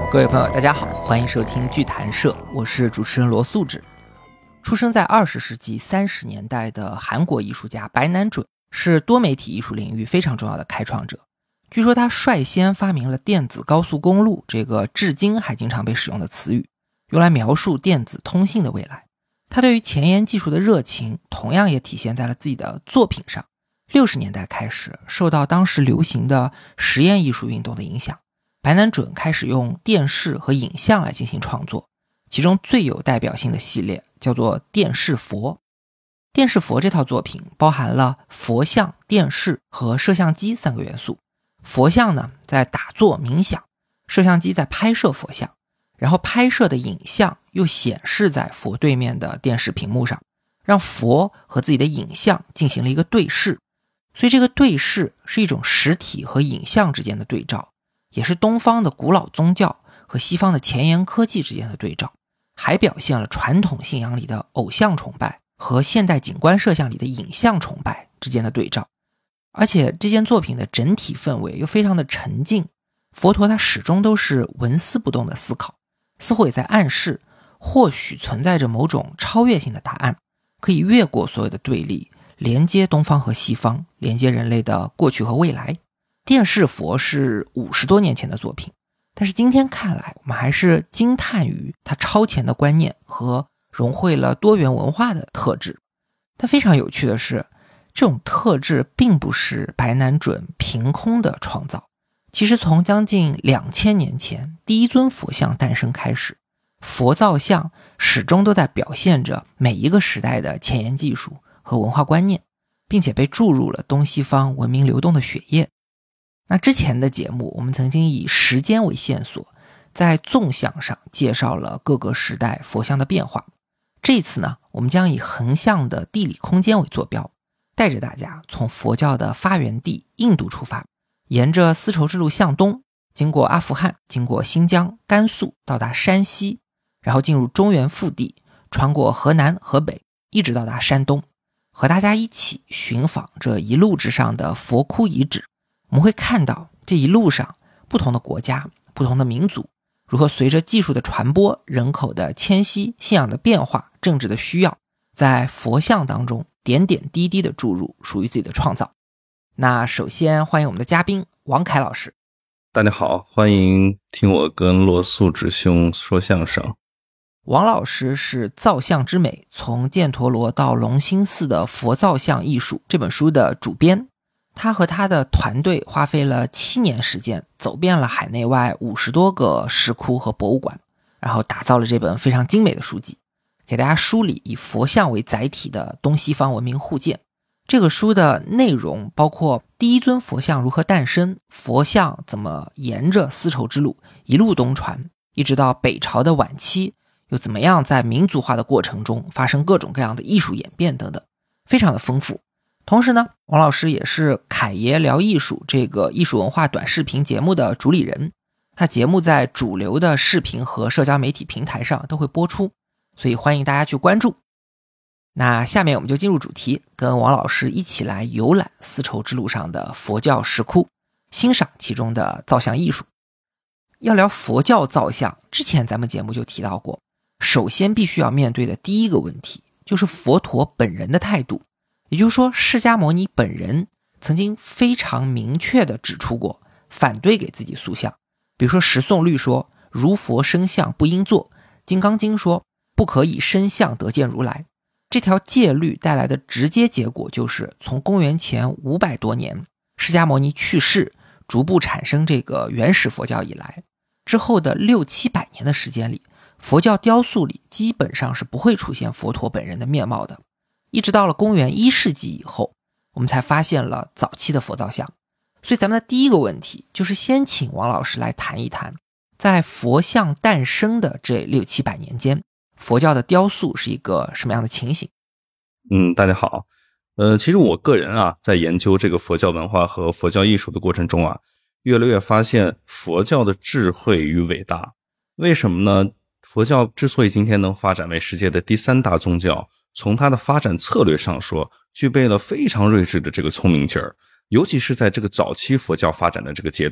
各位朋友大家好，欢迎收听剧谈社，我是主持人罗素志。出生在20世纪30年代的韩国艺术家白南准是多媒体艺术领域非常重要的开创者。据说他率先发明了电子高速公路这个至今还经常被使用的词语，用来描述电子通信的未来。他对于前沿技术的热情同样也体现在了自己的作品上。60年代开始，受到当时流行的实验艺术运动的影响，白南准开始用电视和影像来进行创作，其中最有代表性的系列叫做电视佛。电视佛这套作品包含了佛像、电视和摄像机3个元素。佛像呢，在打坐冥想，摄像机在拍摄佛像，然后拍摄的影像又显示在佛对面的电视屏幕上，让佛和自己的影像进行了一个对视。所以这个对视是一种实体和影像之间的对照，也是东方的古老宗教和西方的前沿科技之间的对照，还表现了传统信仰里的偶像崇拜和现代景观摄像里的影像崇拜之间的对照。而且这件作品的整体氛围又非常的沉静，佛陀他始终都是纹丝不动的思考，似乎也在暗示或许存在着某种超越性的答案，可以越过所有的对立，连接东方和西方，连接人类的过去和未来。电视佛是50多年前的作品，但是今天看来，我们还是惊叹于它超前的观念和融汇了多元文化的特质。但非常有趣的是，这种特质并不是白南准凭空的创造。其实从将近2000年前第一尊佛像诞生开始，佛造像始终都在表现着每一个时代的前沿技术和文化观念，并且被注入了东西方文明流动的血液。那之前的节目我们曾经以时间为线索，在纵向上介绍了各个时代佛像的变化。这一次呢，我们将以横向的地理空间为坐标，带着大家从佛教的发源地印度出发，沿着丝绸之路向东，经过阿富汗，经过新疆、甘肃，到达山西，然后进入中原腹地，穿过河南、河北，一直到达山东，和大家一起寻访这一路之上的佛窟遗址。我们会看到这一路上不同的国家、不同的民族如何随着技术的传播、人口的迁徙、信仰的变化、政治的需要，在佛像当中点点滴滴的注入属于自己的创造。那首先欢迎我们的嘉宾王凯老师。 大家好，欢迎听我跟罗素志兄说相声。 王老师是《造像之美：从犍陀罗到龙兴寺的佛造像艺术》这本书的主编。他和他的团队花费了7年时间，走遍了海内外50多个石窟和博物馆，然后打造了这本非常精美的书籍，给大家梳理以佛像为载体的东西方文明互鉴。这个书的内容包括第一尊佛像如何诞生，佛像怎么沿着丝绸之路一路东传，一直到北朝的晚期，又怎么样在民族化的过程中发生各种各样的艺术演变等等，非常的丰富。同时呢，王老师也是凯爷聊艺术这个艺术文化短视频节目的主理人，他节目在主流的视频和社交媒体平台上都会播出，所以欢迎大家去关注。那下面我们就进入主题，跟王老师一起来游览丝绸之路上的佛教石窟，欣赏其中的造像艺术。要聊佛教造像，之前咱们节目就提到过，首先必须要面对的第一个问题就是佛陀本人的态度。也就是说，释迦牟尼本人曾经非常明确地指出过反对给自己塑像。比如说十诵律说如佛生像不应作，金刚经说不可以生像得见如来。这条戒律带来的直接结果就是从公元前500多年释迦牟尼去世，逐步产生这个原始佛教以来，之后的600-700年的时间里，佛教雕塑里基本上是不会出现佛陀本人的面貌的。一直到了公元1世纪以后，我们才发现了早期的佛造像。所以咱们的第一个问题就是先请王老师来谈一谈，在佛像诞生的这600-700年间，佛教的雕塑是一个什么样的情形？ 大家好。其实我个人在研究这个佛教文化和佛教艺术的过程中越来越发现佛教的智慧与伟大。为什么呢？佛教之所以今天能发展为世界的第3大宗教，从它的发展策略上说，具备了非常睿智的这个聪明劲儿。尤其是在这个早期佛教发展的这个阶段，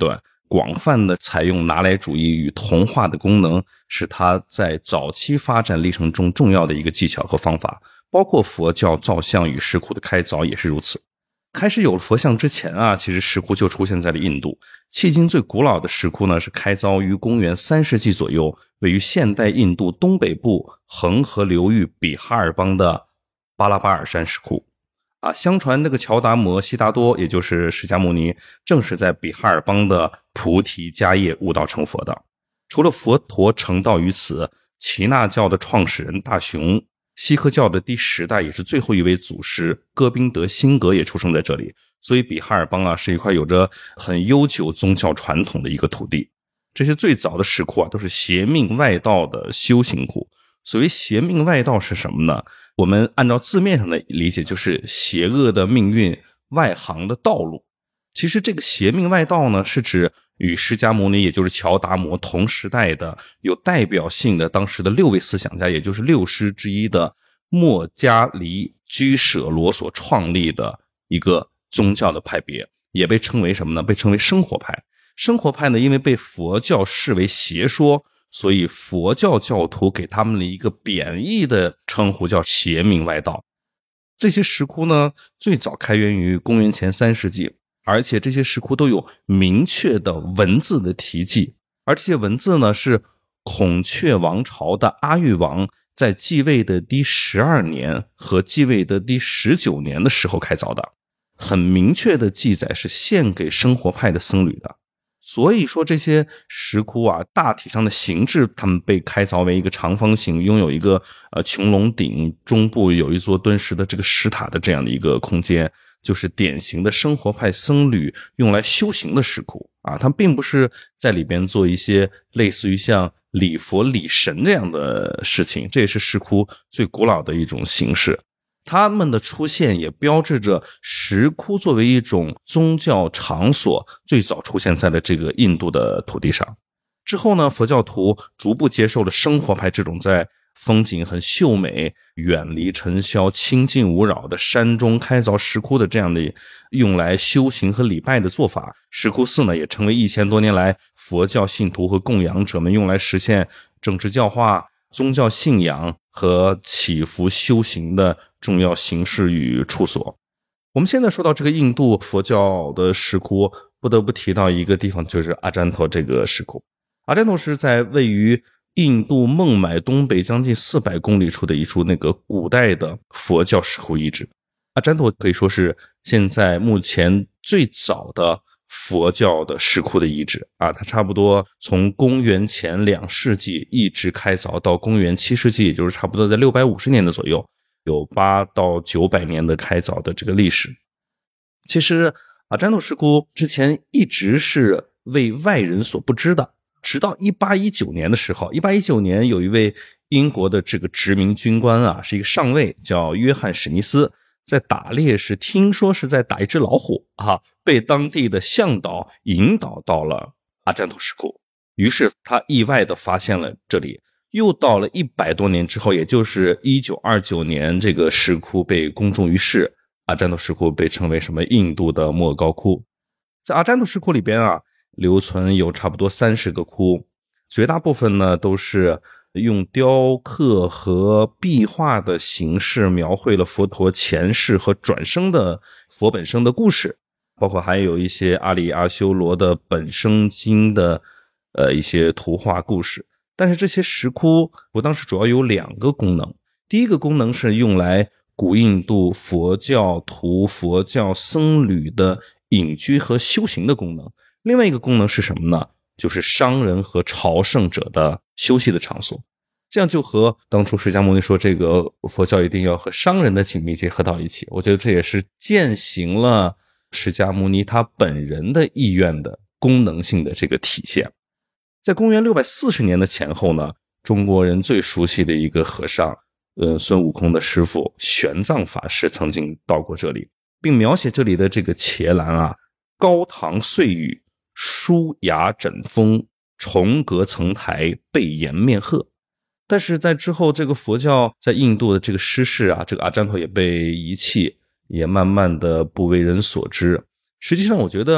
广泛的采用拿来主义与同化的功能，是它在早期发展历程中重要的一个技巧和方法，包括佛教造像与石窟的开凿也是如此。开始有了佛像之前啊，其实石窟就出现在了印度。迄今最古老的石窟呢，是开凿于公元3世纪左右，位于现代印度东北部恒河流域比哈尔邦的巴拉巴尔山石窟。相传那个乔达摩悉达多，也就是释迦牟尼，正是在比哈尔邦的菩提迦叶悟道成佛的。除了佛陀成道于此，耆那教的创始人大雄，锡克教的第10代也是最后一位祖师戈宾德辛格也出生在这里，所以比哈尔邦啊是一块有着很悠久宗教传统的一个土地。这些最早的石窟啊都是邪命外道的修行窟。所谓邪命外道是什么呢？我们按照字面上的理解，就是邪恶的命运外行的道路。其实这个邪命外道呢，是指与释迦牟尼也就是乔达摩同时代的有代表性的当时的6位思想家，也就是6师之一的莫伽黎居舍罗所创立的一个宗教的派别，也被称为什么呢？被称为生活派。生活派呢，因为被佛教视为邪说，所以佛教教徒给他们了一个贬义的称呼，叫邪命外道。这些石窟呢，最早开源于公元前3世纪，而且这些石窟都有明确的文字的题记，而这些文字呢，是孔雀王朝的阿育王在继位的第12年和继位的第19年的时候开凿的，很明确的记载是献给生活派的僧侣的。所以说这些石窟啊，大体上的形制，它们被开凿为一个长方形，拥有一个穹隆顶，中部有一座敦实的这个石塔的这样的一个空间，就是典型的生活派僧侣用来修行的石窟啊。它并不是在里边做一些类似于像礼佛礼神这样的事情，这也是石窟最古老的一种形式。他们的出现也标志着石窟作为一种宗教场所最早出现在了这个印度的土地上。之后呢，佛教徒逐步接受了生活派这种在风景很秀美、远离尘嚣、清净无扰的山中开凿石窟的这样的用来修行和礼拜的做法。石窟寺呢，也成为1000多年来佛教信徒和供养者们用来实现政治教化、宗教信仰和祈福修行的重要形式与处所。我们现在说到这个印度佛教的石窟，不得不提到一个地方，就是阿占陀这个石窟。阿占陀是在位于印度孟买东北将近400公里处的一处那个古代的佛教石窟遗址。阿占陀可以说是现在目前最早的佛教的石窟的遗址啊，它差不多从公元前2世纪一直开凿到公元7世纪，也就是差不多在650年的左右，有800到900年的开凿的这个历史。其实阿占陀石窟之前一直是为外人所不知的，直到1819年的时候，1819年有一位英国的这个殖民军官啊，是一个上尉，叫约翰史密斯，在打猎时听说是在打一只老虎啊，被当地的向导引导到了阿占陀石窟，于是他意外地发现了这里。又到了100多年之后，也就是1929年，这个石窟被公众于世，阿占陀石窟被称为什么印度的莫高窟。在阿占陀石窟里边啊，留存有差不多30个窟，绝大部分呢都是用雕刻和壁画的形式描绘了佛陀前世和转生的佛本生的故事，包括还有一些阿里阿修罗的本生经的一些图画故事。但是这些石窟我当时主要有2个功能，第一个功能是用来古印度佛教徒、佛教僧侣的隐居和修行的功能，另外一个功能是什么呢？就是商人和朝圣者的休息的场所。这样就和当初释迦牟尼说这个佛教一定要和商人的紧密结合到一起，我觉得这也是践行了释迦牟尼他本人的意愿的功能性的这个体现。在公元640年的前后呢，中国人最熟悉的一个和尚孙悟空的师父玄奘法师曾经到过这里，并描写这里的这个伽蓝啊，高堂碎宇，书雅枕峰，重阁层台，背檐面鹤。但是在之后，这个佛教在印度的这个失势啊，这个阿占陀也被遗弃，也慢慢的不为人所知。实际上我觉得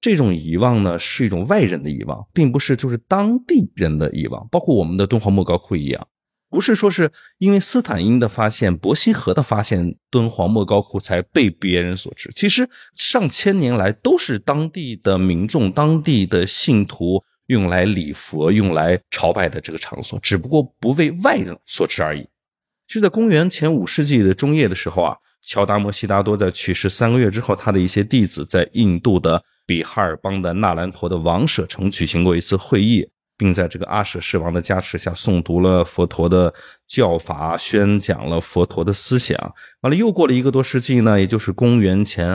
这种遗忘呢是一种外人的遗忘，并不是就是当地人的遗忘，包括我们的敦煌莫高窟一样，不是说是因为斯坦因的发现、伯希和的发现，敦煌莫高窟才被别人所知。其实上千年来都是当地的民众、当地的信徒用来礼佛、用来朝拜的这个场所，只不过不为外人所知而已。其实在公元前5世纪的中叶的时候啊，乔达摩悉达多在去世3个月之后，他的一些弟子在印度的比哈尔邦的纳兰陀的王舍城举行过一次会议，并在这个阿舍世王的加持下诵读了佛陀的教法，宣讲了佛陀的思想。完了又过了1个多世纪呢，也就是公元前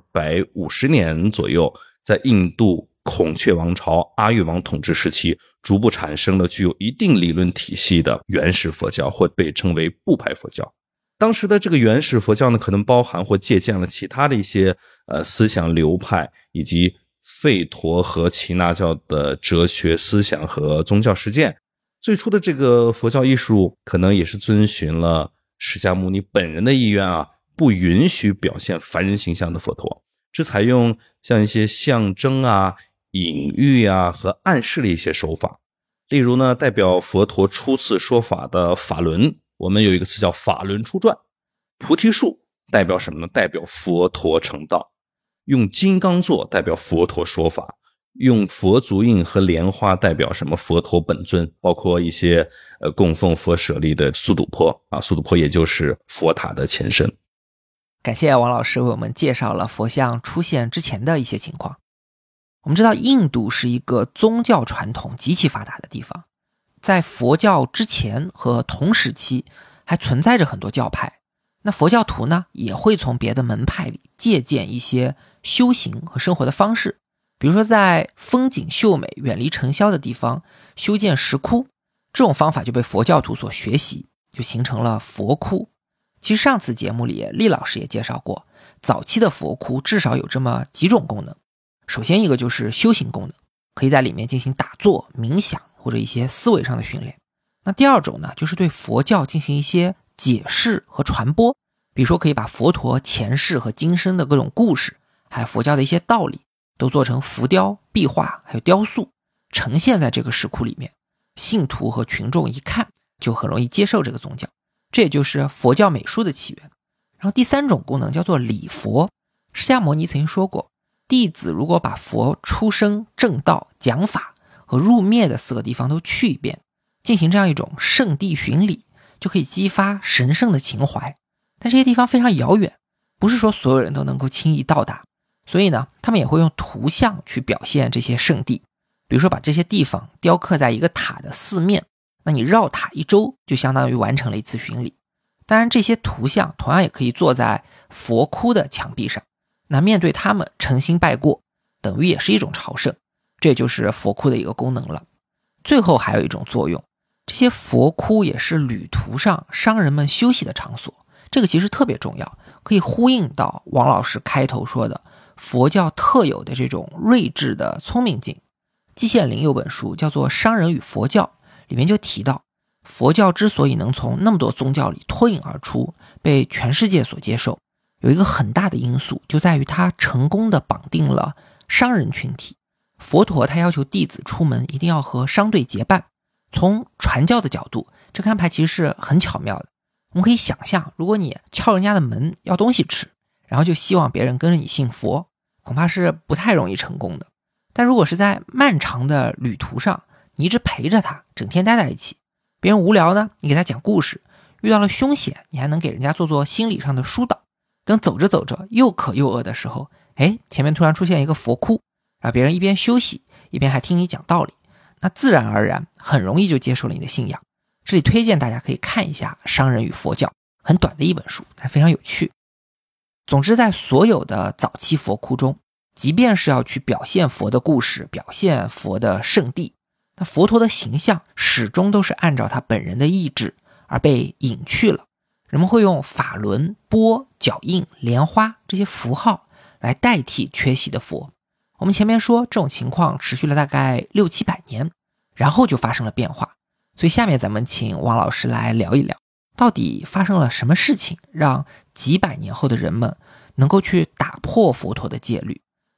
250年左右，在印度孔雀王朝阿育王统治时期，逐步产生了具有一定理论体系的原始佛教，或被称为部派佛教。当时的这个原始佛教呢，可能包含或借鉴了其他的一些思想流派，以及吠陀和耆那教的哲学思想和宗教实践。最初的这个佛教艺术可能也是遵循了释迦牟尼本人的意愿啊，不允许表现凡人形象的佛陀，只采用像一些象征啊、隐喻啊和暗示的一些手法。例如呢，代表佛陀初次说法的法轮，我们有一个词叫法轮出传。菩提树代表什么呢？代表佛陀成道。用金刚座代表佛陀说法，用佛足印和莲花代表什么？佛陀本尊，包括一些供奉佛舍利的苏堵坡啊，苏堵坡也就是佛塔的前身。 感谢王老师为我们介绍了佛像出现之前的一些情况。我们知道印度是一个宗教传统极其发达的地方，在佛教之前和同时期还存在着很多教派，那佛教徒呢也会从别的门派里借鉴一些修行和生活的方式，比如说在风景秀美、远离尘嚣的地方修建石窟，这种方法就被佛教徒所学习，就形成了佛窟。其实上次节目里厉老师也介绍过，早期的佛窟至少有这么几种功能。首先一个就是修行功能，可以在里面进行打坐、冥想或者一些思维上的训练。那第二种呢，就是对佛教进行一些解释和传播，比如说可以把佛陀前世和今生的各种故事，还有佛教的一些道理，都做成浮雕、壁画还有雕塑，呈现在这个石窟里面，信徒和群众一看就很容易接受这个宗教，这也就是佛教美术的起源。然后第三种功能叫做礼佛，释迦牟尼曾经说过，弟子如果把佛出生、正道、讲法和入灭的4个地方都去一遍，进行这样一种圣地巡礼，就可以激发神圣的情怀。但这些地方非常遥远，不是说所有人都能够轻易到达，所以呢，他们也会用图像去表现这些圣地，比如说把这些地方雕刻在一个塔的4面，那你绕塔1周就相当于完成了一次巡礼。当然这些图像同样也可以做在佛窟的墙壁上，那面对他们诚心拜过，等于也是一种朝圣，这也就是佛窟的一个功能了。最后还有一种作用，这些佛窟也是旅途上商人们休息的场所，这个其实特别重要，可以呼应到王老师开头说的佛教特有的这种睿智的聪明劲。季羡林有本书叫做《商人与佛教》，里面就提到，佛教之所以能从那么多宗教里脱颖而出，被全世界所接受，有一个很大的因素就在于它成功的绑定了商人群体。佛陀他要求弟子出门一定要和商队结伴，从传教的角度，这个安排其实是很巧妙的。我们可以想象，如果你敲人家的门要东西吃，然后就希望别人跟着你信佛，恐怕是不太容易成功的。但如果是在漫长的旅途上，你一直陪着他，整天待在一起，别人无聊呢，你给他讲故事，遇到了凶险，你还能给人家做心理上的疏导。等走着走着又渴又饿的时候，前面突然出现一个佛窟，让别人一边休息一边还听你讲道理，那自然而然很容易就接受了你的信仰。这里推荐大家可以看一下《商人与佛教》，很短的一本书，但非常有趣。总之在所有的早期佛窟中，即便是要去表现佛的故事，表现佛的圣地，那佛陀的形象始终都是按照他本人的意志而被隐去了。人们会用法轮、钵、脚印、莲花这些符号来代替缺席的佛。我们前面说这种情况持续了大概600-700年，然后就发生了变化。所以下面咱们请王老师来聊一聊，到底发生了什么事情，让几百年后的人们能够去打破佛陀的戒律，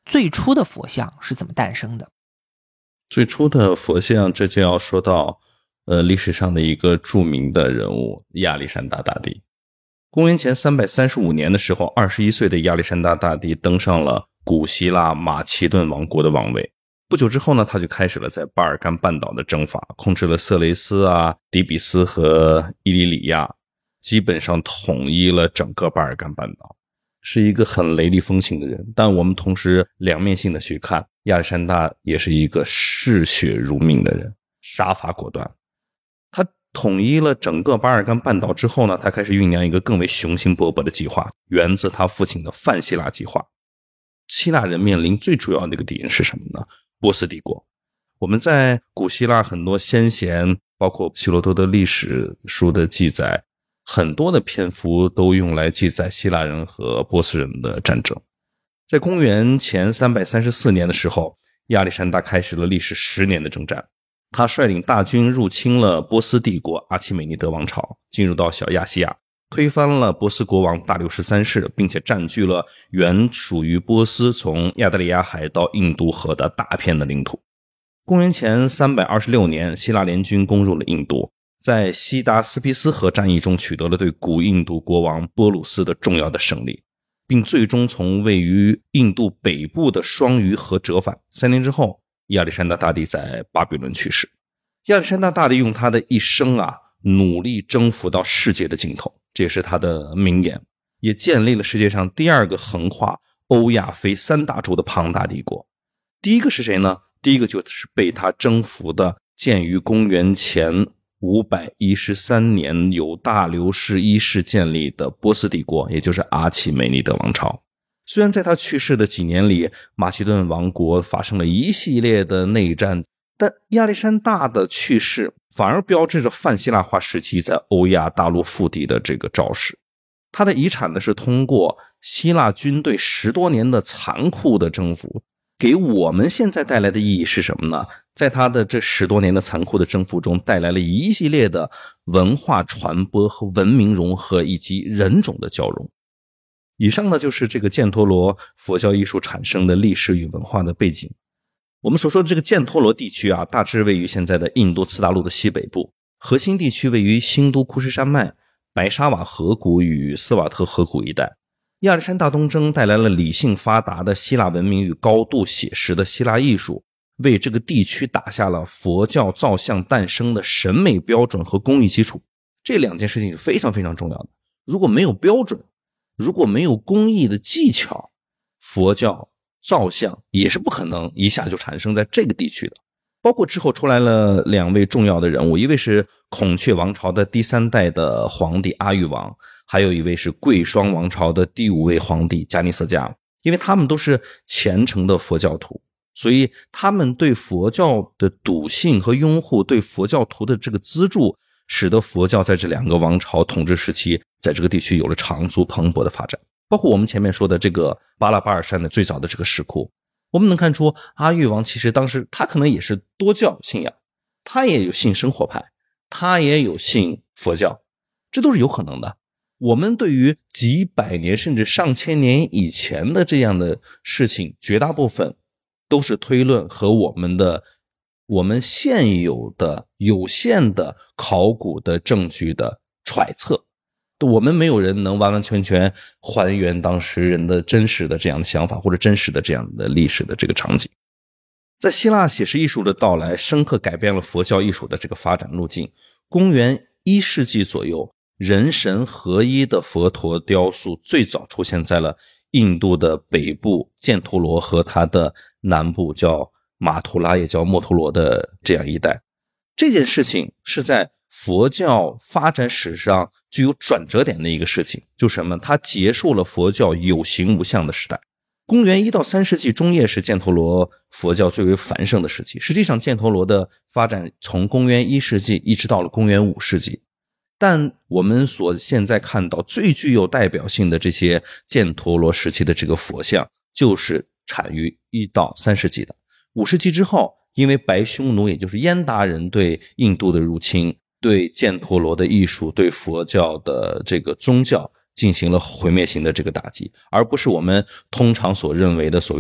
最初的佛像是怎么诞生的？ 最初的佛像，这就要说到历史上的一个著名的人物亚历山大大帝。公元前335年的时候，21岁的亚历山大大帝登上了古希腊马其顿王国的王位。不久之后呢，他就开始了在巴尔干半岛的征伐，控制了色雷斯啊、底比斯和伊里里亚，基本上统一了整个巴尔干半岛，是一个很雷厉风行的人。但我们同时两面性的去看，亚历山大也是一个嗜血如命的人，杀伐果断。他统一了整个巴尔干半岛之后呢，他开始酝酿一个更为雄心勃勃的计划，源自他父亲的泛希腊计划。希腊人面临最主要的一个敌人是什么呢？波斯帝国。我们在古希腊很多先贤，包括希罗多德历史书的记载，很多的篇幅都用来记载希腊人和波斯人的战争。在公元前334年的时候，亚历山大开始了历时10年的征战。他率领大军入侵了波斯帝国阿契美尼德王朝，进入到小亚细亚，推翻了波斯国王大流士3世，并且占据了原属于波斯从亚得里亚海到印度河的大片的领土。公元前326年，希腊联军攻入了印度，在西达斯皮斯河战役中取得了对古印度国王波鲁斯的重要的胜利，并最终从位于印度北部的双鱼河折返。3年之后，亚历山大大帝在巴比伦去世。亚历山大大帝用他的一生努力征服到世界的尽头，这也是他的名言，也建立了世界上第二个横跨欧亚非3大洲的庞大帝国。第一个是谁呢？第一个就是被他征服的建于公元前513年由大流士1世建立的波斯帝国，也就是阿契美尼德王朝。虽然在他去世的几年里，马其顿王国发生了一系列的内战，但亚历山大的去世反而标志着泛希腊化时期在欧亚大陆腹地的这个肇始。他的遗产呢，是通过希腊军队10多年的残酷的征服，给我们现在带来的意义是什么呢？在他的这10多年的残酷的征服中，带来了一系列的文化传播和文明融合，以及人种的交融。以上呢，就是这个犍陀罗佛教艺术产生的历史与文化的背景。我们所说的这个犍陀罗地区大致位于现在的印度次大陆的西北部，核心地区位于新都库什山脉、白沙瓦河谷与斯瓦特河谷一带。亚历山大东征带来了理性发达的希腊文明与高度写实的希腊艺术，为这个地区打下了佛教造像诞生的审美标准和工艺基础。这2件事情是非常非常重要的。如果没有标准，如果没有工艺的技巧，佛教造像也是不可能一下就产生在这个地区的。包括之后出来了2位重要的人物，一位是孔雀王朝的第3代的皇帝阿育王，还有一位是贵霜王朝的第5位皇帝迦尼色迦。因为他们都是虔诚的佛教徒，所以他们对佛教的笃信和拥护，对佛教徒的这个资助，使得佛教在这2个王朝统治时期在这个地区有了长足蓬勃的发展。包括我们前面说的这个巴拉巴尔山的最早的这个石窟，我们能看出阿育王其实当时他可能也是多教信仰，他也有信生活派，他也有信佛教，这都是有可能的。我们对于几百年甚至上千年以前的这样的事情，绝大部分都是推论和我们现有的有限的考古的证据的揣测，我们没有人能完完全全还原当时人的真实的这样的想法，或者真实的这样的历史的这个场景。在希腊写实艺术的到来，深刻改变了佛教艺术的这个发展路径。公元1世纪左右，人神合一的佛陀雕塑最早出现在了印度的北部犍陀罗和它的南部叫马图拉，也叫墨陀罗的这样一带。这件事情是在佛教发展史上具有转折点的一个事情，就是什么？它结束了佛教有形无相的时代。公元1到3世纪中叶是犍陀罗佛教最为繁盛的时期。实际上犍陀罗的发展从公元1世纪一直到了公元5世纪，但我们所现在看到最具有代表性的这些犍陀罗时期的这个佛像，就是产于1到3世纪的。5世纪之后，因为白匈奴也就是燕达人对印度的入侵，对犍陀罗的艺术，对佛教的这个宗教进行了毁灭性的这个打击，而不是我们通常所认为的所谓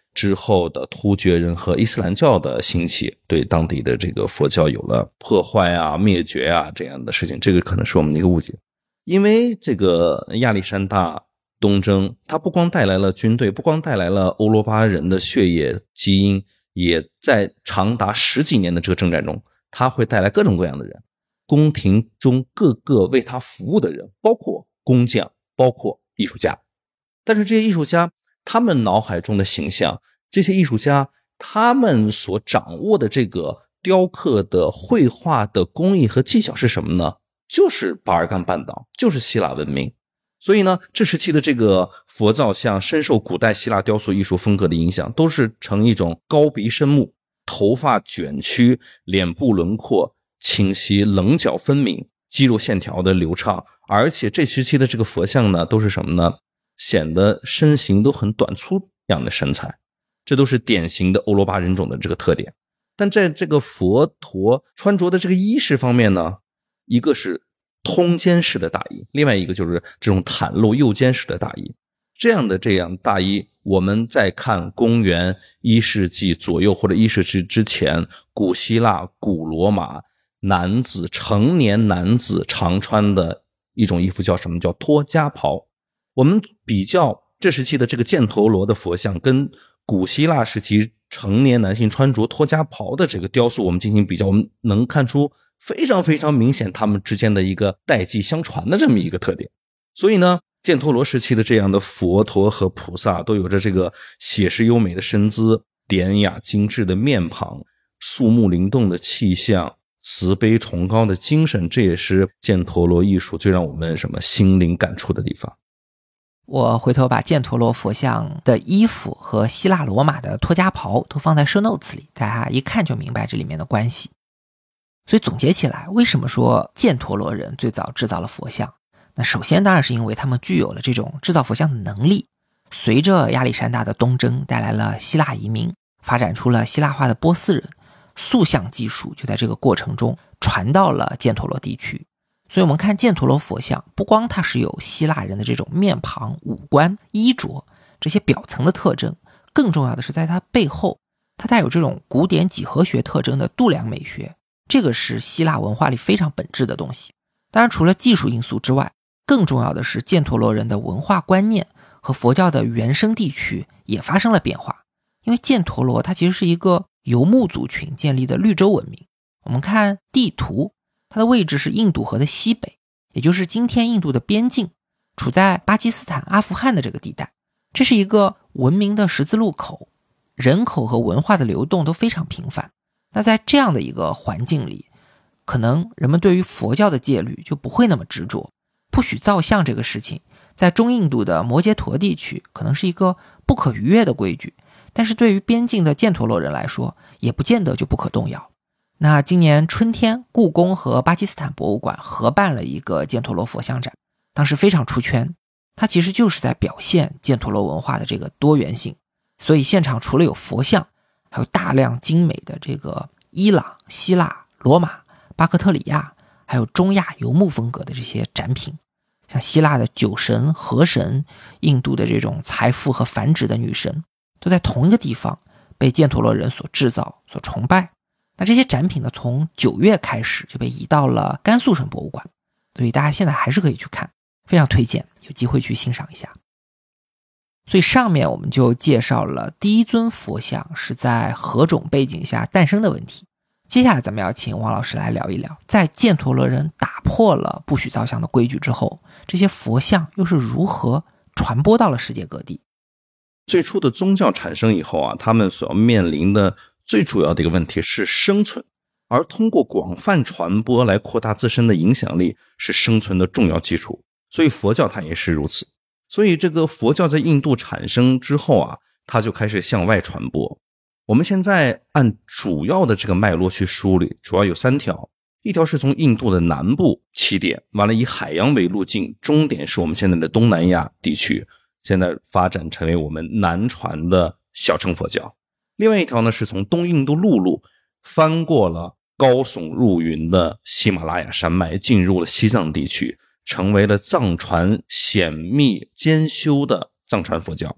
之后的突厥人和伊斯兰教的兴起，对当地的这个佛教有了破坏啊、灭绝啊这样的事情，这个可能是我们的一个误解。因为这个亚历山大东征，它不光带来了军队，不光带来了欧罗巴人的血液基因，也在长达10几年的这个征战中，它会带来各种各样的人，宫廷中各个为他服务的人，包括工匠，包括艺术家。但是这些艺术家他们脑海中的形象，这些艺术家他们所掌握的这个雕刻的绘画的工艺和技巧是什么呢？就是巴尔干半岛，就是希腊文明。所以呢，这时期的这个佛造像深受古代希腊雕塑艺术风格的影响，都是呈一种高鼻深目，头发卷曲，脸部轮廓清晰，棱角分明，肌肉线条的流畅。而且这时期的这个佛像呢，都是什么呢？显得身形都很短粗样的身材，这都是典型的欧罗巴人种的这个特点。但在这个佛陀穿着的这个衣饰方面呢，一个是通肩式的大衣，另外一个就是这种袒露右肩式的大衣。这样大衣，我们在看公元1世纪左右或者1世纪之前，古希腊、古罗马成年男子常穿的一种衣服叫什么？叫托加袍。我们比较这时期的这个犍陀罗的佛像跟古希腊时期成年男性穿着托加袍的这个雕塑我们进行比较，我们能看出非常非常明显他们之间的一个代际相传的这么一个特点。所以呢，犍陀罗时期的这样的佛陀和菩萨都有着这个写实优美的身姿，典雅精致的面庞，肃穆灵动的气象，慈悲崇高的精神，这也是犍陀罗艺术最让我们心灵感触的地方。 我回头把犍陀罗佛像的衣服和希腊罗马的托加袍都放在 show notes 里，大家一看就明白这里面的关系。所以总结起来，为什么说犍陀罗人最早制造了佛像？那首先当然是因为他们具有了这种制造佛像的能力。随着亚历山大的东征带来了希腊移民，发展出了希腊化的波斯人，塑像技术就在这个过程中传到了犍陀罗地区。所以我们看犍陀罗佛像，不光它是有希腊人的这种面庞、五官、衣着这些表层的特征，更重要的是在它背后，它带有这种古典几何学特征的度量美学，这个是希腊文化里非常本质的东西。当然除了技术因素之外，更重要的是犍陀罗人的文化观念和佛教的原生地区也发生了变化。因为犍陀罗它其实是一个游牧族群建立的绿洲文明。我们看地图，它的位置是印度河的西北，也就是今天印度的边境，处在巴基斯坦、阿富汗的这个地带。这是一个文明的十字路口，人口和文化的流动都非常频繁。那在这样的一个环境里，可能人们对于佛教的戒律就不会那么执着，不许造像这个事情，在中印度的摩羯陀地区可能是一个不可逾越的规矩，但是对于边境的犍陀罗人来说，也不见得就不可动摇。那今年春天，故宫和巴基斯坦博物馆合办了一个犍陀罗佛像展，当时非常出圈，它其实就是在表现犍陀罗文化的这个多元性。所以现场除了有佛像，还有大量精美的这个伊朗、希腊、罗马、巴克特里亚，还有中亚游牧风格的这些展品，像希腊的酒神、河神，印度的这种财富和繁殖的女神，都在同一个地方被犍陀罗人所制造、所崇拜。那这些展品呢，从9月开始就被移到了甘肃省博物馆，所以大家现在还是可以去看，非常推荐，有机会去欣赏一下。所以上面我们就介绍了第一尊佛像是在何种背景下诞生的问题。接下来咱们要请王老师来聊一聊，在犍陀罗人打破了不许造像的规矩之后，这些佛像又是如何传播到了世界各地。 最初的宗教产生以后啊，他们所要面临的最主要的一个问题是生存，而通过广泛传播来扩大自身的影响力是生存的重要基础。所以佛教它也是如此。所以这个佛教在印度产生之后啊，它就开始向外传播。我们现在按主要的这个脉络去梳理，主要有3条。一条是从印度的南部起点，完了以海洋为路径，终点是我们现在的东南亚地区，现在发展成为我们南传的小乘佛教。另外一条呢，是从东印度陆路翻过了高耸入云的喜马拉雅山脉，进入了西藏地区，成为了藏传显密兼修的藏传佛教。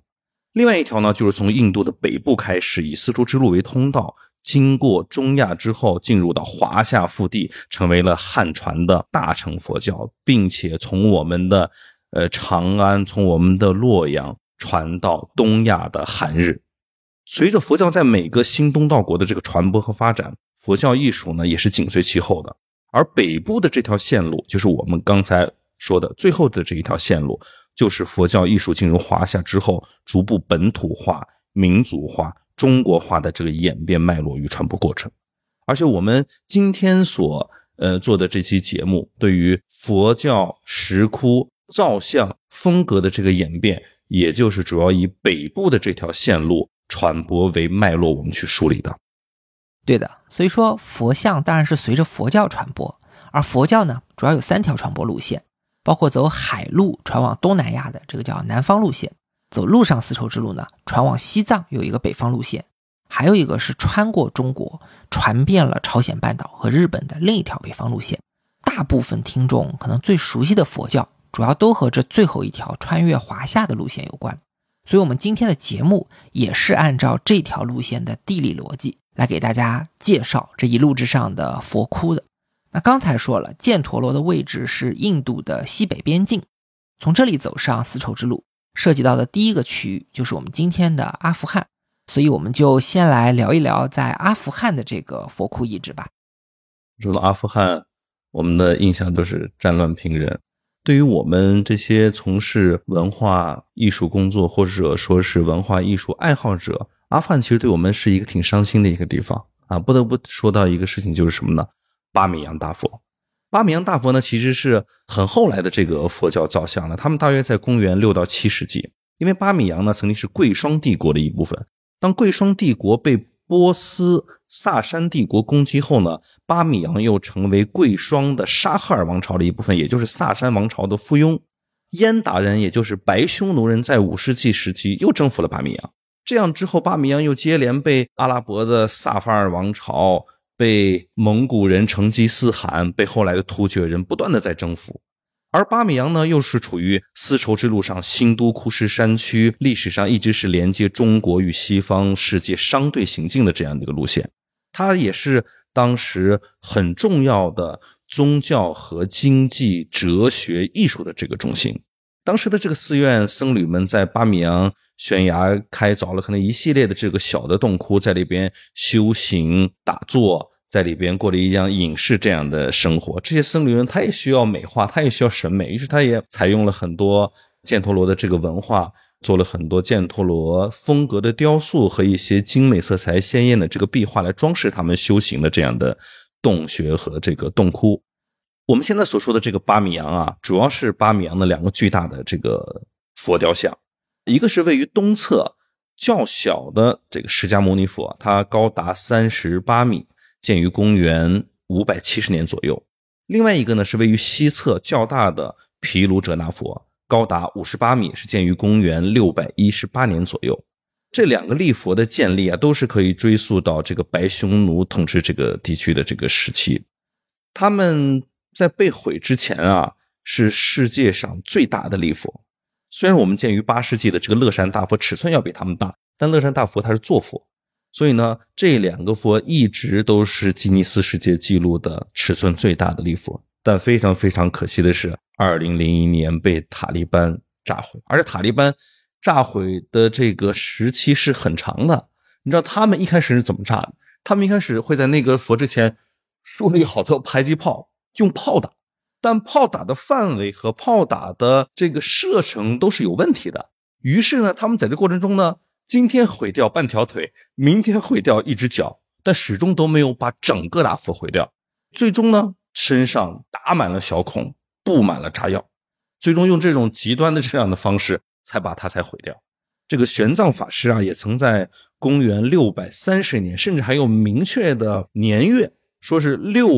另外一条呢，就是从印度的北部开始，以丝绸之路为通道，经过中亚之后进入到华夏腹地，成为了汉传的大乘佛教，并且从我们的长安，从我们的洛阳传到东亚的韩日。随着佛教在每个新东道国的这个传播和发展，佛教艺术呢也是紧随其后的。而北部的这条线路，就是我们刚才说的最后的这一条线路，就是佛教艺术进入华夏之后逐步本土化、民族化、中国化的这个演变脉络与传播过程。而且我们今天所做的这期节目，对于佛教石窟造像风格的这个演变，也就是主要以北部的这条线路传播为脉络，我们去梳理的。 对的，所以说佛像当然是随着佛教传播，而佛教呢主要有3条传播路线，包括走海路传往东南亚的这个叫南方路线，走陆上丝绸之路呢传往西藏有一个北方路线，还有一个是穿过中国传遍了朝鲜半岛和日本的另一条北方路线。大部分听众可能最熟悉的佛教主要都和这最后一条穿越华夏的路线有关，所以我们今天的节目也是按照这条路线的地理逻辑来给大家介绍这一路之上的佛窟的。那刚才说了，犍陀罗的位置是印度的西北边境，从这里走上丝绸之路，涉及到的第一个区域就是我们今天的阿富汗，所以我们就先来聊一聊在阿富汗的这个佛窟遗址吧。 说到阿富汗，我们的印象都是战乱频仍。对于我们这些从事文化艺术工作或者说是文化艺术爱好者，阿富汗其实对我们是一个挺伤心的一个地方啊。不得不说到一个事情，就是什么呢？巴米扬大佛。巴米扬大佛呢，其实是很后来的这个佛教造像了，他们大约在公元6到7世纪。因为巴米扬呢曾经是贵霜帝国的一部分，当贵霜帝国被波斯萨珊帝国攻击后呢，巴米扬又成为贵霜的沙赫尔王朝的一部分，也就是萨珊王朝的附庸。燕达人也就是白匈奴人在5世纪时期又征服了巴米扬，这样之后巴米扬又接连被阿拉伯的萨法尔王朝、被蒙古人成吉思汗、被后来的突厥人不断的在征服。而巴米扬呢，又是处于丝绸之路上新都库什山区，历史上一直是连接中国与西方世界商队行进的这样的一个路线。它也是当时很重要的宗教和经济、哲学、艺术的这个中心。当时的这个寺院僧侣们在巴米扬悬崖开凿了可能一系列的这个小的洞窟，在里边修行打坐，在里边过了一样隐士这样的生活。这些僧侣们他也需要美化，他也需要审美，于是他也采用了很多犍陀罗的这个文化，做了很多犍陀罗风格的雕塑和一些精美色彩鲜艳的这个壁画来装饰他们修行的这样的洞穴和这个洞窟。我们现在所说的这个巴米扬啊，主要是巴米扬的2个巨大的这个佛雕像，一个是位于东侧较小的这个释迦牟尼佛，它高达38米，建于公元570年左右。另外一个呢是位于西侧较大的毗卢遮那佛，高达58米，是建于公元618年左右。这2个立佛的建立啊，都是可以追溯到这个白匈奴统治这个地区的这个时期。他们在被毁之前啊，是世界上最大的立佛。虽然我们见于8世纪的这个乐山大佛尺寸要比他们大，但乐山大佛它是坐佛，所以呢，这2个佛一直都是吉尼斯世界纪录的尺寸最大的立佛。但非常非常可惜的是，2001年被塔利班炸毁，而且塔利班炸毁的这个时期是很长的。你知道他们一开始是怎么炸的？他们一开始会在那个佛之前树立好多迫击炮，用炮打，但炮打的范围和炮打的这个射程都是有问题的。于是呢，他们在这过程中呢，今天毁掉半条腿，明天毁掉一只脚，但始终都没有把整个大佛毁掉。最终呢，身上打满了小孔，布满了炸药，最终用这种极端的这样的方式才把它毁掉。这个玄奘法师啊，也曾在公元630年，甚至还有明确的年月，说是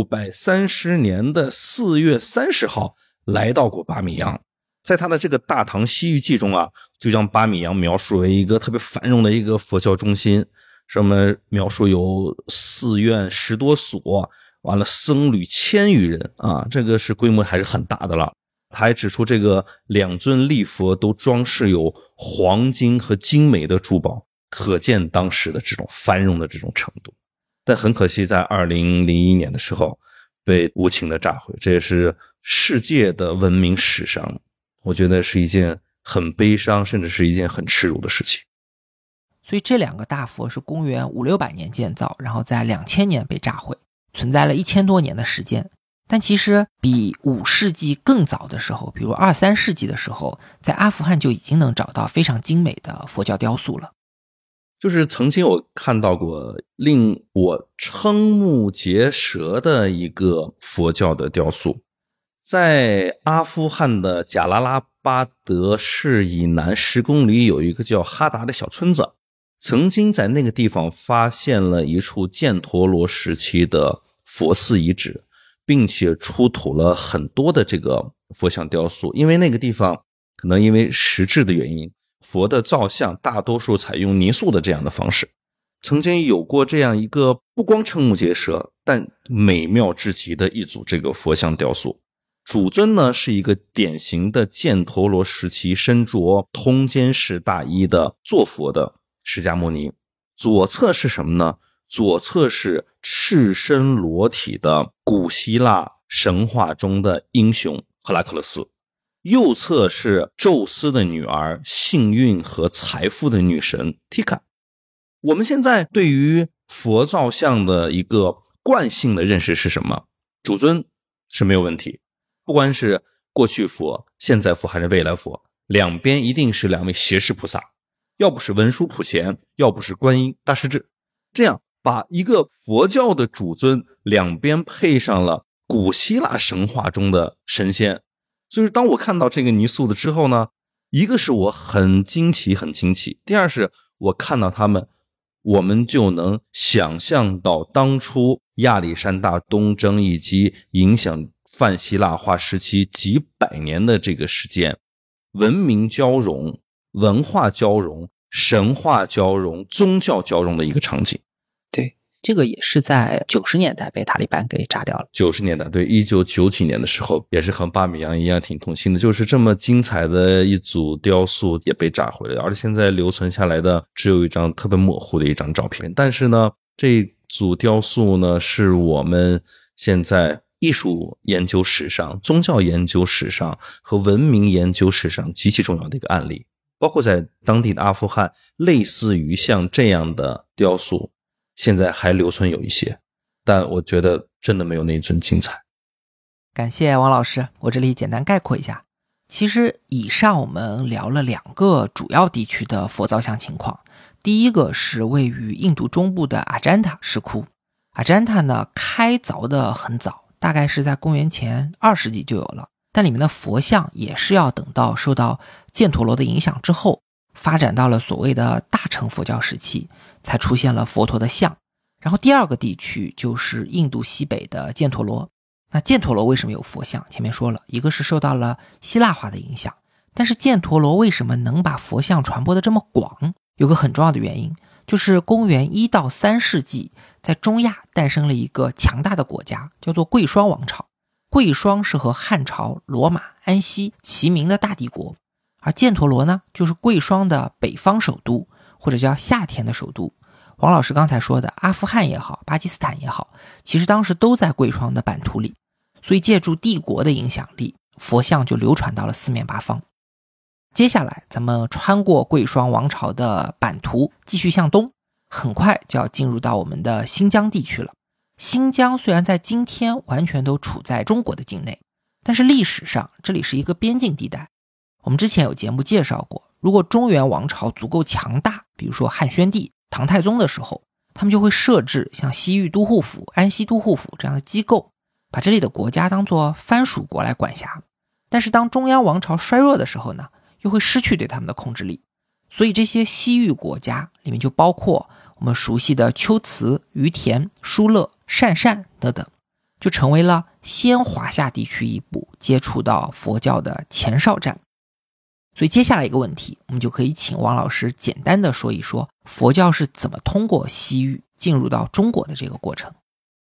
630年的4月30号来到过巴米扬。在他的这个《大唐西域记》中啊，就将巴米扬描述为一个特别繁荣的一个佛教中心，什么描述有寺院10多所，完了僧侣1000余人啊，这个是规模还是很大的了。 他还指出这个两尊立佛都装饰有黄金和精美的珠宝，可见当时的这种繁荣的这种程度。但很可惜在2001年的时候被无情的炸毁，这也是世界的文明史上我觉得是一件很悲伤甚至是一件很耻辱的事情。 所以这两个大佛是公元500-600年建造，然后在2000年被炸毁，存在了1000多年的时间。但其实比5世纪更早的时候，比如2、3世纪的时候，在阿富汗就已经能找到非常精美的佛教雕塑了。 就是曾经我看到过令我瞠目结舌的一个佛教的雕塑，在阿富汗的贾拉拉巴德市以南10公里有一个叫哈达的小村子，曾经在那个地方发现了一处犍陀罗时期的佛寺遗址，并且出土了很多的这个佛像雕塑。因为那个地方可能因为石质的原因，佛的造像大多数采用泥塑的这样的方式，曾经有过这样一个不光瞠目结舌但美妙至极的一组这个佛像雕塑。主尊呢是一个典型的犍陀罗时期身着通肩式大衣的坐佛的释迦牟尼，左侧是什么呢？左侧是赤身裸体的古希腊神话中的英雄赫拉克勒斯，右侧是宙斯的女儿，幸运和财富的女神提卡。我们现在对于佛造像的一个惯性的认识是什么？主尊是没有问题，不管是过去佛、现在佛还是未来佛，两边一定是两位胁侍菩萨，要不是文殊普贤，要不是观音大势至。这样把一个佛教的主尊两边配上了古希腊神话中的神仙。所以当我看到这个泥塑的之后呢，一个是我很惊奇，第二是我看到他们，我们就能想象到当初亚历山大东征以及影响泛希腊化时期几百年的这个时间，文明交融、文化交融、神话交融、宗教交融的一个场景。 对，这个也是在90年代被塔利班给炸掉了。 90年代，对，1990几年的时候，也是和巴米扬一样挺痛心的，就是这么精彩的一组雕塑也被炸毁了，而且现在留存下来的只有一张特别模糊的一张照片。但是呢，这组雕塑呢，是我们现在艺术研究史上、宗教研究史上和文明研究史上极其重要的一个案例。包括在当地的阿富汗，类似于像这样的雕塑现在还留存有一些，但我觉得真的没有那一尊精彩。 感谢王老师，我这里简单概括一下。其实以上我们聊了2个主要地区的佛造像情况。第一个是位于印度中部的阿占塔石窟。阿占塔呢开凿的很早，大概是在公元前2世纪就有了，但里面的佛像也是要等到受到犍陀罗的影响之后，发展到了所谓的大乘佛教时期，才出现了佛陀的像。然后第二个地区就是印度西北的犍陀罗。那犍陀罗为什么有佛像？前面说了，一个是受到了希腊化的影响，但是犍陀罗为什么能把佛像传播的这么广？有个很重要的原因，就是公元1到3世纪，在中亚诞生了一个强大的国家，叫做贵霜王朝。贵霜是和汉朝、罗马、安息齐名的大帝国，而犍陀罗呢，就是贵霜的北方首都，或者叫夏天的首都。王老师刚才说的阿富汗也好，巴基斯坦也好，其实当时都在贵霜的版图里，所以借助帝国的影响力，佛像就流传到了四面八方。接下来咱们穿过贵霜王朝的版图，继续向东，很快就要进入到我们的新疆地区了。新疆虽然在今天完全都处在中国的境内，但是历史上这里是一个边境地带。我们之前有节目介绍过，如果中原王朝足够强大，比如说汉宣帝、唐太宗的时候，他们就会设置像西域都护府、安西都护府这样的机构，把这里的国家当作藩属国来管辖。但是当中央王朝衰弱的时候呢，又会失去对他们的控制力。所以这些西域国家里面就包括我们熟悉的龟兹、于田、疏勒、鄯善等等，就成为了先华夏地区一步接触到佛教的前哨站。所以接下来一个问题，我们就可以请王老师简单的说一说佛教是怎么通过西域进入到中国的这个过程。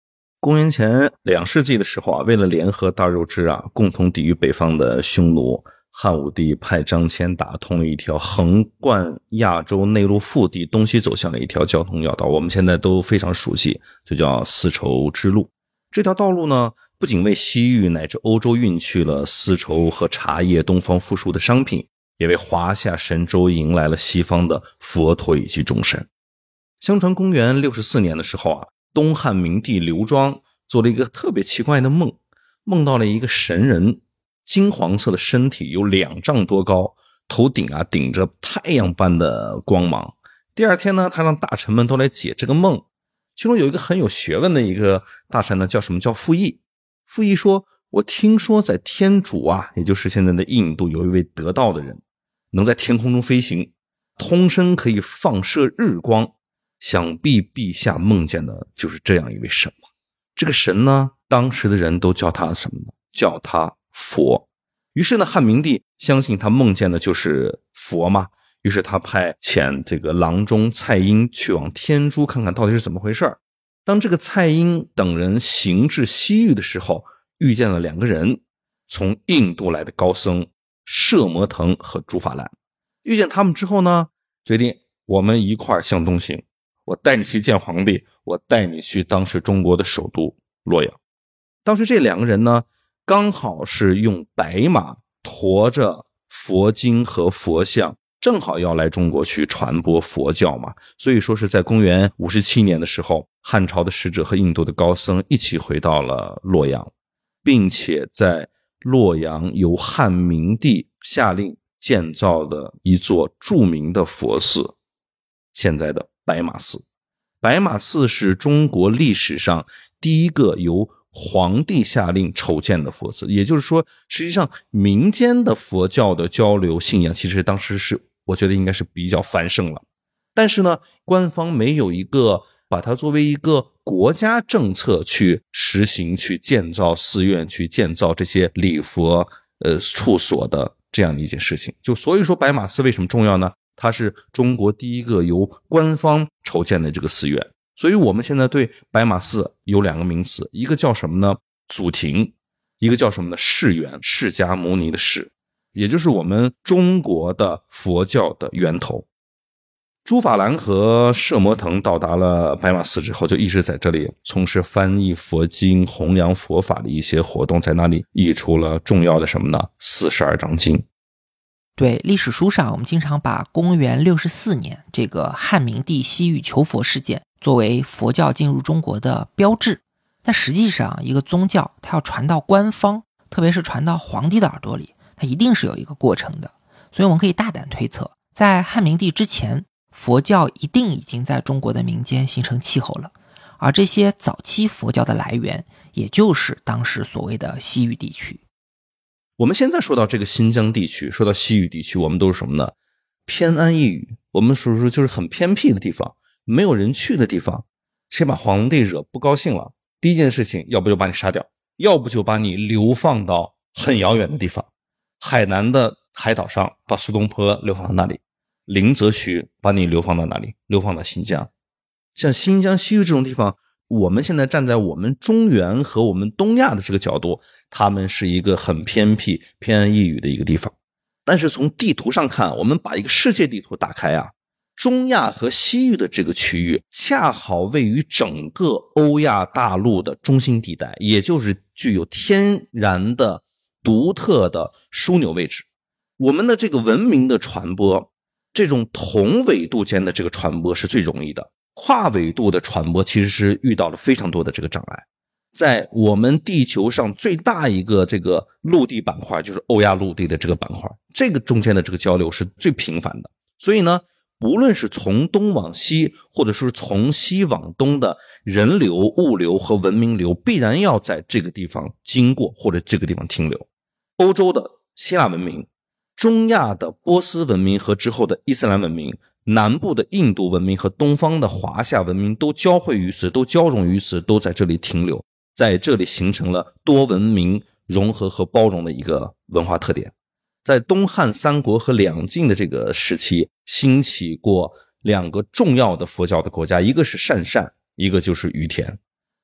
公元前2世纪的时候啊，为了联合大肉支啊，共同抵御北方的匈奴，汉武帝派张骞打通了一条横贯亚洲内陆腹地东西走向的一条交通要道，我们现在都非常熟悉，就叫丝绸之路。这条道路呢，不仅为西域乃至欧洲运去了丝绸和茶叶东方富庶的商品，也为华夏神州迎来了西方的佛陀以及众神。相传公元64年的时候啊，东汉明帝刘庄做了一个特别奇怪的梦，梦到了一个神人，金黄色的身体有2丈多高，头顶啊顶着太阳般的光芒。第二天呢，他让大臣们都来解这个梦，其中有一个很有学问的一个大臣呢，叫什么？叫傅毅。傅毅说，我听说在天竺啊，也就是现在的印度，有一位得道的人，能在天空中飞行，通身可以放射日光，想必陛下梦见的就是这样一位神吧。这个神呢，当时的人都叫他什么呢？叫他佛。于是呢，汉明帝相信他梦见的就是佛嘛，于是他派遣这个郎中蔡英去往天竺看看到底是怎么回事。当这个蔡英等人行至西域的时候，遇见了2个人，从印度来的高僧摄摩腾和竺法兰。遇见他们之后呢，决定我们一块儿向东行，我带你去见皇帝，我带你去当时中国的首都洛阳。当时这2个人呢，刚好是用白马驮着佛经和佛像，正好要来中国去传播佛教嘛，所以说是在公元57年的时候，汉朝的使者和印度的高僧一起回到了洛阳，并且在洛阳由汉明帝下令建造的一座著名的佛寺，现在的白马寺。白马寺是中国历史上第一个由皇帝下令筹建的佛寺，也就是说，实际上民间的佛教的交流信仰其实当时是我觉得应该是比较繁盛了，但是呢，官方没有一个把它作为一个国家政策去实行，去建造寺院，去建造这些礼佛处所的这样的一件事情。就所以说白马寺为什么重要呢？它是中国第一个由官方筹建的这个寺院。所以我们现在对白马寺有2个名词，一个叫什么呢？祖庭，一个叫什么呢？释源，释迦牟尼的释，也就是我们中国的佛教的源头。竺法兰和摄摩腾到达了白马寺之后，就一直在这里从事翻译佛经、弘扬佛法的一些活动，在那里译出了重要的什么呢？42章经。 对，历史书上我们经常把公元64年这个汉明帝西域求佛事件作为佛教进入中国的标志，但实际上一个宗教它要传到官方，特别是传到皇帝的耳朵里，它一定是有一个过程的。所以我们可以大胆推测，在汉明帝之前，佛教一定已经在中国的民间形成气候了，而这些早期佛教的来源也就是当时所谓的西域地区。 我们现在说到这个新疆地区，说到西域地区，我们都是什么呢？偏安一隅，我们说就是很偏僻的地方，没有人去的地方。谁把皇帝惹不高兴了，第一件事情要不就把你杀掉，要不就把你流放到很遥远的地方。海南的海岛上把苏东坡流放到那里，林则徐把你流放到哪里？流放到新疆。像新疆、西域这种地方，我们现在站在我们中原和我们东亚的这个角度，他们是一个很偏僻、偏安一隅的一个地方。但是从地图上看，我们把一个世界地图打开啊，中亚和西域的这个区域恰好位于整个欧亚大陆的中心地带，也就是具有天然的独特的枢纽位置。我们的这个文明的传播，这种同纬度间的这个传播是最容易的，跨纬度的传播其实是遇到了非常多的这个障碍。在我们地球上最大一个这个陆地板块，就是欧亚陆地的这个板块，这个中间的这个交流是最频繁的。所以呢，无论是从东往西，或者是从西往东的人流、物流和文明流，必然要在这个地方经过，或者这个地方停留。欧洲的希腊文明，中亚的波斯文明和之后的伊斯兰文明，南部的印度文明和东方的华夏文明都交汇于此，都交融于此，都在这里停留，在这里形成了多文明融合和包容的一个文化特点。在东汉三国和两晋的这个时期，兴起过2个重要的佛教的国家，一个是鄯善，一个就是于田。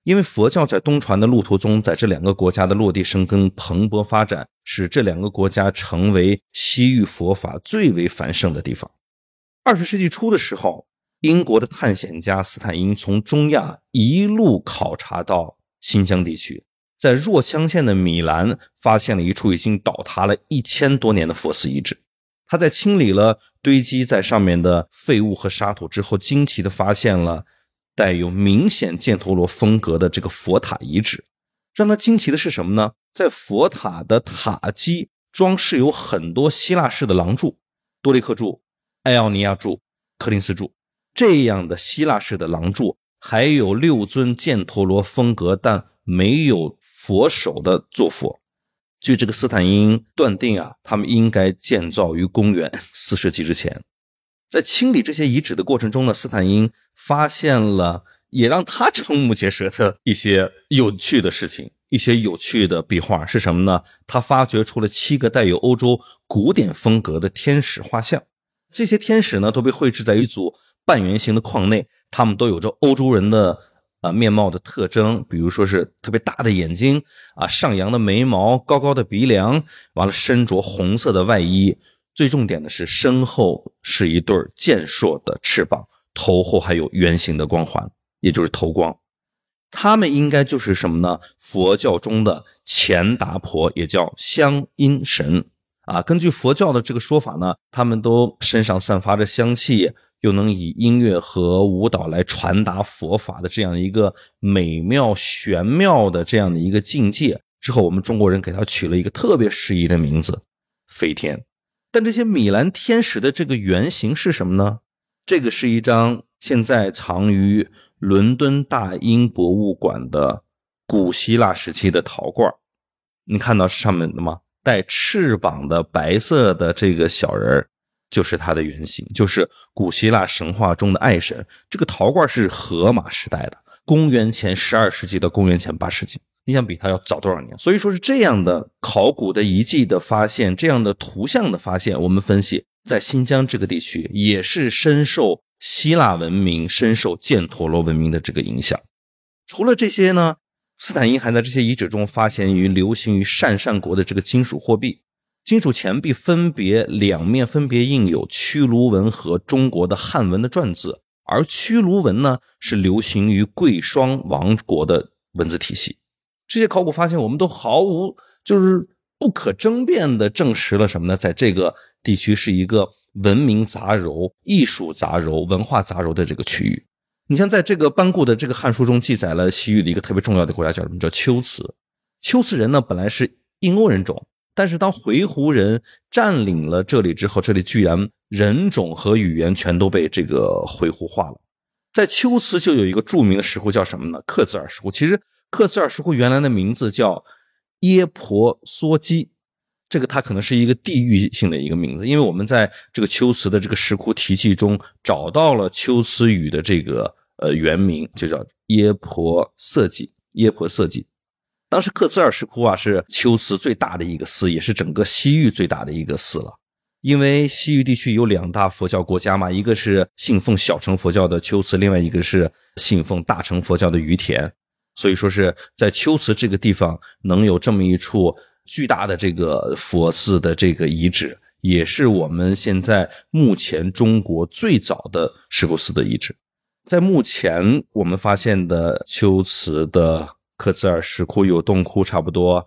因为佛教在东传的路途中，在这两个国家的落地生根、蓬勃发展，使这两个国家成为西域佛法最为繁盛的地方。20世纪初的时候，英国的探险家斯坦因从中亚一路考察到新疆地区，在若羌县的米兰发现了一处已经倒塌了1000多年的佛寺遗址。他在清理了堆积在上面的废物和沙土之后，惊奇地发现了带有明显犍陀罗风格的这个佛塔遗址。让他惊奇的是什么呢？在佛塔的塔基装饰有很多希腊式的廊柱，多利克柱、艾奥尼亚柱、柯林斯柱，这样的希腊式的廊柱，还有6尊犍陀罗风格但没有佛手的坐佛。据这个斯坦因断定他们应该建造于公元4世纪之前。在清理这些遗址的过程中呢，斯坦因发现了也让他瞠目结舌的一些有趣的事情，一些有趣的壁画是什么呢？他发掘出了7个带有欧洲古典风格的天使画像。这些天使呢，都被绘制在一组半圆形的框内，他们都有着欧洲人的面貌的特征，比如说是特别大的眼睛上扬的眉毛，高高的鼻梁，完了身着红色的外衣，最重点的是身后是一对健硕的翅膀，头后还有圆形的光环，也就是头光。他们应该就是什么呢？佛教中的乾达婆，也叫香音神根据佛教的这个说法呢，他们都身上散发着香气，又能以音乐和舞蹈来传达佛法的这样一个美妙玄妙的这样的一个境界。之后我们中国人给它取了一个特别适宜的名字，飞天。但这些米兰天使的这个原型是什么呢？这个是一张现在藏于伦敦大英博物馆的古希腊时期的陶罐。你看到上面的吗？带翅膀的白色的这个小人就是它的原型，就是古希腊神话中的爱神。这个陶罐是荷马时代的，公元前12世纪到公元前8世纪，你想比它要早多少年？所以说是这样的考古的遗迹的发现，这样的图像的发现，我们分析在新疆这个地区也是深受希腊文明、深受犍陀罗文明的这个影响。除了这些呢，斯坦因还在这些遗址中发现流行于鄯国的这个金属货币。金属钱币两面分别印有屈卢文和中国的汉文的篆字，而屈卢文呢是流行于贵霜王国的文字体系。这些考古发现我们都毫无就是不可争辩的证实了什么呢？在这个地区是一个文明杂糅、艺术杂糅、文化杂糅的这个区域。你像在这个班固的这个汉书中记载了西域的一个特别重要的国家叫什么？叫龟兹。龟兹人呢本来是印欧人种，但是当回鹘人占领了这里之后，这里居然人种和语言全都被这个回鹘化了。在龟兹就有一个著名的石窟叫什么呢？克孜尔石窟。其实克孜尔石窟原来的名字叫耶婆梭基，这个它可能是一个地域性的一个名字，因为我们在这个龟兹的这个石窟题记中找到了龟兹语的这个原名，就叫耶婆塞基。当时克孜尔石窟是龟兹最大的一个寺，也是整个西域最大的一个寺了。因为西域地区有2大佛教国家嘛，一个是信奉小乘佛教的龟兹，另外一个是信奉大乘佛教的于田。所以说是在龟兹这个地方能有这么一处巨大的这个佛寺的这个遗址，也是我们现在目前中国最早的石窟寺的遗址。在目前我们发现的龟兹的克孜尔石窟有洞窟差不多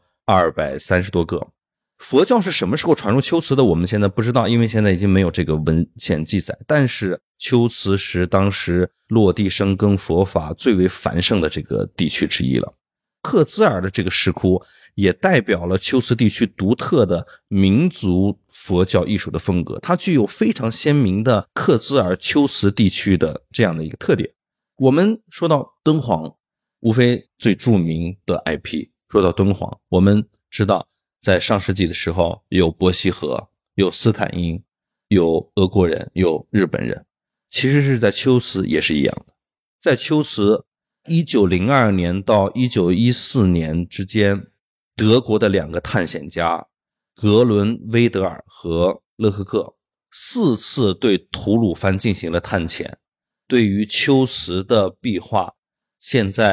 230多个。佛教是什么时候传入龟兹的我们现在不知道，因为现在已经没有这个文献记载，但是龟兹是当时落地生根佛法最为繁盛的这个地区之一了。克孜尔的这个石窟也代表了龟兹地区独特的民族佛教艺术的风格，它具有非常鲜明的克孜尔龟兹地区的这样的一个特点。我们说到敦煌，无非最著名的 IP。 说到敦煌，我们知道在上世纪的时候有伯希和，有斯坦因，有俄国人，有日本人，其实是在龟兹也是一样的。在龟兹1902年到1914年之间，德国的2个探险家格伦威德尔和勒赫克4次对吐鲁番进行了探潜，对于龟兹的壁画现在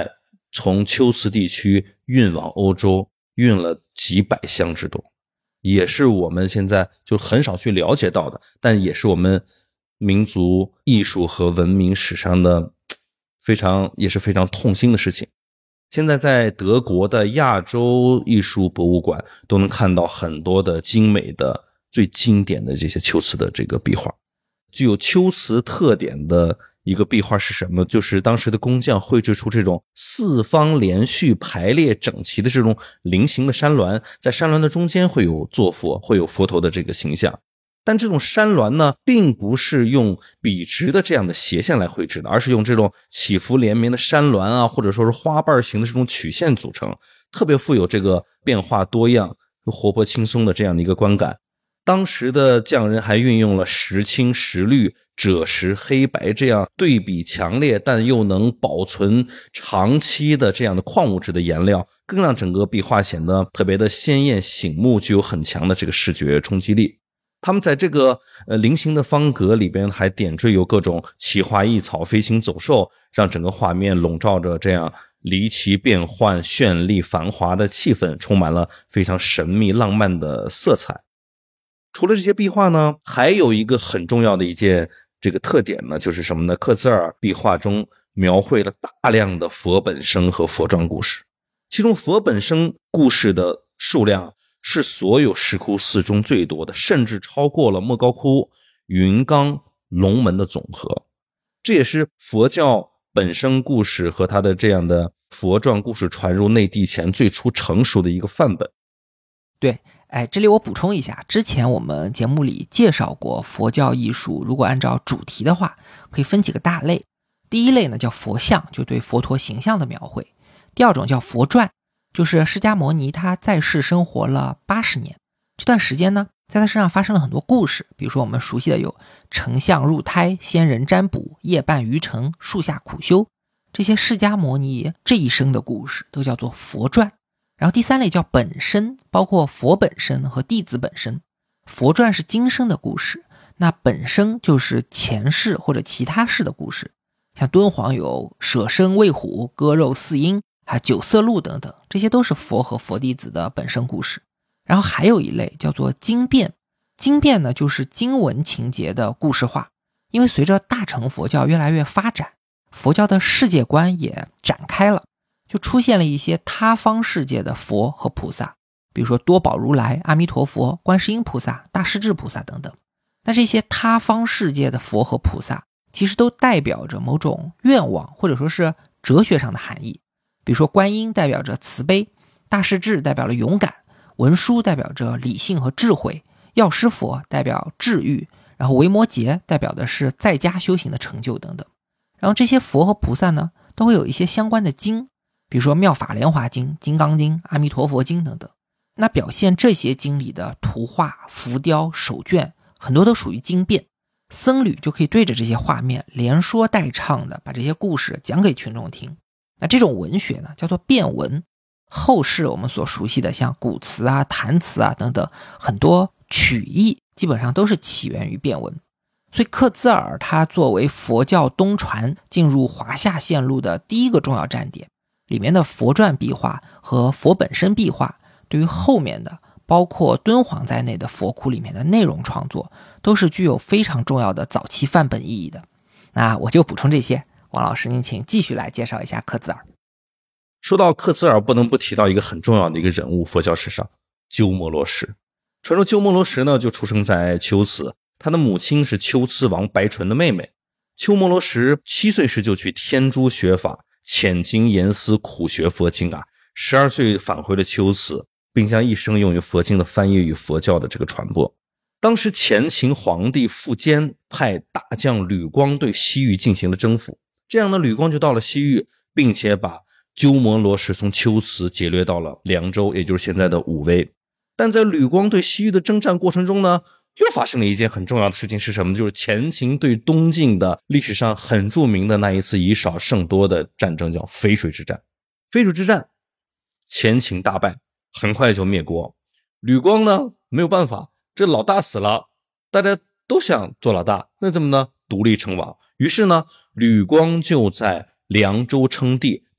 从龟兹地区运往欧洲，运了几百箱之多，也是我们现在就很少去了解到的，但也是我们民族艺术和文明史上的也是非常痛心的事情。现在在德国的亚洲艺术博物馆都能看到很多的精美的最经典的这些龟兹的这个壁画。具有龟兹特点的一个壁画是什么？就是当时的工匠绘制出这种四方连续排列整齐的这种菱形的山峦，在山峦的中间会有坐佛，会有佛头的这个形象。但这种山峦呢，并不是用笔直的这样的斜线来绘制的，而是用这种起伏连绵的山峦啊，或者说是花瓣形的这种曲线组成，特别富有这个变化多样、活泼轻松的这样的一个观感。当时的匠人还运用了石青、石绿、赭石、黑白这样对比强烈但又能保存长期的这样的矿物质的颜料，更让整个壁画显得特别的鲜艳醒目，具有很强的这个视觉冲击力。他们在这个菱形的方格里边还点缀有各种奇花异草、飞禽走兽，让整个画面笼罩着这样离奇变幻、绚丽繁华的气氛，充满了非常神秘浪漫的色彩。除了这些壁画呢，还有一个很重要的一件这个特点呢，就是什么呢？克兹尔壁画中描绘了大量的佛本生和佛传故事，其中佛本生故事的数量是所有石窟寺中最多的，甚至超过了莫高窟、云冈、龙门的总和。这也是佛教本生故事和它的这样的佛传故事传入内地前最初成熟的一个范本。 对，这里我补充一下，之前我们节目里介绍过佛教艺术，如果按照主题的话，可以分几个大类。第一类呢叫佛像，就对佛陀形象的描绘。第二种叫佛传，就是释迦牟尼他在世生活了80年，这段时间呢，在他身上发生了很多故事，比如说我们熟悉的有丞相入胎、仙人占卜、夜半鱼城、树下苦修，这些释迦牟尼这一生的故事都叫做佛传。然后第三类叫本身，包括佛本身和弟子本身。佛传是今生的故事，那本身就是前世或者其他世的故事，像敦煌有舍身喂虎、割肉饲鹰，还有九色鹿等等，这些都是佛和佛弟子的本身故事。然后还有一类叫做经变，经变呢就是经文情节的故事化，因为随着大乘佛教越来越发展，佛教的世界观也展开了，就出现了一些他方世界的佛和菩萨，比如说多宝如来、阿弥陀佛、观世音菩萨、大势至菩萨等等。那这些他方世界的佛和菩萨其实都代表着某种愿望或者说是哲学上的含义，比如说观音代表着慈悲，大势至代表了勇敢，文殊代表着理性和智慧，药师佛代表治愈，然后维摩诘代表的是在家修行的成就等等。然后这些佛和菩萨呢都会有一些相关的经，比如说妙法莲华经、金刚经、阿弥陀佛经等等。那表现这些经里的图画、浮雕、手卷很多都属于经变，僧侣就可以对着这些画面连说带唱的把这些故事讲给群众听。那这种文学呢叫做变文，后世我们所熟悉的像古词啊、弹词啊等等，很多曲艺基本上都是起源于变文。所以克孜尔它作为佛教东传进入华夏线路的第一个重要站点，里面的佛传壁画和佛本身壁画对于后面的包括敦煌在内的佛窟里面的内容创作都是具有非常重要的早期范本意义的。那我就补充这些，王老师您请继续来介绍一下克孜尔。 说到克孜尔，不能不提到一个很重要的一个人物，佛教史上鸠摩罗什。传说鸠摩罗什呢就出生在龟兹，他的母亲是龟兹王白纯的妹妹。鸠摩罗什7岁时就去天竺学法，潜经研思，苦学佛经啊。12岁返回了龟兹，并将一生用于佛经的翻译与佛教的这个传播。当时前秦皇帝苻坚派大将吕光对西域进行了征服，这样呢，吕光就到了西域，并且把鸠摩罗什从龟兹劫掠到了凉州，也就是现在的武威。但在吕光对西域的征战过程中呢，又发生了一件很重要的事情，是什么？就是前秦对东晋的历史上很著名的那一次以少胜多的战争，叫淝水之战。淝水之战，前秦大败，很快就灭国。吕光呢，没有办法，这老大死了，大家都想做老大，那怎么呢？独立称王。于是呢，吕光就在凉州称帝，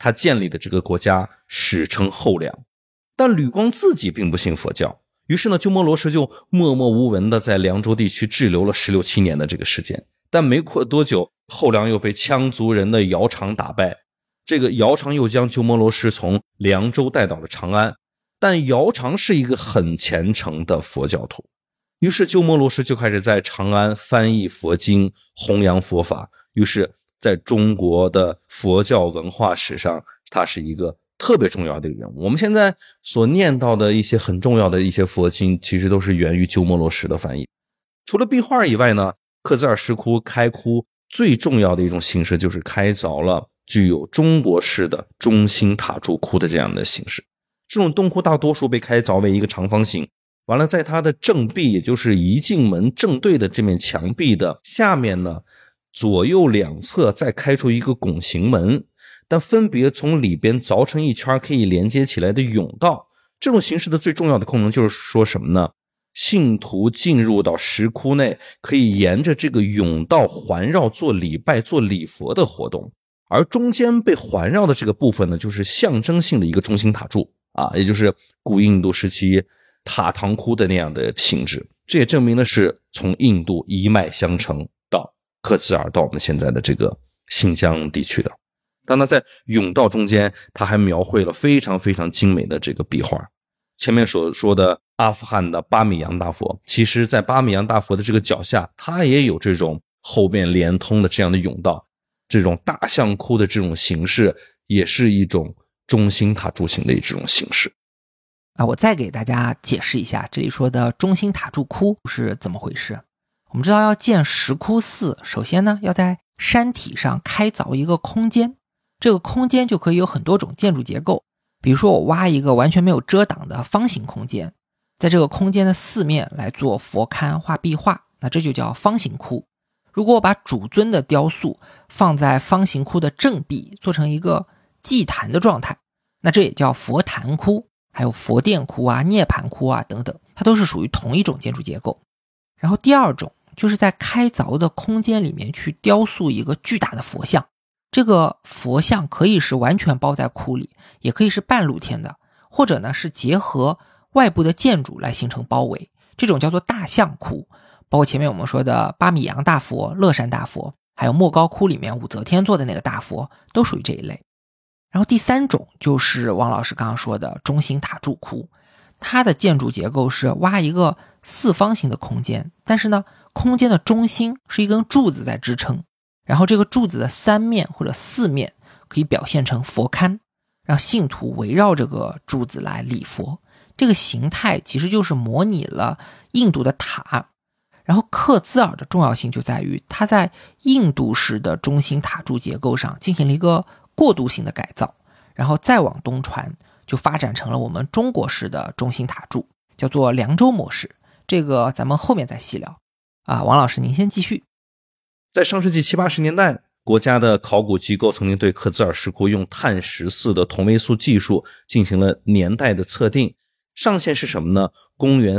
他建立的这个国家史称后梁。但吕光自己并不信佛教，于是呢，鸠摩罗什就默默无闻的在凉州地区滞留了16、17年的这个时间。但没过多久，后梁又被羌族人的姚苌打败，这个姚苌又将鸠摩罗什从凉州带到了长安。但姚苌是一个很虔诚的佛教徒，于是鸠摩罗什就开始在长安翻译佛经，弘扬佛法。于是在中国的佛教文化史上，他是一个特别重要的一个人物。我们现在所念到的一些很重要的一些佛经，其实都是源于鸠摩罗什的翻译。除了壁画以外呢，克孜尔石窟开窟最重要的一种形式就是开凿了具有中国式的中心塔柱窟的这样的形式。这种洞窟大多数被开凿为一个长方形，完了在它的正壁，也就是一进门正对的这面墙壁的下面呢，左右两侧再开出一个拱形门，但分别从里边凿成一圈可以连接起来的甬道。这种形式的最重要的功能就是说什么呢？信徒进入到石窟内，可以沿着这个甬道环绕做礼拜做礼佛的活动，而中间被环绕的这个部分呢，就是象征性的一个中心塔柱也就是古印度时期塔堂窟的那样的性质。这也证明的是从印度一脉相承到克孜尔，到我们现在的这个新疆地区的。当他在甬道中间，他还描绘了非常非常精美的这个壁画。前面所说的阿富汗的巴米扬大佛，其实在巴米扬大佛的这个脚下，它也有这种后面连通的这样的甬道。这种大象窟的这种形式也是一种中心塔柱形的这种形式。 我再给大家解释一下这里说的中心塔柱窟是怎么回事。我们知道要建石窟寺，首先呢要在山体上开凿一个空间，这个空间就可以有很多种建筑结构。比如说我挖一个完全没有遮挡的方形空间，在这个空间的四面来做佛龛画壁画，那这就叫方形窟。如果我把主尊的雕塑放在方形窟的正壁，做成一个祭坛的状态，那这也叫佛坛窟，还有佛殿窟涅盘窟等等，它都是属于同一种建筑结构。然后第二种就是在开凿的空间里面去雕塑一个巨大的佛像，这个佛像可以是完全包在窟里，也可以是半露天的，或者呢是结合外部的建筑来形成包围，这种叫做大象窟。包括前面我们说的巴米扬大佛、乐山大佛，还有莫高窟里面武则天做的那个大佛，都属于这一类。然后第三种就是王老师刚刚说的中心塔柱窟，它的建筑结构是挖一个四方形的空间，但是呢，空间的中心是一根柱子在支撑，然后这个柱子的三面或者四面可以表现成佛龛，让信徒围绕这个柱子来礼佛。这个形态其实就是模拟了印度的塔。然后克孜尔的重要性就在于它在印度式的中心塔柱结构上进行了一个过渡性的改造，然后再往东传就发展成了我们中国式的中心塔柱，叫做凉州模式。这个咱们后面再细聊王老师您先继续。 在上世纪70、80年代，国家的考古机构曾经对克孜尔石窟用碳14的同位素技术进行了年代的测定，上限是什么呢？公元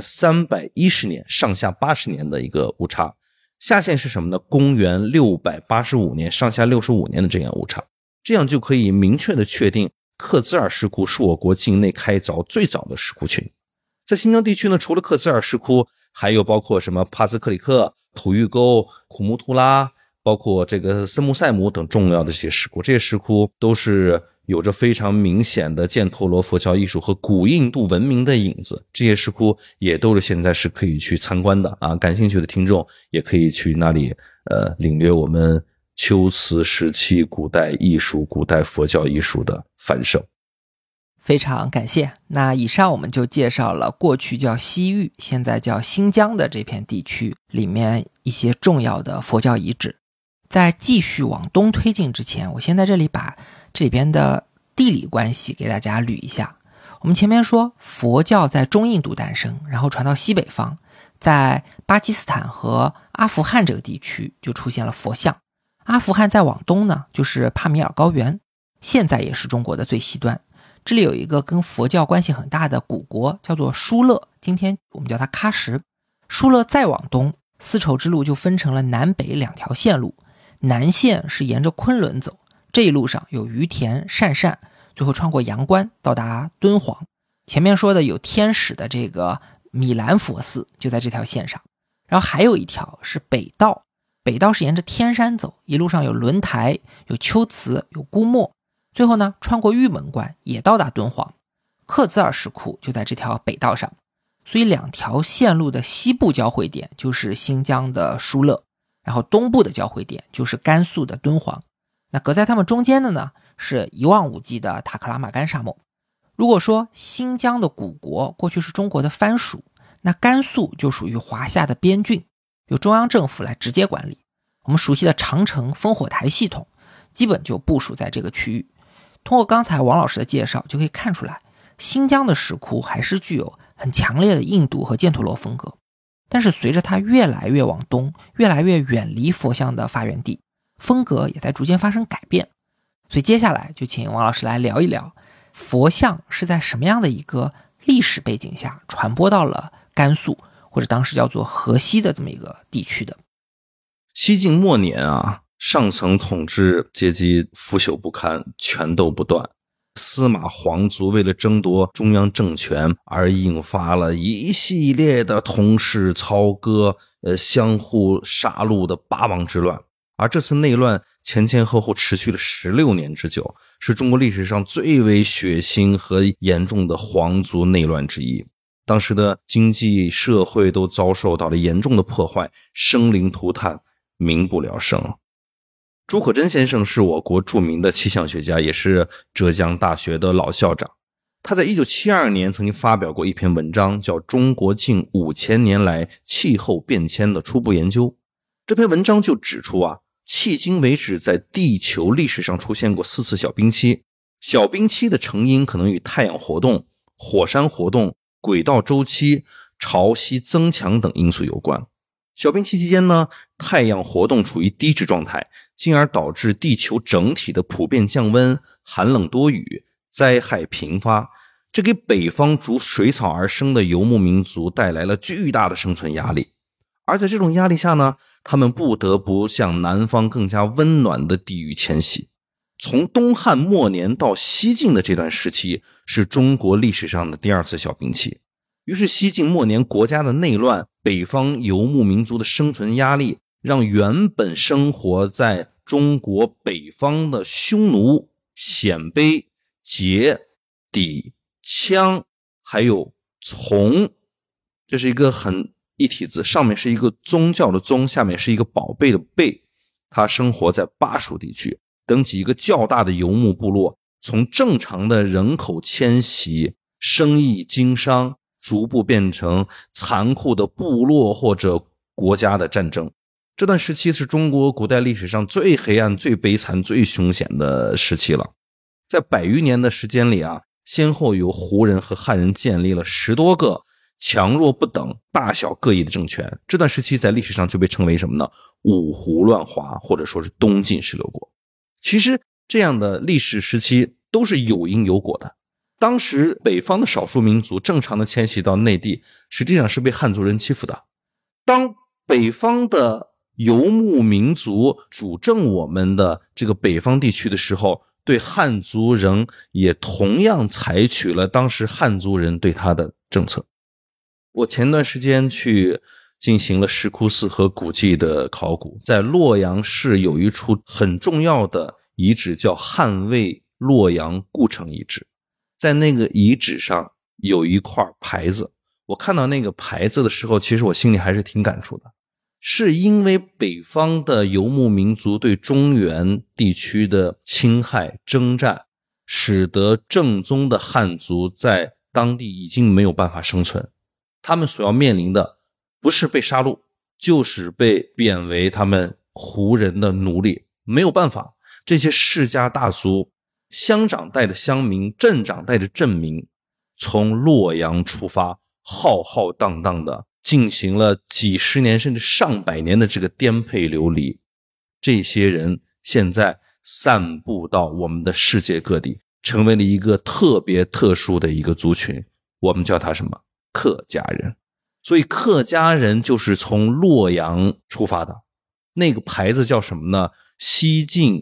310年，上下80年的一个误差。下限是什么呢？公元685年，上下65年的这样误差。这样就可以明确的确定克孜尔石窟是我国境内开凿最早的石窟群。在新疆地区呢，除了克孜尔石窟，还有包括什么帕兹克里克、土峪沟、库木图拉，包括这个森木赛姆等重要的这些石窟。这些石窟都是有着非常明显的犍陀罗佛教艺术和古印度文明的影子，这些石窟也都是现在是可以去参观的感兴趣的听众也可以去那里领略我们龟兹时期古代艺术、古代佛教艺术的繁盛。 非常感谢。那以上我们就介绍了过去叫西域，现在叫新疆的这片地区里面一些重要的佛教遗址。在继续往东推进之前，我先在这里把这里边的地理关系给大家捋一下。我们前面说佛教在中印度诞生，然后传到西北方，在巴基斯坦和阿富汗这个地区就出现了佛像。阿富汗再往东呢，就是帕米尔高原，现在也是中国的最西端。这里有一个跟佛教关系很大的古国叫做疏勒，今天我们叫它喀什。疏勒再往东，丝绸之路就分成了南北两条线路，南线是沿着昆仑走， 这一路上有于田、鄯善，最后穿过阳关到达敦煌。前面说的有天使的这个米兰佛寺就在这条线上。然后还有一条是北道，北道是沿着天山走，一路上有轮台、有秋瓷、有估墨，最后呢穿过玉门关也到达敦煌。克孜尔石窟就在这条北道上，所以两条线路的西部交汇点就是新疆的疏勒，然后东部的交汇点就是甘肃的敦煌。那隔在他们中间的呢是一望无际的塔克拉玛干沙漠。如果说新疆的古国过去是中国的藩属，那甘肃就属于华夏的边郡，由中央政府来直接管理。我们熟悉的长城烽火台系统基本就部署在这个区域。通过刚才王老师的介绍就可以看出来，新疆的石窟还是具有很强烈的印度和犍陀罗风格，但是随着它越来越往东，越来越远离佛像的发源地，风格也在逐渐发生改变。所以接下来就请王老师来聊一聊佛像是在什么样的一个历史背景下传播到了甘肃或者当时叫做河西的这么一个地区的。 西晋末年啊，上层统治阶级腐朽不堪，权斗不断，司马皇族为了争夺中央政权而引发了一系列的同室操戈、相互杀戮的八王之乱。而这次内乱前前后后持续了16年之久，是中国历史上最为血腥和严重的皇族内乱之一。当时的经济社会都遭受到了严重的破坏，生灵涂炭，民不聊生。朱可桢先生是我国著名的气象学家，也是浙江大学的老校长。他在1972年曾经发表过一篇文章，叫《中国近5000年来气候变迁的初步研究》。这篇文章就指出啊，迄今为止在地球历史上出现过4次小冰期，小冰期的成因可能与太阳活动、火山活动、轨道周期、潮汐增强等因素有关。小冰期期间呢，太阳活动处于低质状态，进而导致地球整体的普遍降温、寒冷多雨、灾害频发，这给北方逐水草而生的游牧民族带来了巨大的生存压力。而在这种压力下呢，他们不得不向南方更加温暖的地域迁徙。从东汉末年到西晋的这段时期，是中国历史上的第2次小冰期。于是西晋末年国家的内乱，北方游牧民族的生存压力，让原本生活在中国北方的匈奴、鲜卑、羯、氐、羌还有从，这是一个很一体字，上面是一个宗教的宗，下面是一个宝贝的贝。他生活在巴蜀地区等几个较大的游牧部落，从正常的人口迁徙、生意经商，逐步变成残酷的部落或者国家的战争。这段时期是中国古代历史上最黑暗、最悲惨、最凶险的时期了。在100余年的时间里啊，先后由胡人和汉人建立了10多个强弱不等、大小各异的政权。这段时期在历史上就被称为什么呢？五胡乱华，或者说是东晋16国。其实这样的历史时期都是有因有果的。当时北方的少数民族正常的迁徙到内地，实际上是被汉族人欺负的。当北方的游牧民族主政我们的这个北方地区的时候，对汉族人也同样采取了当时汉族人对他的政策。我前段时间去进行了石窟寺和古迹的考古，在洛阳市有一处很重要的遗址叫汉魏洛阳故城遗址。在那个遗址上有一块牌子，我看到那个牌子的时候，其实我心里还是挺感触的。是因为北方的游牧民族对中原地区的侵害征战，使得正宗的汉族在当地已经没有办法生存。他们所要面临的不是被杀戮，就是被贬为他们胡人的奴隶。没有办法，这些世家大族，乡长带着乡民，镇长带着镇民，从洛阳出发，浩浩荡荡的进行了几十年甚至上百年的这个颠沛流离。这些人现在散布到我们的世界各地，成为了一个特别特殊的一个族群，我们叫他什么？客家人。所以客家人就是从洛阳出发的。那个牌子叫什么呢？西晋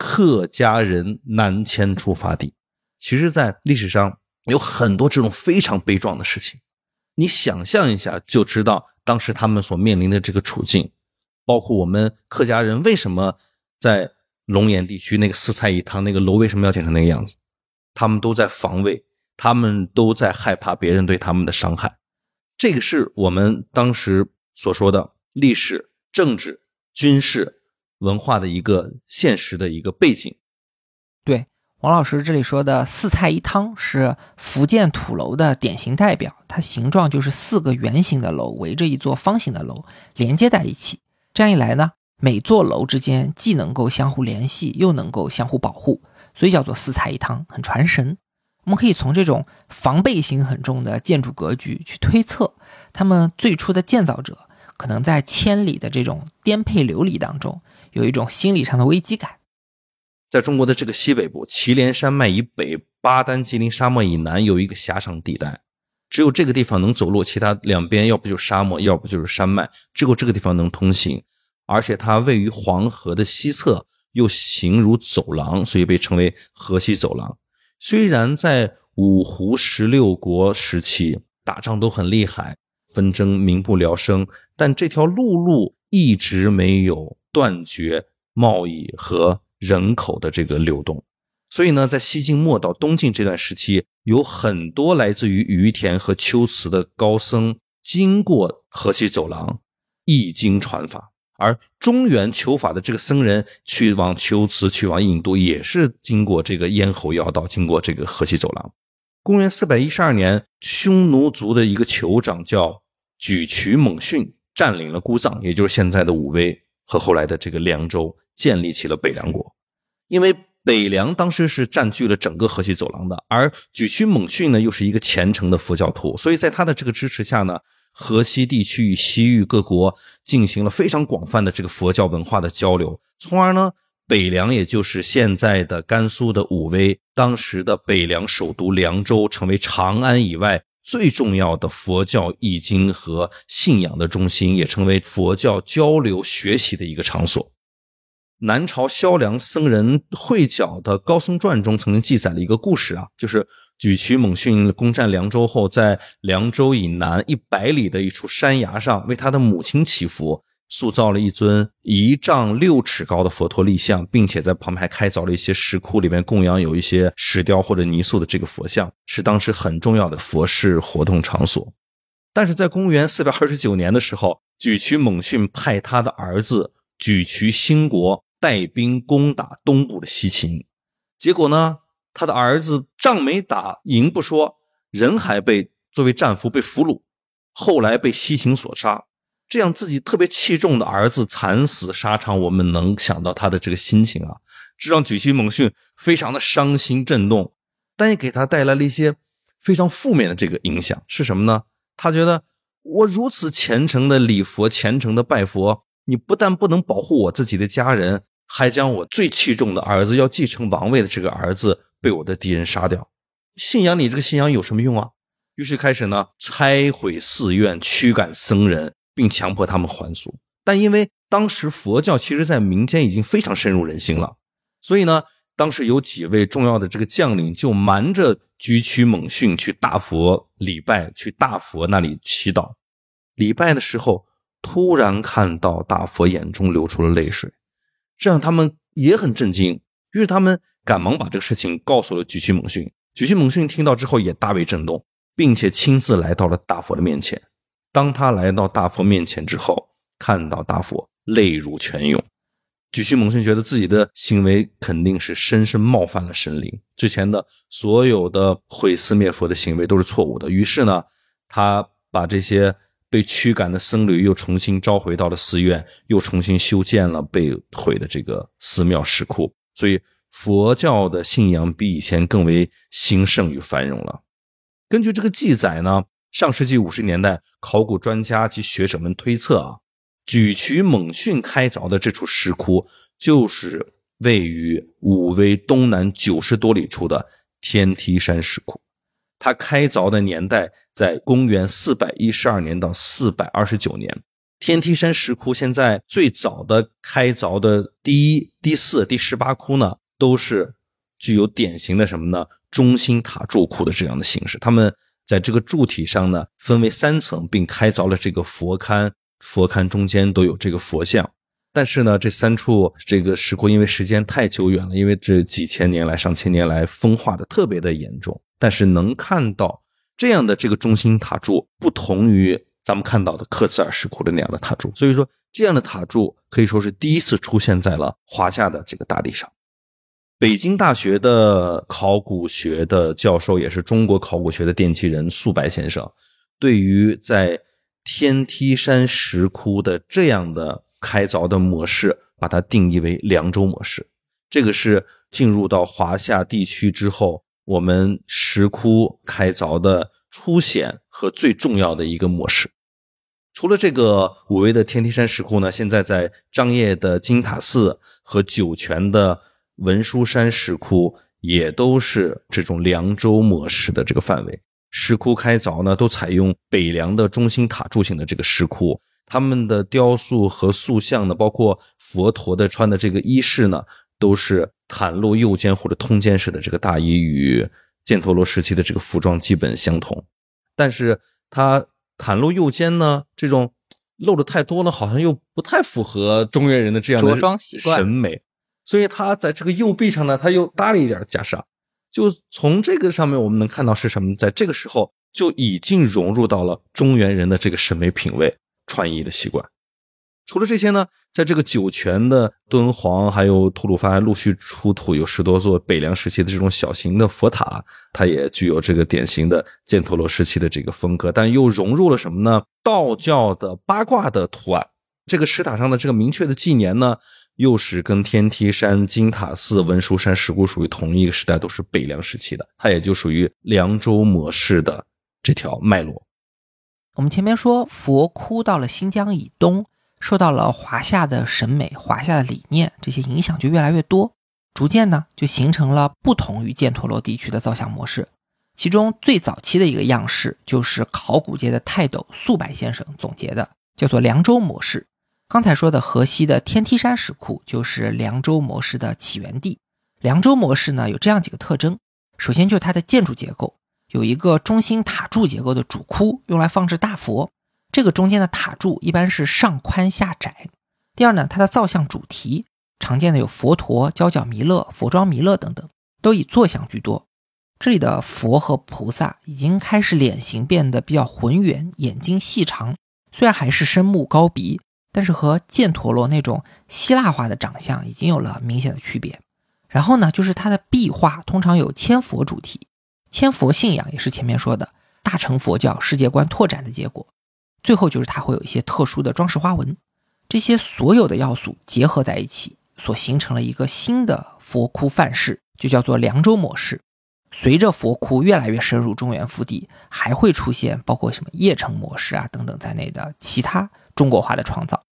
客家人南迁出发地。其实在历史上有很多这种非常悲壮的事情，你想象一下就知道当时他们所面临的这个处境。包括我们客家人为什么在龙岩地区那个四菜一汤那个楼为什么要建成那个样子，他们都在防卫，他们都在害怕别人对他们的伤害。这个是我们当时所说的历史、政治、军事、文化的一个现实的一个背景。 对，王老师这里说的四菜一汤是福建土楼的典型代表，它形状就是4个圆形的楼围着一座方形的楼连接在一起，这样一来呢，每座楼之间既能够相互联系，又能够相互保护，所以叫做四菜一汤，很传神。我们可以从这种防备心很重的建筑格局去推测，他们最初的建造者可能在千里的这种颠沛流离当中，有一种心理上的危机感。 在中国的这个西北部，祁连山脉以北，巴丹吉林沙漠以南有一个狭长地带，只有这个地方能走路，其他两边要不就是沙漠，要不就是山脉，只有这个地方能通行。而且它位于黄河的西侧，又形如走廊，所以被称为河西走廊。虽然在五胡16国时期打仗都很厉害，纷争民不聊生，但这条陆一直没有断绝贸易和人口的这个流动。所以呢，在西晋末到东晋这段时期，有很多来自于于田和龟兹的高僧经过河西走廊译经传法，而中原求法的这个僧人去往龟兹，去往印度，也是经过这个咽喉要道，经过这个河西走廊。公元412年，匈奴族的一个酋长叫沮渠蒙逊占领了姑臧，也就是现在的武威和后来的这个凉州，建立起了北凉国。因为北凉当时是占据了整个河西走廊的，而沮渠蒙逊呢又是一个虔诚的佛教徒，所以在他的这个支持下呢，河西地区与西域各国进行了非常广泛的这个佛教文化的交流，从而呢，北凉也就是现在的甘肃的武威，当时的北凉首都凉州，成为长安以外最重要的佛教译经和信仰的中心，也成为佛教交流学习的一个场所。南朝萧梁僧人慧皎的《高僧传》中曾经记载了一个故事啊，就是沮渠蒙逊攻占凉州后，在凉州以南100里的一处山崖上为他的母亲祈福，塑造了一尊1丈6尺高的佛陀立像，并且在旁边还开凿了一些石窟，里面供养有一些石雕或者泥塑的这个佛像，是当时很重要的佛事活动场所。但是在公元429年的时候，沮渠蒙逊派他的儿子沮渠兴国带兵攻打东部的西秦，结果呢，他的儿子仗没打赢不说，人还被作为战俘被俘虏，后来被西秦所杀。这样自己特别器重的儿子惨死沙场，我们能想到他的这个心情啊，这让沮渠蒙逊非常的伤心震动，但也给他带来了一些非常负面的这个影响。是什么呢？他觉得我如此虔诚的礼佛，虔诚的拜佛，你不但不能保护我自己的家人，还将我最器重的儿子，要继承王位的这个儿子被我的敌人杀掉，信仰你这个信仰有什么用啊？于是开始呢，拆毁寺院，驱赶僧人，并强迫他们还俗。但因为当时佛教其实在民间已经非常深入人心了，所以呢，当时有几位重要的这个将领就瞒着沮渠蒙逊去大佛礼拜，去大佛那里祈祷。礼拜的时候突然看到大佛眼中流出了泪水，这让他们也很震惊，于是他们赶忙把这个事情告诉了沮渠蒙逊。沮渠蒙逊听到之后也大为震动，并且亲自来到了大佛的面前。当他来到大佛面前之后，看到大佛泪如泉涌，沮渠蒙逊觉得自己的行为肯定是深深冒犯了神灵，之前的所有的毁寺灭佛的行为都是错误的。于是呢，他把这些被驱赶的僧侣又重新召回到了寺院，又重新修建了被毁的这个寺庙石窟，所以佛教的信仰比以前更为兴盛与繁荣了。根据这个记载呢，上世纪50年代，考古专家及学者们推测啊，沮渠蒙逊开凿的这处石窟就是位于武威东南90多里处的天梯山石窟。它开凿的年代在公元412年到429年， 天梯山石窟现在最早的开凿的第1、第4、第18窟呢，都是具有典型的什么呢？中心塔柱窟的这样的形式。他们在这个柱体上呢，分为3层，并开凿了这个佛龛，佛龛中间都有这个佛像。但是呢，这3处这个石窟因为时间太久远了，因为这几千年来、上千年来风化的特别的严重，但是能看到这样的这个中心塔柱不同于咱们看到的克孜尔石窟的那样的塔柱，所以说这样的塔柱可以说是第一次出现在了华夏的这个大地上。北京大学的考古学的教授，也是中国考古学的奠基人粟白先生，对于在天梯山石窟的这样的开凿的模式，把它定义为凉州模式。这个是进入到华夏地区之后，我们石窟开凿的初显和最重要的一个模式。除了这个武威的天梯山石窟呢，现在在张掖的金塔寺和酒泉的文殊山石窟也都是这种凉州模式的这个范围。石窟开凿呢，都采用北凉的中心塔柱形的这个石窟，他们的雕塑和塑像呢，包括佛陀的穿的这个衣饰呢，都是袒露右肩或者通肩式的这个大衣，与犍陀罗时期的这个服装基本相同。但是它袒露右肩呢，这种露的太多了，好像又不太符合中原人的这样的着装习惯审美，所以它在这个右臂上呢，它又搭了一点袈裟。就从这个上面我们能看到是什么，在这个时候就已经融入到了中原人的这个审美品味、穿衣的习惯。除了这些呢，在这个酒泉的敦煌还有吐鲁番陆续出土有10多座北凉时期的这种小型的佛塔，它也具有这个典型的犍陀罗时期的这个风格，但又融入了什么呢？道教的八卦的图案。这个石塔上的这个明确的纪年呢，又是跟天梯山、金塔寺、文殊山石窟属于同一个时代，都是北凉时期的，它也就属于凉州模式的这条脉络。 我们前面说佛窟到了新疆以东，受到了华夏的审美、华夏的理念这些影响就越来越多，逐渐呢就形成了不同于犍陀罗地区的造像模式。其中最早期的一个样式就是考古界的泰斗粟白先生总结的，叫做凉州模式。刚才说的河西的天梯山石窟就是凉州模式的起源地。凉州模式呢有这样几个特征，首先就是它的建筑结构，有一个中心塔柱结构的主窟，用来放置大佛，这个中间的塔柱一般是上宽下窄。第二呢，它的造像主题常见的有佛陀、焦角弥勒、佛庄弥勒等等，都以坐像居多。这里的佛和菩萨已经开始脸型变得比较浑圆，眼睛细长，虽然还是深目高鼻，但是和犍陀罗那种希腊化的长相已经有了明显的区别。然后呢，就是它的壁画通常有千佛主题，千佛信仰也是前面说的大乘佛教世界观拓展的结果。最后就是它会有一些特殊的装饰花纹，这些所有的要素结合在一起，所形成了一个新的佛窟范式，就叫做凉州模式。随着佛窟越来越深入中原腹地，还会出现包括什么邺城模式啊等等在内的其他中国化的创造。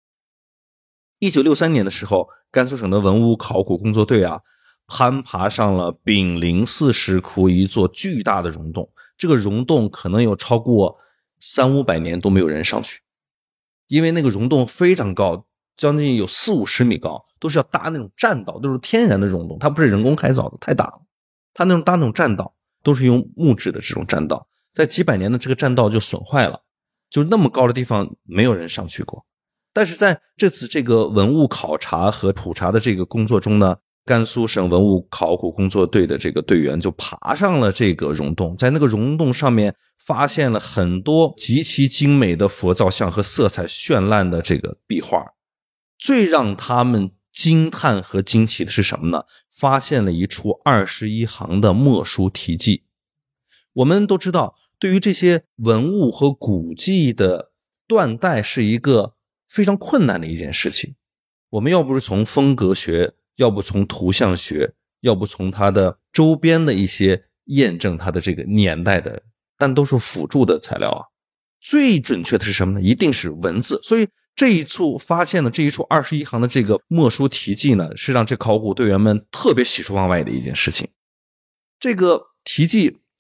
1963年的时候，甘肃省的文物考古工作队啊，攀爬上了炳灵寺石窟一座巨大的溶洞，这个溶洞可能有超过300-500年都没有人上去，因为那个溶洞非常高，将近有40-50米高，都是要搭那种栈道，都是天然的溶洞，它不是人工开凿的，太大了。它那种搭那种栈道都是用木质的这种栈道，在几百年的这个栈道就损坏了，就那么高的地方没有人上去过。但是在这次这个文物考察和普查的这个工作中呢，甘肃省文物考古工作队的这个队员就爬上了这个溶洞，在那个溶洞上面发现了很多极其精美的佛造像和色彩绚烂的这个壁画。最让他们惊叹和惊奇的是什么呢？发现了一处21行的墨书题记。我们都知道，对于这些文物和古迹的断代是一个非常困难的一件事情。我们要不是从风格学，要不从图像学，要不从它的周边的一些验证它的这个年代的，但都是辅助的材料啊。最准确的是什么呢？一定是文字。所以这一处发现的这一处21行的这个墨书题记呢，是让这考古队员们特别喜出望外的一件事情。这个题记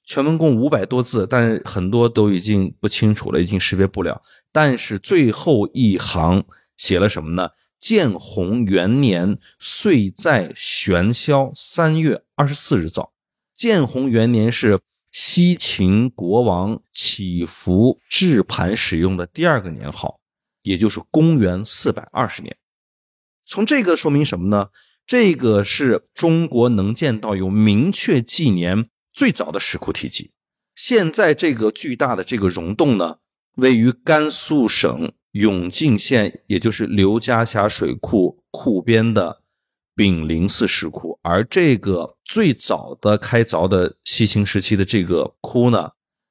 全文共500多字，但很多都已经不清楚了，已经识别不了。但是最后一行写了什么呢？建弘元年，岁在玄霄3月24日造。建弘元年是西秦国王祈福制盘使用的第2个年号，也就是公元420年。从这个说明什么呢？这个是中国能见到有明确纪年最早的石窟体积。现在这个巨大的这个溶洞呢，位于甘肃省永靖县，也就是刘家峡水库库边的炳灵寺石窟。而这个最早的开凿的西秦时期的这个窟呢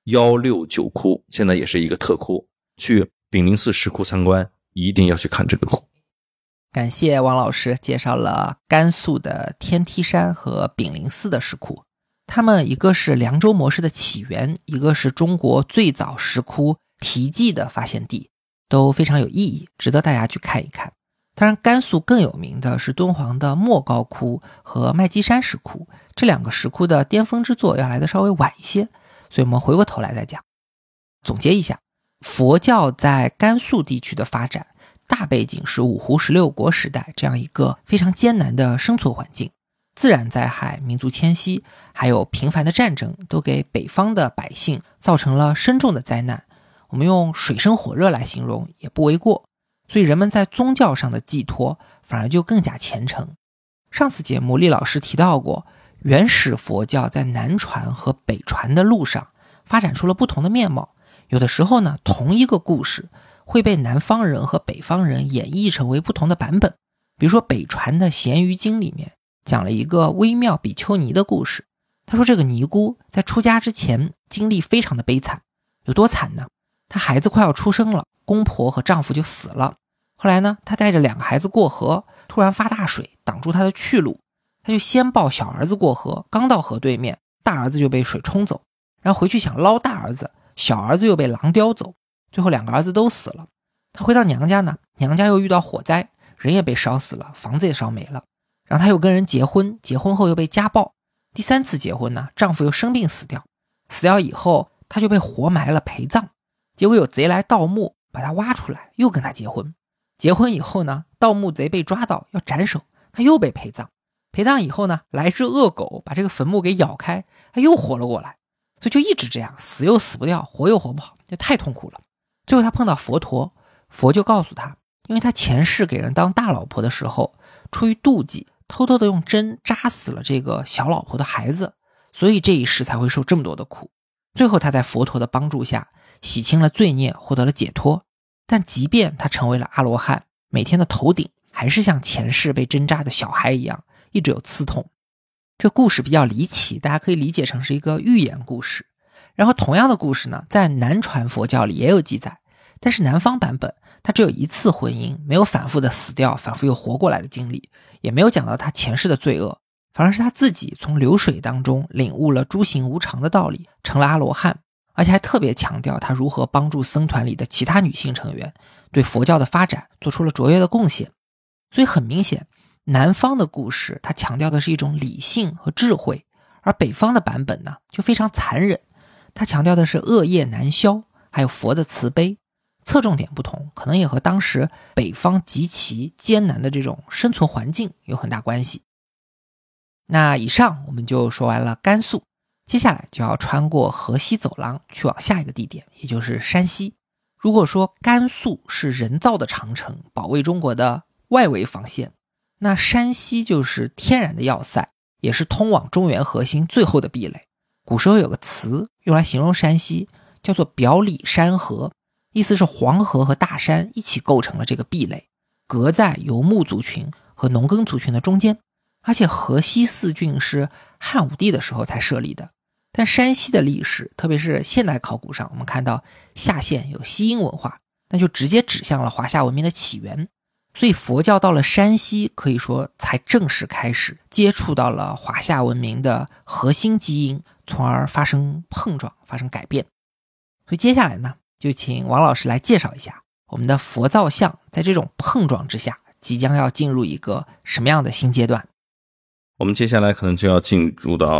，169窟，现在也是一个特窟。去炳灵寺石窟参观一定要去看这个窟。 感谢王老师介绍了甘肃的天梯山和炳灵寺的石窟，它们一个是凉州模式的起源，一个是中国最早石窟题记的发现地，都非常有意义，值得大家去看一看。当然甘肃更有名的是敦煌的莫高窟和麦积山石窟，这2个石窟的巅峰之作要来的稍微晚一些，所以我们回过头来再讲。总结一下，佛教在甘肃地区的发展大背景是五胡16国时代这样一个非常艰难的生存环境，自然灾害、民族迁徙还有频繁的战争都给北方的百姓造成了深重的灾难，我们用水深火热来形容也不为过，所以人们在宗教上的寄托反而就更加虔诚。上次节目厉老师提到过，原始佛教在南传和北传的路上发展出了不同的面貌，有的时候呢，同一个故事会被南方人和北方人演绎成为不同的版本。比如说北传的咸鱼经里面讲了一个微妙比丘尼的故事，他说这个尼姑在出家之前经历非常的悲惨，有多惨呢？她孩子快要出生了，公婆和丈夫就死了，后来呢，她带着2个孩子过河，突然发大水挡住她的去路，她就先抱小儿子过河，刚到河对面，大儿子就被水冲走，然后回去想捞大儿子，小儿子又被狼叼走，最后2个儿子都死了。她回到娘家呢，娘家又遇到火灾，人也被烧死了，房子也烧没了。然后她又跟人结婚，结婚后又被家暴，第3次结婚呢，丈夫又生病死掉，死掉以后她就被活埋了陪葬，结果有贼来盗墓，把她挖出来，又跟她结婚。结婚以后呢，盗墓贼被抓到要斩首，她又被陪葬，陪葬以后呢，来只恶狗把这个坟墓给咬开，她又活了过来，所以就一直这样，死又死不掉，活又活不好，就太痛苦了。最后她碰到佛陀，佛就告诉她，因为她前世给人当大老婆的时候，出于妒忌，偷偷的用针扎死了这个小老婆的孩子，所以这一世才会受这么多的苦。最后她在佛陀的帮助下洗清了罪孽，获得了解脱。但即便她成为了阿罗汉，每天的头顶还是像前世被针扎的小孩一样，一直有刺痛。这故事比较离奇，大家可以理解成是一个寓言故事。然后同样的故事呢，在南传佛教里也有记载，但是南方版本他只有1次婚姻，没有反复的死掉，反复又活过来的经历，也没有讲到他前世的罪恶，反而是他自己从流水当中领悟了诸行无常的道理，成了阿罗汉，而且还特别强调他如何帮助僧团里的其他女性成员，对佛教的发展做出了卓越的贡献。所以很明显，南方的故事他强调的是一种理性和智慧，而北方的版本呢就非常残忍，他强调的是恶业难消，还有佛的慈悲。侧重点不同，可能也和当时北方极其艰难的这种生存环境有很大关系。那以上我们就说完了甘肃，接下来就要穿过河西走廊去往下一个地点，也就是山西。如果说甘肃是人造的长城，保卫中国的外围防线，那山西就是天然的要塞，也是通往中原核心最后的壁垒。古时候有个词用来形容山西，叫做表里山河，意思是黄河和大山一起构成了这个壁垒，隔在游牧族群和农耕族群的中间。而且河西4郡是汉武帝的时候才设立的，但山西的历史，特别是现代考古上，我们看到夏县有西殷文化，那就直接指向了华夏文明的起源。所以佛教到了山西，可以说才正式开始接触到了华夏文明的核心基因，从而发生碰撞，发生改变。所以接下来呢，就请王老师来介绍一下我们的佛造像在这种碰撞之下即将要进入一个什么样的新阶段。 我们接下来可能就要进入到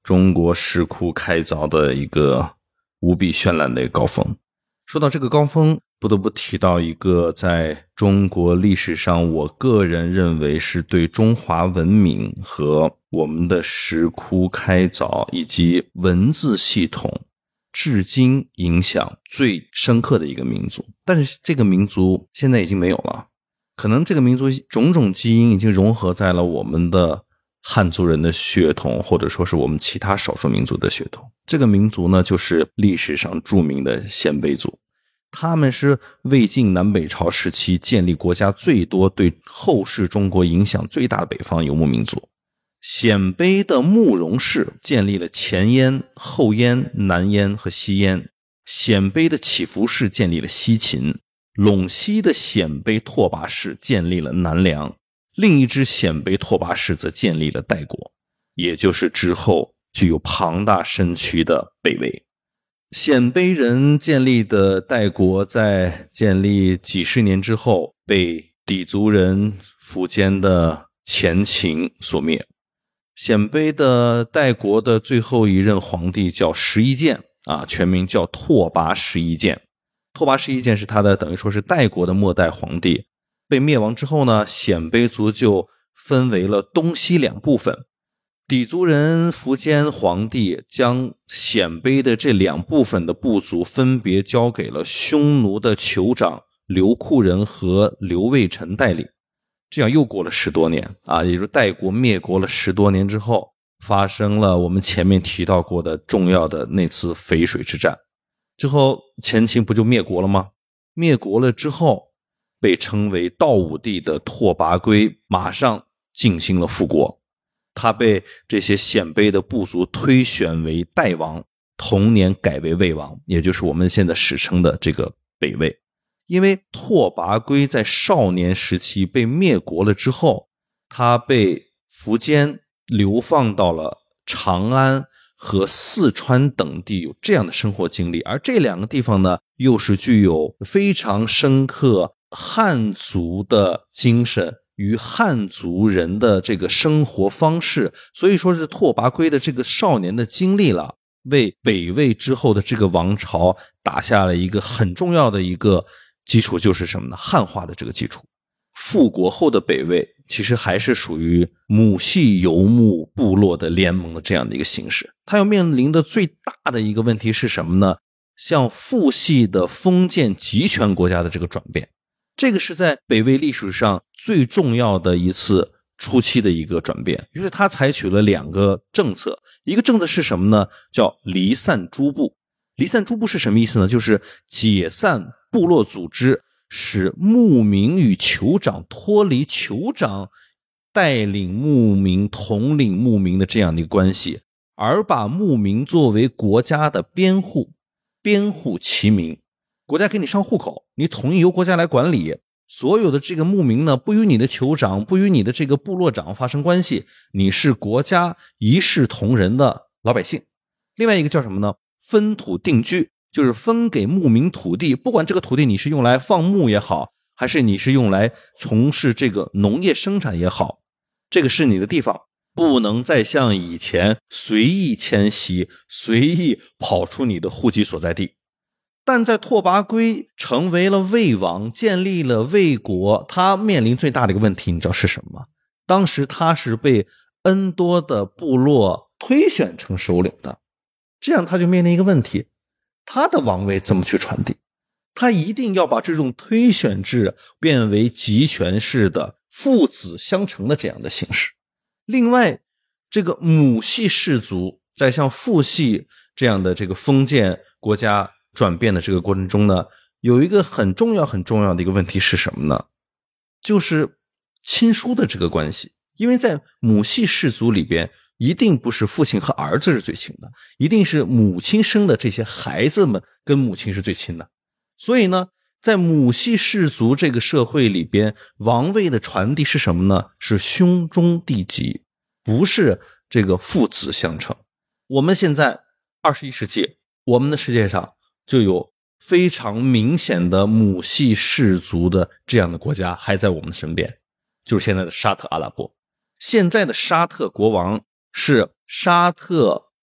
中国石窟开凿的一个无比绚烂的一个高峰。说到这个高峰，不得不提到一个在中国历史上我个人认为是对中华文明和我们的石窟开凿以及文字系统至今影响最深刻的一个民族。但是这个民族现在已经没有了，可能这个民族种种基因已经融合在了我们的汉族人的血统，或者说是我们其他少数民族的血统。这个民族呢，就是历史上著名的鲜卑族。他们是魏晋南北朝时期建立国家最多、对后世中国影响最大的北方游牧民族。鲜卑的慕容氏建立了前燕、后燕、南燕和西燕。鲜卑的乞伏氏建立了西秦。陇西的鲜卑拓跋氏建立了南梁。另一支鲜卑拓跋氏则建立了代国，也就是之后具有庞大身躯的北魏。鲜卑人建立的代国在建立几十年之后被氐族人苻坚的前秦所灭。鲜卑的代国的最后一任皇帝叫石一建全名叫拓跋石一建。拓跋石一建是他的等于说是代国的末代皇帝。被灭亡之后呢，鲜卑族就分为了东西两部分。氐族人苻坚皇帝将鲜卑的这两部分的部族分别交给了匈奴的酋长刘库人和刘卫臣代理。这样又过了10多年也就是代国灭国了10多年之后，发生了我们前面提到过的重要的那次淝水之战。之后前秦不就灭国了吗？灭国了之后，被称为道武帝的拓跋圭马上进行了复国。他被这些鲜卑的部族推选为代王，同年改为魏王，也就是我们现在史称的这个北魏。因为拓跋圭在少年时期被灭国了之后，他被苻坚流放到了长安和四川等地，有这样的生活经历。而这两个地方呢，又是具有非常深刻汉族的精神与汉族人的这个生活方式，所以说是拓跋圭的这个少年的经历了，为北魏之后的这个王朝打下了一个很重要的一个基础，就是什么呢？汉化的这个基础。复国后的北魏其实还是属于母系游牧部落的联盟的这样的一个形式。它要面临的最大的一个问题是什么呢？向父系的封建集权国家的这个转变。这个是在北魏历史上最重要的一次初期的一个转变。于是他采取了2个政策。一个政策是什么呢？叫离散诸部。离散诸部是什么意思呢？就是解散部落组织，使牧民与酋长脱离酋长带领牧民、统领牧民的这样的一个关系，而把牧民作为国家的编户，编户其民。国家给你上户口，你统一由国家来管理。所有的这个牧民呢，不与你的酋长，不与你的这个部落长发生关系，你是国家一视同仁的老百姓。另外一个叫什么呢？分土定居，就是分给牧民土地，不管这个土地你是用来放牧也好，还是你是用来从事这个农业生产也好，这个是你的地方，不能再像以前随意迁徙，随意跑出你的户籍所在地。但在拓跋圭成为了魏王，建立了魏国，他面临最大的一个问题，你知道是什么吗？当时他是被 N 多的部落推选成首领的，这样他就面临一个问题，他的王位怎么去传递？他一定要把这种推选制变为集权式的父子相承的这样的形式。另外，这个母系氏族在像父系这样的这个封建国家转变的这个过程中呢，有一个很重要的一个问题是什么呢？就是亲疏的这个关系。因为在母系氏族里边，一定不是父亲和儿子是最亲的，一定是母亲生的这些孩子们跟母亲是最亲的。所以呢，在母系氏族这个社会里边，王位的传递是什么呢？是兄终弟及，不是这个父子相承。我们现在21世纪，我们的世界上就有非常明显的母系氏族的这样的国家还在我们身边，就是现在的沙特阿拉伯。现在的沙特国王是沙特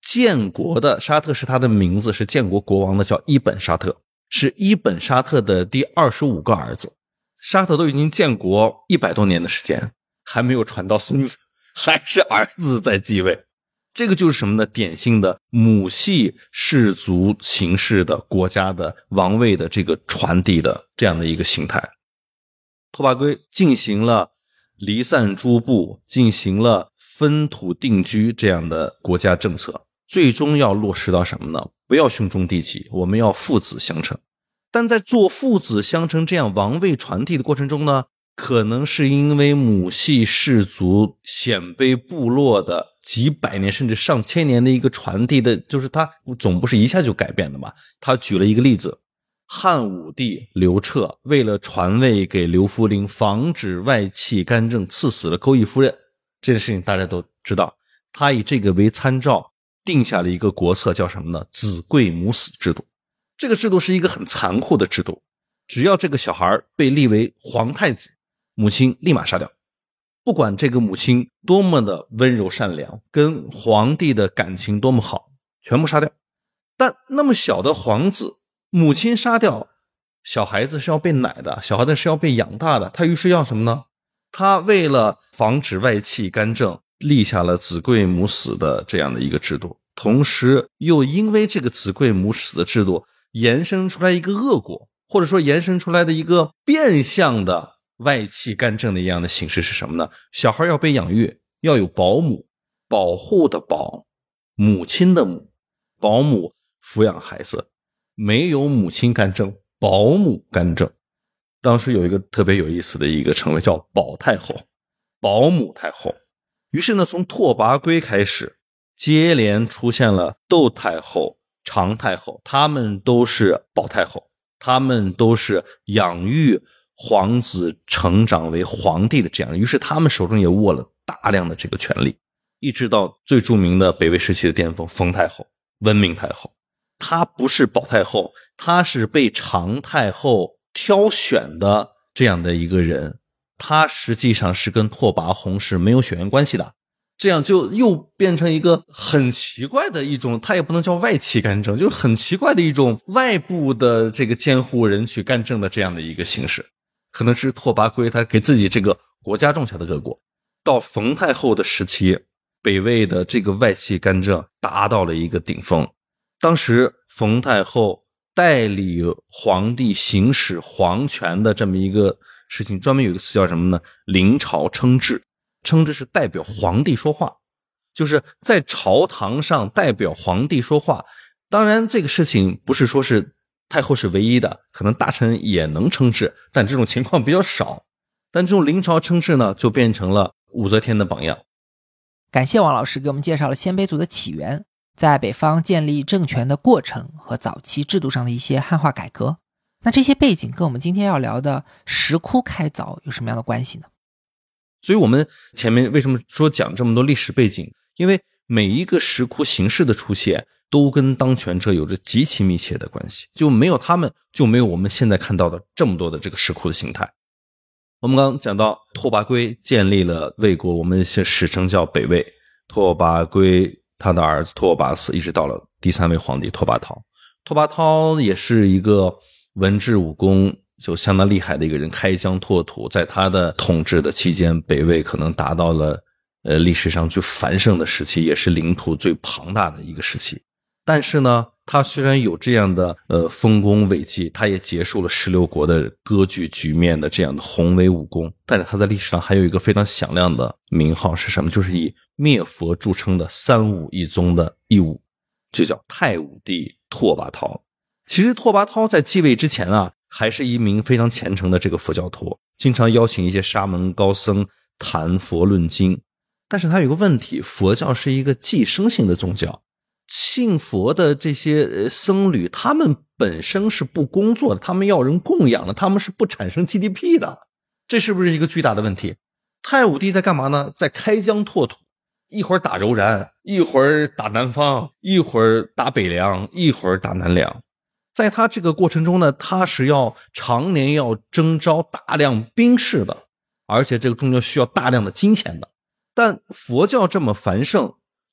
建国的沙特是他的名字，是建国国王的，叫伊本沙特，是伊本沙特的第25个儿子。沙特都已经建国100多年的时间，还没有传到孙子，还是儿子在继位。这个就是什么呢？典型的母系氏族形式的国家的王位的这个传递的这样的一个形态。拓跋圭进行了离散诸部，进行了分土定居这样的国家政策，最终要落实到什么呢？不要兄终弟及，我们要父子相承。但在做父子相承这样王位传递的过程中呢，可能是因为母系氏族鲜卑部落的几百年甚至上千年的一个传递的，就是它总不是一下就改变的嘛。他举了一个例子，汉武帝刘彻为了传位给刘弗陵，防止外戚干政，赐死了钩弋夫人。这件事情大家都知道，他以这个为参照定下了一个国策，叫什么呢？子贵母死制度。这个制度是一个很残酷的制度，只要这个小孩被立为皇太子，母亲立马杀掉，不管这个母亲多么的温柔善良，跟皇帝的感情多么好，全部杀掉。但那么小的皇子，母亲杀掉，小孩子是要被奶的，小孩子是要被养大的，他于是要什么呢？他为了防止外戚干政，立下了子贵母死的这样的一个制度，同时又因为这个子贵母死的制度延伸出来一个恶果，或者说延伸出来的一个变相的外戚干政的一样的形式是什么呢？小孩要被养育，要有保姆，保护的保，母亲的母，保姆抚养孩子，没有母亲干政，保姆干政。当时有一个特别有意思的一个称谓叫保太后，保姆太后。于是呢，从拓跋圭开始，接连出现了窦太后、长太后，他们都是保太后，他们都是养育皇子成长为皇帝的这样，于是他们手中也握了大量的这个权力，一直到最著名的北魏时期的巅峰冯太后、温明太后。她不是保太后，她是被长太后挑选的这样的一个人，她实际上是跟拓跋宏是没有血缘关系的。这样就又变成一个很奇怪的一种，它也不能叫外戚干政，就是很奇怪的一种外部的这个监护人去干政的这样的一个形式。可能是拓跋圭他给自己这个国家种下的恶果。到冯太后的时期，北魏的这个外戚干政达到了一个顶峰。当时冯太后代理皇帝行使皇权的这么一个事情，专门有一个词叫什么呢？临朝称制。称之是代表皇帝说话，就是在朝堂上代表皇帝说话。当然这个事情不是说是太后是唯一的，可能大臣也能称制，但这种情况比较少。但这种临朝称制呢，就变成了武则天的榜样。 感谢王老师给我们介绍了鲜卑族的起源，在北方建立政权的过程和早期制度上的一些汉化改革。那这些背景跟我们今天要聊的石窟开凿有什么样的关系呢？ 所以我们前面为什么说讲这么多历史背景？因为每一个石窟形式的出现都跟当权者有着极其密切的关系，就没有他们，就没有我们现在看到的这么多的这个石窟的形态。我们刚刚讲到拓跋圭建立了魏国，我们史称叫北魏。拓跋圭他的儿子拓跋嗣一直到了第3位皇帝拓跋焘。拓跋焘也是一个文治武功就相当厉害的一个人，开疆拓土，在他的统治的期间，北魏可能达到了历史上最繁盛的时期，也是领土最庞大的一个时期。但是呢，他虽然有这样的丰功伟绩，他也结束了16国的割据局面的这样的宏伟武功，但是他在历史上还有一个非常响亮的名号是什么？就是以灭佛著称的三武一宗的一武，就叫太武帝拓跋焘。其实拓跋焘在继位之前啊，还是一名非常虔诚的这个佛教徒，经常邀请一些沙门高僧谈佛论经。但是他有个问题，佛教是一个寄生性的宗教，信佛的这些僧侣他们本身是不工作的，他们要人供养的，他们是不产生 GDP 的，这是不是一个巨大的问题？太武帝在干嘛呢？在开疆拓土，一会儿打柔然，一会儿打南方，一会儿打北凉，一会儿打南凉。在他这个过程中呢，他是常年要征召大量兵士的，而且这个中间需要大量的金钱的。但佛教这么繁盛，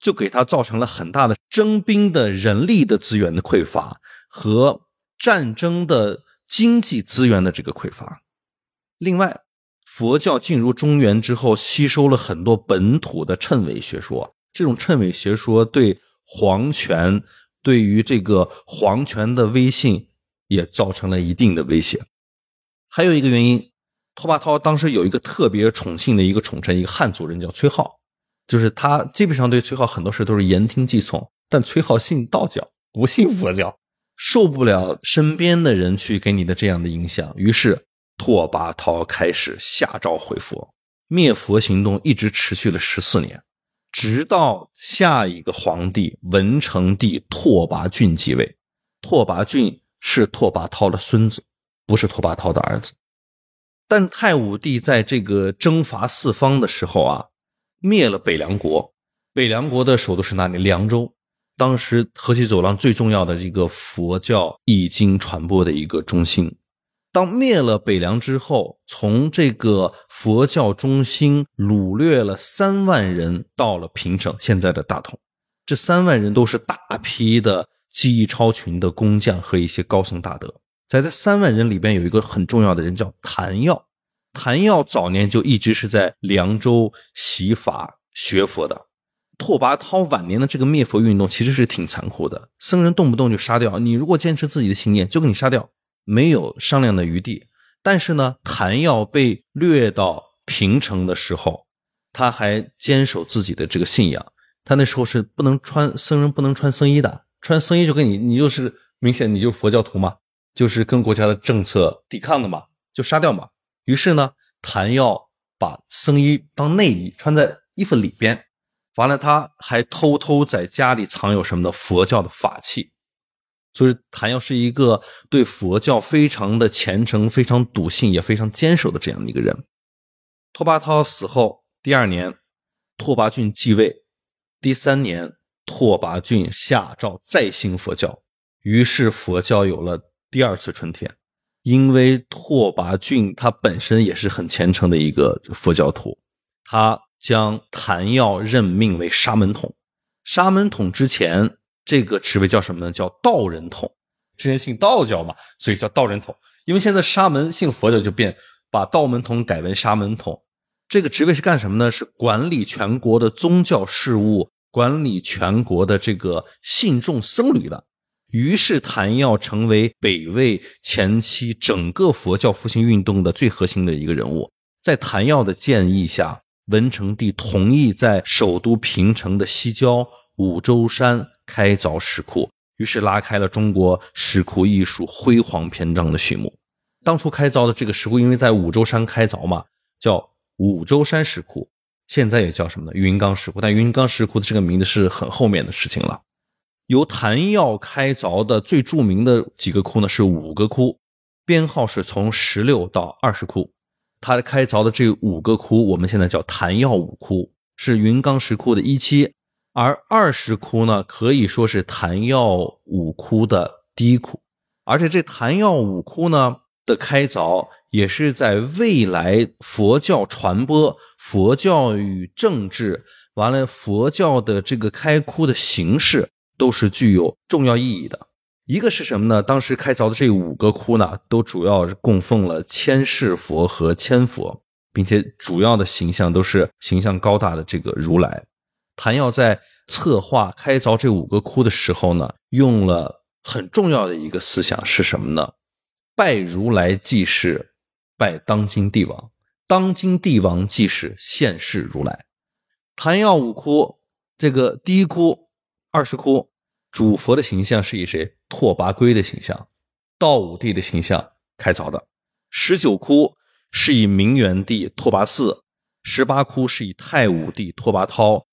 就给他造成了很大的征兵的人力的资源的匮乏和战争的经济资源的这个匮乏。另外，佛教进入中原之后，吸收了很多本土的谶纬学说，这种谶纬学说对皇权，对于这个皇权的威信也造成了一定的威胁。还有一个原因，拓跋焘当时有一个特别宠幸的一个宠臣，一个汉族人叫崔浩，就是他基本上对崔浩很多事都是言听计从，但崔浩信道教，不信佛教，受不了身边的人去给你的这样的影响，于是拓跋焘开始下诏毁佛，灭佛行动一直持续了14年，直到下一个皇帝文成帝拓跋浚继位。拓跋浚是拓跋焘的孙子，不是拓跋焘的儿子。但太武帝在这个征伐四方的时候啊，灭了北凉国。北凉国的首都是哪里？凉州。当时河西走廊最重要的一个佛教易经传播的一个中心。当灭了北凉之后，从这个佛教中心掳掠了3万人到了平城，现在的大同。这3万人都是大批的技艺超群的工匠和一些高僧大德。在这3万人里边有一个很重要的人叫谭耀。谭耀早年就一直是在凉州习法学佛的。拓跋焘晚年的这个灭佛运动其实是挺残酷的，僧人动不动就杀掉，你如果坚持自己的信念就给你杀掉，没有商量的余地。但是呢，谭耀被掠到平城的时候，他还坚守自己的这个信仰。他那时候是不能穿，僧人不能穿僧衣的，穿僧衣就跟你就是明显你就是佛教徒嘛，就是跟国家的政策抵抗的嘛，就杀掉嘛。于是呢，谭耀把僧衣当内衣穿在衣服里边，完了他还偷偷在家里藏有什么呢？佛教的法器。所以谭耀是一个对佛教非常的虔诚，非常笃信，也非常坚守的这样的一个人。拓跋焘死后第2年，拓跋浚继位，第3年拓跋浚下诏再兴佛教，于是佛教有了第2次春天。因为拓跋浚他本身也是很虔诚的一个佛教徒，他将谭耀任命为沙门统。沙门统之前这个职位叫什么呢？叫道人统。之前信道教嘛，所以叫道人统。因为现在沙门信佛教就把道门统改为沙门统。这个职位是干什么呢？是管理全国的宗教事务，管理全国的这个信众僧侣的。于是谭耀成为北魏前期整个佛教复兴运动的最核心的一个人物。在谭耀的建议下，文成帝同意在首都平城的西郊五洲山开凿石窟，于是拉开了中国石窟艺术辉煌篇章的序幕。当初开凿的这个石窟，因为在五洲山开凿嘛，叫五洲山石窟，现在也叫什么呢？云冈石窟。但云冈石窟的这个名字是很后面的事情了。由谭耀开凿的最著名的几个窟呢，是5个窟，编号是从16到20窟。他开凿的这5个窟我们现在叫谭耀5窟，是云冈石窟的1期。而20窟呢，可以说是谭耀5窟的第1窟。而且这谭耀5窟呢的开凿也是在未来佛教传播、佛教与政治，完了佛教的这个开窟的形式都是具有重要意义的。一个是什么呢？当时开凿的这5个窟呢，都主要是供奉了千世佛和千佛，并且主要的形象都是形象高大的这个如来。谭耀在策划开凿这5个窟的时候呢，用了很重要的一个思想是什么呢？拜如来即是拜当今帝王，当今帝王即是现世如来。谭耀5窟这个第1窟、20窟，主佛的形象是以谁？拓跋圭的形象、道武帝的形象开凿的。19窟是以明元帝拓跋嗣，18窟是以太武帝拓跋焘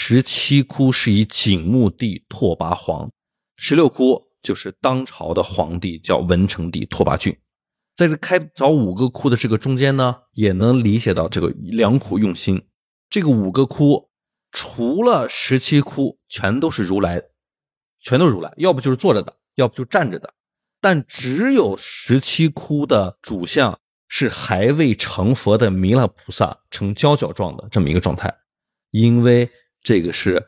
，17窟是以景穆帝拓跋煌，16窟就是当朝的皇帝叫文成帝拓跋浚。在这开凿5个窟的这个中间呢，也能理解到这个良苦用心。这个5个窟除了17窟全都是如来，全都是如来，要不就是坐着的，要不就站着的。但只有17窟的主像是还未成佛的弥勒菩萨，呈交角状的这么一个状态。因为这个是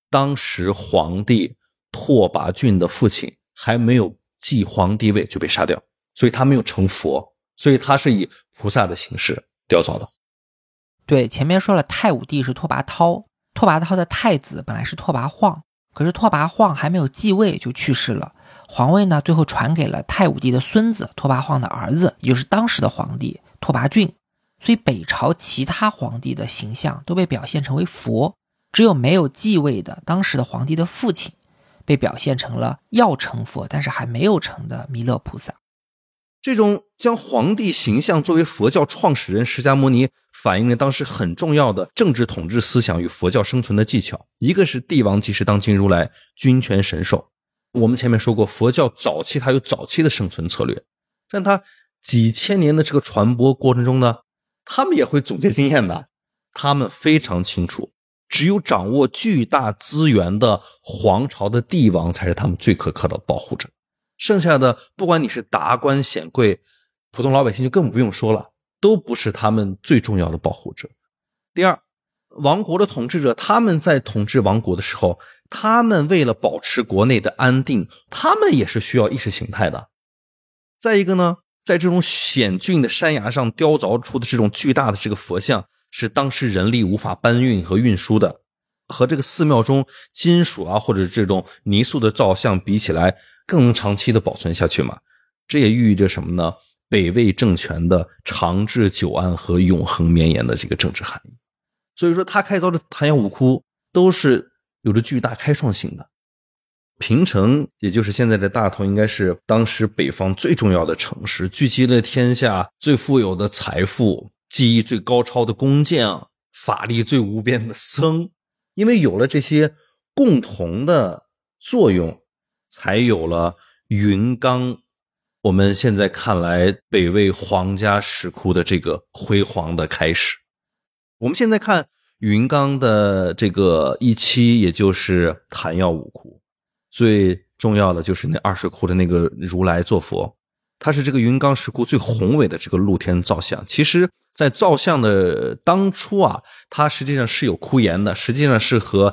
当时皇帝拓跋浚的父亲还没有继皇帝位就被杀掉，所以他没有成佛，所以他是以菩萨的形式吊凿的。 对，前面说了太武帝是拓跋焘，拓跋焘的太子本来是拓跋晃，可是拓跋晃还没有继位就去世了，皇位呢最后传给了太武帝的孙子拓跋晃的儿子，也就是当时的皇帝拓跋浚。所以北朝其他皇帝的形象都被表现成为佛，只有没有继位的当时的皇帝的父亲被表现成了要成佛但是还没有成的弥勒菩萨。 这种将皇帝形象作为佛教创始人释迦牟尼，反映了当时很重要的政治统治思想与佛教生存的技巧。一个是帝王即是当今如来，君权神授。我们前面说过，佛教早期它有早期的生存策略，在它几千年的这个传播过程中呢，他们也会总结经验的。他们非常清楚，只有掌握巨大资源的皇朝的帝王才是他们最可靠的保护者。剩下的不管你是达官显贵，普通老百姓就更不用说了，都不是他们最重要的保护者。第二，王国的统治者，他们在统治王国的时候，他们为了保持国内的安定，他们也是需要意识形态的。再一个呢，在这种险峻的山崖上雕凿出的这种巨大的这个佛像，是当时人力无法搬运和运输的，和这个寺庙中金属啊或者这种泥塑的造像比起来，更能长期的保存下去嘛。这也寓意着什么呢？北魏政权的长治久安和永恒绵延的这个政治含义。所以说他开凿的昙曜五窟都是有着巨大开创性的。平城也就是现在的大同，应该是当时北方最重要的城市，聚集了天下最富有的财富，技艺最高超的工匠，法力最无边的僧。因为有了这些共同的作用，才有了云冈我们现在看来北魏皇家石窟的这个辉煌的开始。我们现在看云冈的这个一期，也就是昙曜五窟，最重要的就是那20窟的那个如来坐佛，它是这个云冈石窟最宏伟的这个露天造像。其实在造像的当初啊，它实际上是有窟檐的，实际上是和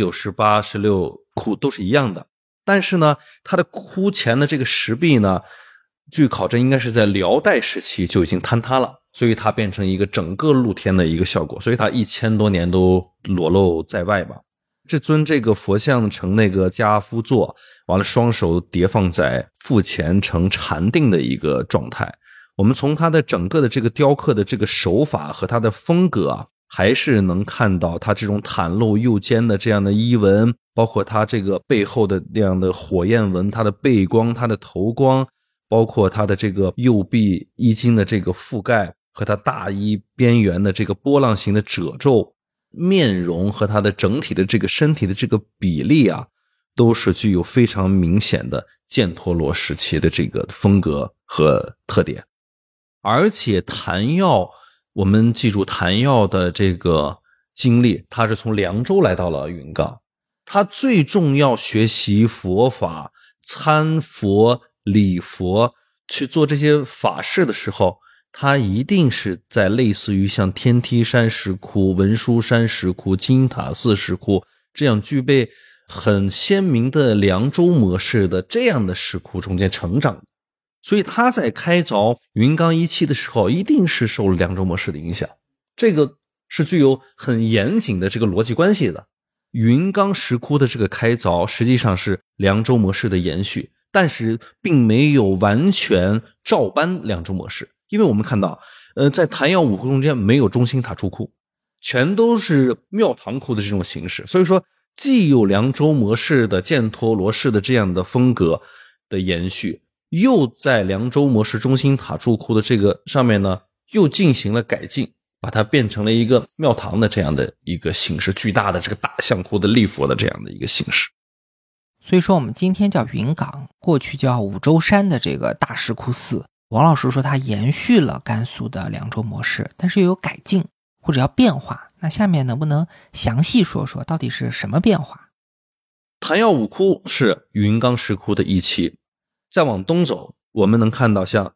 19、18、16窟都是一样的。但是呢，它的窟前的这个石壁呢，据考证应该是在辽代时期就已经坍塌了，所以它变成一个整个露天的一个效果，所以它1000多年都裸露在外吧。这尊这个佛像呈那个跏趺坐，完了双手叠放在腹前呈禅定的一个状态。我们从它的整个的这个雕刻的这个手法和它的风格啊，还是能看到它这种袒露右肩的这样的衣纹，包括它这个背后的那样的火焰纹，它的背光，它的头光，包括它的这个右臂衣襟的这个覆盖和它大衣边缘的这个波浪形的褶皱，面容和它的整体的这个身体的这个比例啊，都是具有非常明显的犍陀罗时期的这个风格和特点。而且昙曜，我们记住昙曜的这个经历，他是从凉州来到了云冈，他最重要学习佛法、参佛、礼佛，去做这些法事的时候，他一定是在类似于像天梯山石窟、文殊山石窟、金塔寺石窟这样具备很鲜明的凉州模式的这样的石窟中间成长。所以他在开凿云冈一期的时候，一定是受了凉州模式的影响，这个是具有很严谨的这个逻辑关系的。云冈石窟的这个开凿实际上是凉州模式的延续，但是并没有完全照搬凉州模式。因为我们看到在昙曜五窟中间没有中心塔柱窟，全都是庙堂窟的这种形式，所以说既有凉州模式的犍陀罗式的这样的风格的延续，又在凉州模式中心塔柱窟的这个上面呢又进行了改进，把它变成了一个庙堂的这样的一个形式，巨大的这个大相窟的立佛的这样的一个形式。 所以说我们今天叫云冈，过去叫五洲山的这个大石窟寺，王老师说它延续了甘肃的凉州模式，但是又有改进或者要变化。那下面能不能详细说说到底是什么变化？ 昙曜五窟是云冈石窟的一期，再往东走，我们能看到像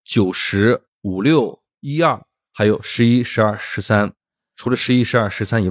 7、8、9、10、5、6、1、2，还有11、12、13。除了11、12、13以外，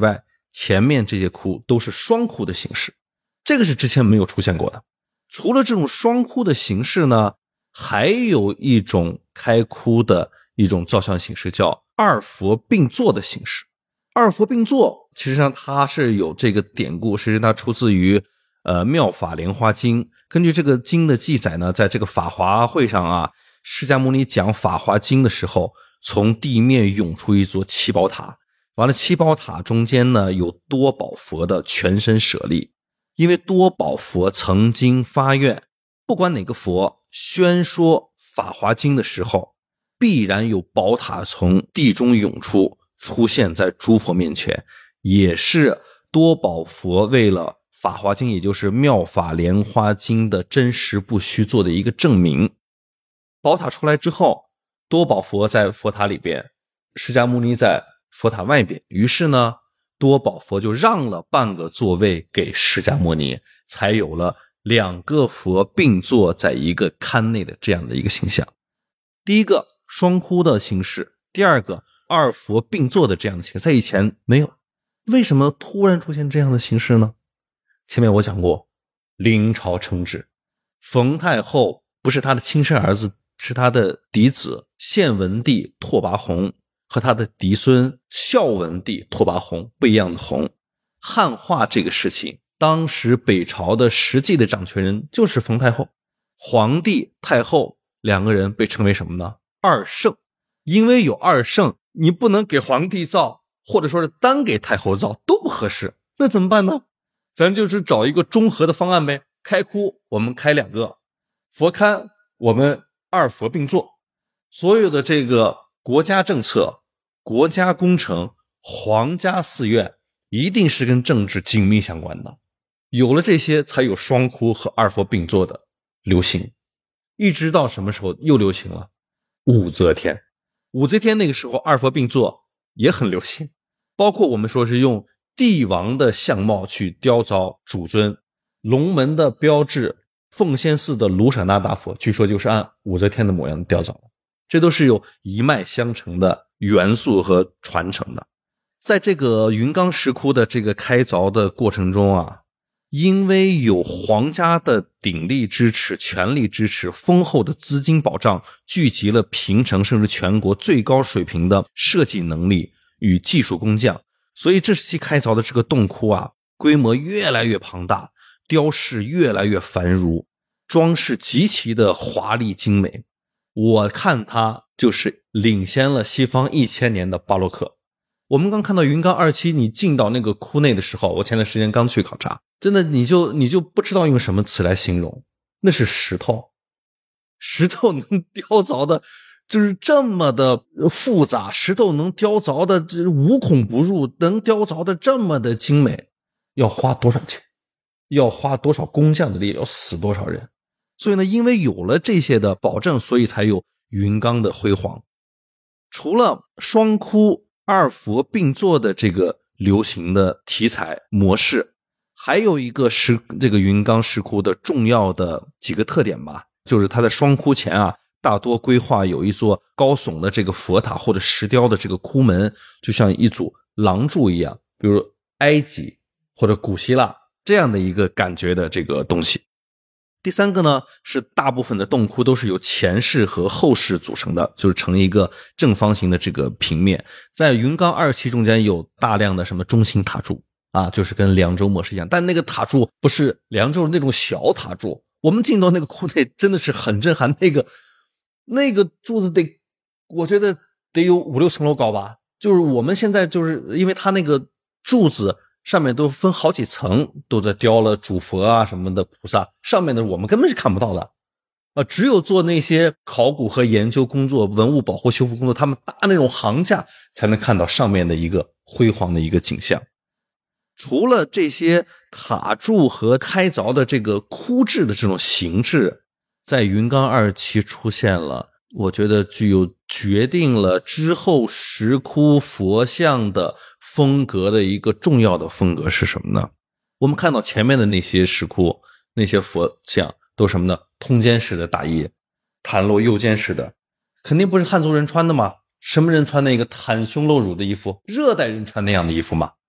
前面这些窟都是双窟的形式，这个是之前没有出现过的。除了这种双窟的形式呢，还有一种开窟的一种造像形式叫二佛并坐的形式。二佛并坐其实上它是有这个典故，实际上它出自于妙法莲华经。根据这个经的记载呢，在这个法华会上啊，释迦牟尼讲法华经的时候，从地面涌出一座七宝塔，完了七宝塔中间呢有多宝佛的全身舍利。因为多宝佛曾经发愿，不管哪个佛宣说法华经的时候，必然有宝塔从地中涌出，出现在诸佛面前，也是多宝佛为了法华经，也就是妙法莲华经的真实不虚做的一个证明。宝塔出来之后，多宝佛在佛塔里边，释迦牟尼在佛塔外边，于是呢多宝佛就让了半个座位给释迦牟尼，才有了两个佛并坐在一个龛内的这样的一个形象。第一个双窟的形式，第二个二佛并坐的这样的形式，在以前没有。为什么突然出现这样的形式呢？前面我讲过，临朝称制，冯太后不是他的亲生儿子，是他的嫡子献文帝拓跋宏和他的嫡孙孝文帝拓跋宏不一样的宏。汉化这个事情，当时北朝的实际的掌权人就是冯太后，皇帝太后两个人被称为什么呢？二圣。因为有二圣，你不能给皇帝造，或者说是单给太后造，都不合适。那怎么办呢？咱就是找一个中和的方案呗。开窟我们开两个，佛龛我们二佛并坐。所有的这个国家政策、国家工程、皇家寺院一定是跟政治紧密相关的，有了这些才有双窟和二佛并坐的流行。一直到什么时候又流行了？武则天。武则天那个时候二佛并坐也很流行，包括我们说是用帝王的相貌去雕凿主尊，龙门的标志，奉仙寺的卢舍那大佛据说就是按武则天的模样雕凿的，这都是有一脉相承的元素和传承的。在这个云冈石窟的这个开凿的过程中啊，因为有皇家的鼎力支持、全力支持、丰厚的资金保障，聚集了平城甚至全国最高水平的设计能力与技术工匠，所以这时期开凿的这个洞窟啊，规模越来越庞大，雕饰越来越繁缛，装饰极其的华丽精美。我看它就是领先了西方1000年的巴洛克。我们刚看到云冈27，你进到那个窟内的时候，我前段时间刚去考察，真的你就不知道用什么词来形容，那是石头。石头能雕凿的就是这么的复杂，石头能雕凿的无孔不入，能雕凿的这么的精美，要花多少钱？要花多少工匠的力，要死多少人？所以呢，因为有了这些的保证，所以才有云冈的辉煌。除了双窟二佛并坐的这个流行的题材模式，还有一个是这个云冈石窟的重要的几个特点吧，就是它的双窟前啊，大多规划有一座高耸的这个佛塔或者石雕的这个窟门，就像一组廊柱一样，比如埃及或者古希腊这样的一个感觉的这个东西。第三个呢，是大部分的洞窟都是由前室和后室组成的，就是成一个正方形的这个平面。在云冈27中间有大量的什么中心塔柱啊，就是跟凉州模式一样，但那个塔柱不是凉州那种小塔柱，我们进到那个窟内真的是很震撼，那个柱子我觉得得有5-6层楼高吧。就是我们现在就是因为它那个柱子上面都分好几层，都在雕了主佛啊什么的菩萨，上面的我们根本是看不到的只有做那些考古和研究工作、文物保护修复工作，他们搭那种行架才能看到上面的一个辉煌的一个景象。除了这些塔柱和开凿的这个窟制的这种形制，在云冈27出现了我觉得具有决定了之后石窟佛像的风格的一个重要的风格是什么呢？我们看到前面的那些石窟那些佛像都什么呢？通肩式的大衣，袒露右肩式的，肯定不是汉族人穿的嘛。什么人穿那个袒胸露乳的衣服？热带人穿那样的衣服嘛。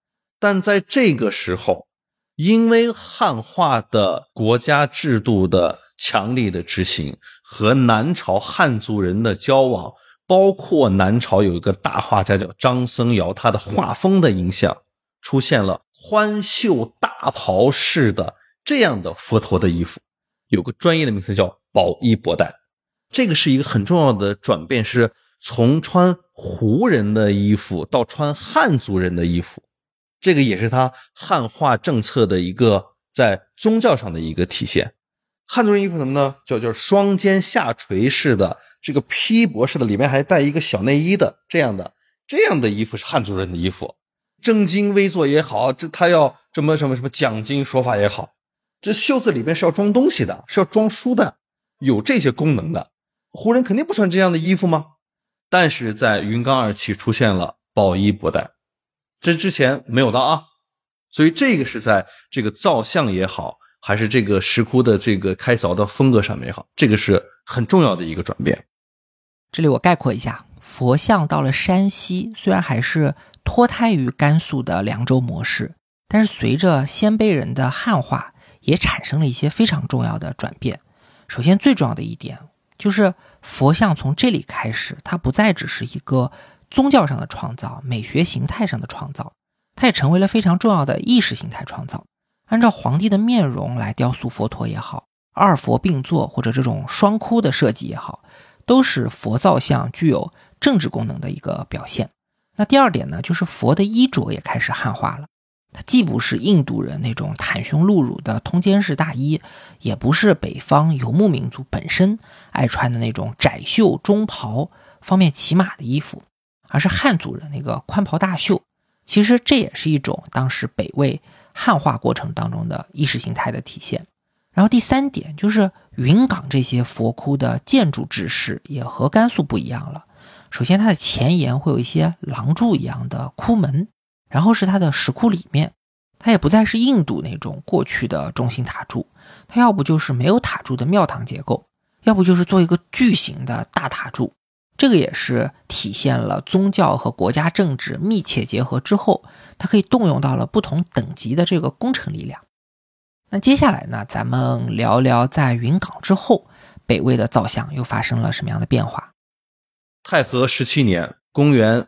但在这个时候，因为汉化的国家制度的强力的执行和南朝汉族人的交往，包括南朝有一个大画家叫张僧繇，他的画风的影响，出现了宽袖大袍式的这样的佛陀的衣服，有个专业的名词叫宝衣钵带。这个是一个很重要的转变，是从穿胡人的衣服到穿汉族人的衣服，这个也是他汉化政策的一个在宗教上的一个体现。汉族人衣服什么呢？就是双肩下垂式的，这个披帛式的，里面还带一个小内衣的，这样的衣服是汉族人的衣服。正襟危坐也好，这他要什么讲经说法也好，这袖子里面是要装东西的，是要装书的，有这些功能的。胡人肯定不穿这样的衣服吗？但是在云冈二期出现了宝衣钵带，这之前没有的啊。所以这个是在这个造像也好，还是这个石窟的这个开凿的风格上面也好，这个是很重要的一个转变。 这里我概括一下，佛像到了山西，虽然还是脱胎于甘肃的凉州模式，但是随着鲜卑人的汉化，也产生了一些非常重要的转变。首先最重要的一点就是佛像从这里开始，它不再只是一个宗教上的创造，美学形态上的创造，它也成为了非常重要的意识形态创造。按照皇帝的面容来雕塑佛陀也好，二佛并坐或者这种双窟的设计也好，都是佛造像具有政治功能的一个表现。那第二点呢，就是佛的衣着也开始汉化了，它既不是印度人那种袒胸露乳的通肩式大衣，也不是北方游牧民族本身爱穿的那种窄袖中袍方便骑马的衣服，而是汉族人那个宽袍大袖。其实这也是一种当时北魏汉化过程当中的意识形态的体现。然后第三点就是云冈这些佛窟的建筑制式也和甘肃不一样了。首先它的前沿会有一些廊柱一样的窟门，然后是它的石窟里面，它也不再是印度那种过去的中心塔柱，它要不就是没有塔柱的庙堂结构，要不就是做一个巨型的大塔柱。这个也是体现了宗教和国家政治密切结合之后，它可以动用到了不同等级的这个工程力量。那接下来呢，咱们聊聊在云冈之后，北魏的造像又发生了什么样的变化。 太和17年，公元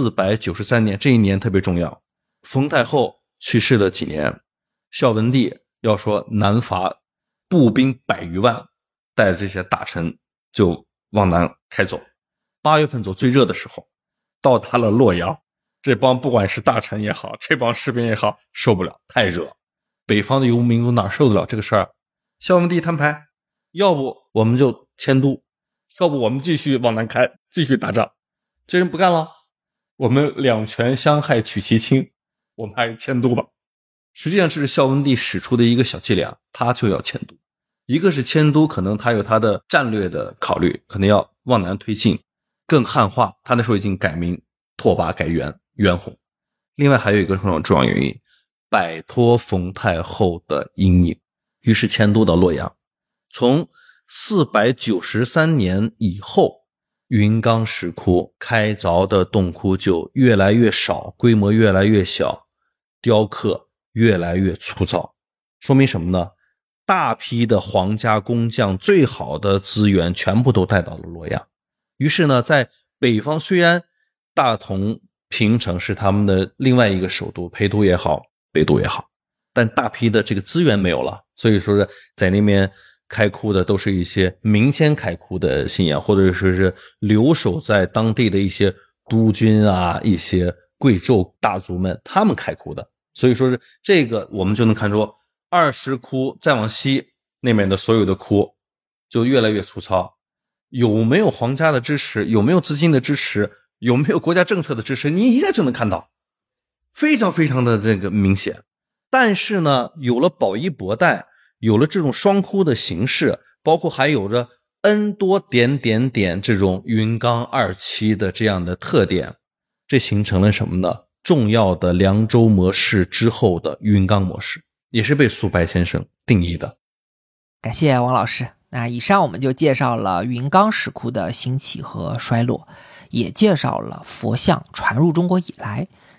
493年，这一年特别重要。冯太后去世了几年，孝文帝要说南伐，步兵100余万，带着这些大臣就往南开走。8月份走最热的时候，到达了洛阳，这帮不管是大臣也好，这帮士兵也好，受不了，太热。北方的游牧民族哪受得了这个事儿？孝文帝摊牌，要不我们就迁都，要不我们继续往南开，继续打仗。这人不干了，我们两权相害取其轻，我们还是迁都吧。实际上这是孝文帝使出的一个小伎俩，他就要迁都。一个是迁都，可能他有他的战略的考虑，可能要往南推进，更汉化，他那时候已经改名拓跋改元弘。另外还有一个重要原因，摆脱冯太后的阴影，于是迁都到洛阳。从493年以后，云冈石窟开凿的洞窟就越来越少，规模越来越小，雕刻越来越粗糙。说明什么呢？大批的皇家工匠最好的资源全部都带到了洛阳。于是呢，在北方，虽然大同平城是他们的另外一个首都，陪都也好，北都也好，但大批的这个资源没有了，所以说在那边开窟的都是一些民间开窟的信仰，或者说是留守在当地的一些督军啊，一些贵胄大族们，他们开窟的。所以说是这个我们就能看出二石窟再往西那边的所有的窟就越来越粗糙。有没有皇家的支持，有没有资金的支持，有没有国家政策的支持，你一下就能看到，非常非常的这个明显。但是呢，有了宝衣钵带，有了这种双窟的形式，包括还有着 N 多点这种云冈二期的这样的特点，这形成了什么呢？重要的凉州模式之后的云冈模式，也是被苏白先生定义的。 感谢王老师。那以上我们就介绍了云冈石窟的兴起和衰落，也介绍了佛像传入中国以来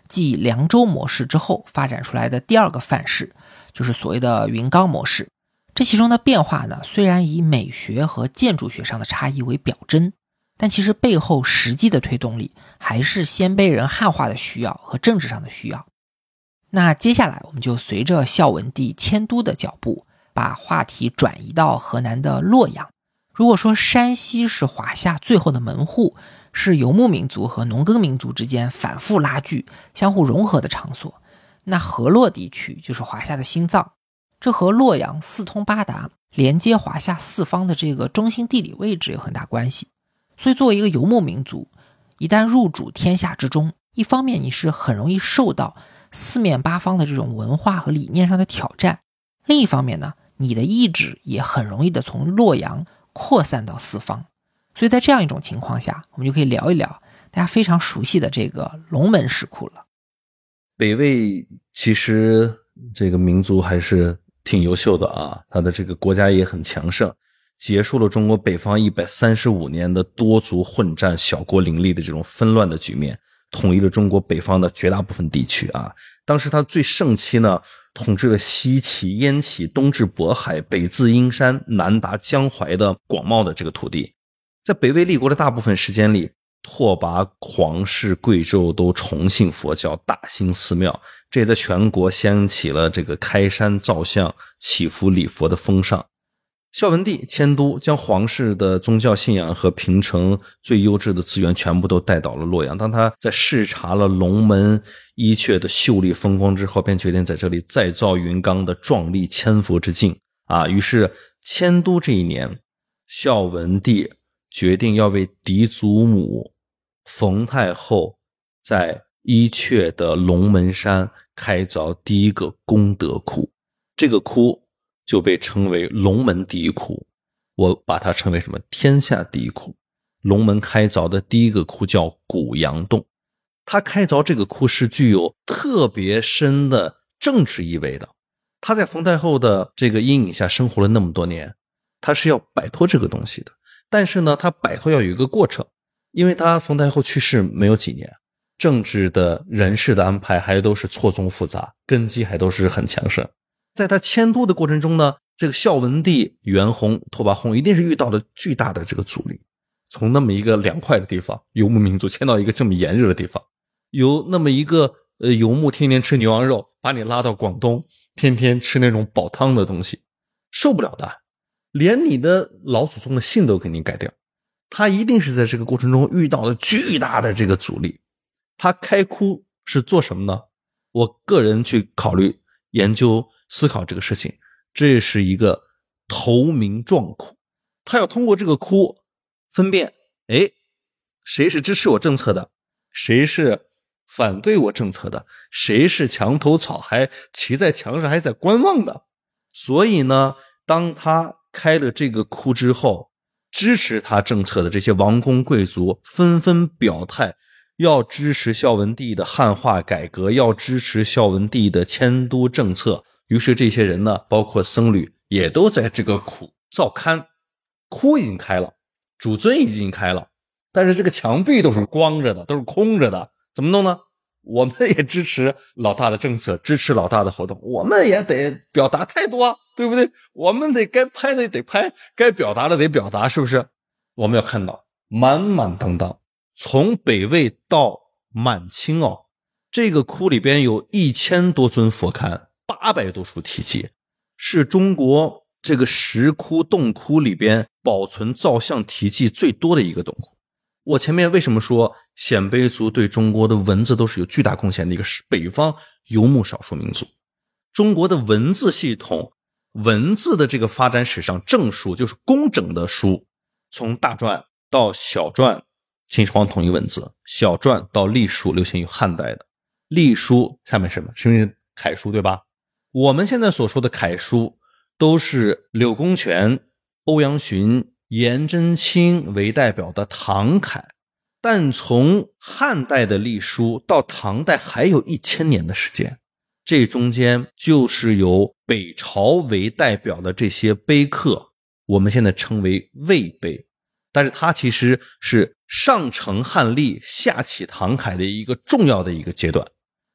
继凉州模式之后发展出来的第二个范式，就是所谓的云冈模式。这其中的变化呢，虽然以美学和建筑学上的差异为表征，但其实背后实际的推动力还是鲜卑人汉化的需要和政治上的需要。那接下来我们就随着孝文帝迁都的脚步，把话题转移到河南的洛阳。如果说山西是华夏最后的门户，是游牧民族和农耕民族之间反复拉锯、相互融合的场所，那河洛地区就是华夏的心脏。这和洛阳四通八达，连接华夏四方的这个中心地理位置有很大关系。所以作为一个游牧民族，一旦入主天下之中，一方面你是很容易受到四面八方的这种文化和理念上的挑战，另一方面呢，你的意志也很容易的从洛阳扩散到四方。所以在这样一种情况下，我们就可以聊一聊大家非常熟悉的这个龙门石窟了。 北魏其实这个民族还是挺优秀的啊，他的这个国家也很强盛，结束了中国北方135年的多族混战、小国林立的这种纷乱的局面，统一了中国北方的绝大部分地区啊。当时他最盛期呢，统治了西起燕齐，东至渤海，北自阴山，南达江淮的广袤的这个土地。在北魏立国的大部分时间里，拓跋、黄氏、贵胄都崇信佛教，大兴寺庙，这也在全国掀起了这个开山造像、祈福礼佛的风尚。孝文帝迁都，将皇室的宗教信仰和平城最优质的资源全部都带到了洛阳。当他在视察了龙门伊阙的秀丽风光之后，便决定在这里再造云冈的壮丽千佛之境啊。于是迁都这一年，孝文帝决定要为嫡祖母冯太后在伊阙的龙门山开凿第一个功德窟，这个窟就被称为龙门第一窟，我把它称为什么？天下第一窟。龙门开凿的第一个窟叫古阳洞，他开凿这个窟是具有特别深的政治意味的。他在冯太后的这个阴影下生活了那么多年，他是要摆脱这个东西的。但是呢，他摆脱要有一个过程，因为他冯太后去世没有几年，政治的人事的安排还都是错综复杂，根基还都是很强盛。在他迁都的过程中呢，这个孝文帝元宏、拓跋宏一定是遇到了巨大的这个阻力。从那么一个凉快的地方，游牧民族迁到一个这么炎热的地方，由那么一个游牧天天吃牛羊肉，把你拉到广东，天天吃那种煲汤的东西，受不了的，连你的老祖宗的姓都给你改掉。他一定是在这个过程中遇到了巨大的这个阻力。他开窟是做什么呢？我个人去考虑研究思考这个事情，这是一个投名状窟。他要通过这个窟分辨，谁是支持我政策的，谁是反对我政策的，谁是墙头草还骑在墙上还在观望的。所以呢，当他开了这个窟之后，支持他政策的这些王公贵族纷纷表态，要支持孝文帝的汉化改革，要支持孝文帝的迁都政策。于是这些人呢，包括僧侣也都在这个窟造龛。窟已经开了，主尊已经开了，但是这个墙壁都是光着的，都是空着的，怎么弄呢？我们也支持老大的政策，支持老大的活动，我们也得表达态度啊，对不对？我们得该拍的得拍，该表达的得表达，是不是？我们要看到满满当当，从北魏到满清这个窟里边有1000多尊佛龛，800多处题记，是中国这个石窟洞窟里边保存造像题记最多的一个洞窟。我前面为什么说鲜卑族对中国的文字都是有巨大贡献的一个北方游牧少数民族？中国的文字系统，文字的这个发展史上，正书就是工整的书，从大篆到小篆，秦始皇统一文字，小篆到隶书流行于汉代的，隶书下面什么？是因为楷书对吧？我们现在所说的楷书都是柳公权、欧阳询、颜真卿为代表的唐楷，但从汉代的隶书到唐代还有1000年的时间，这中间就是由北朝为代表的这些碑刻，我们现在称为魏碑，但是它其实是上承汉隶下启唐楷的一个重要的一个阶段。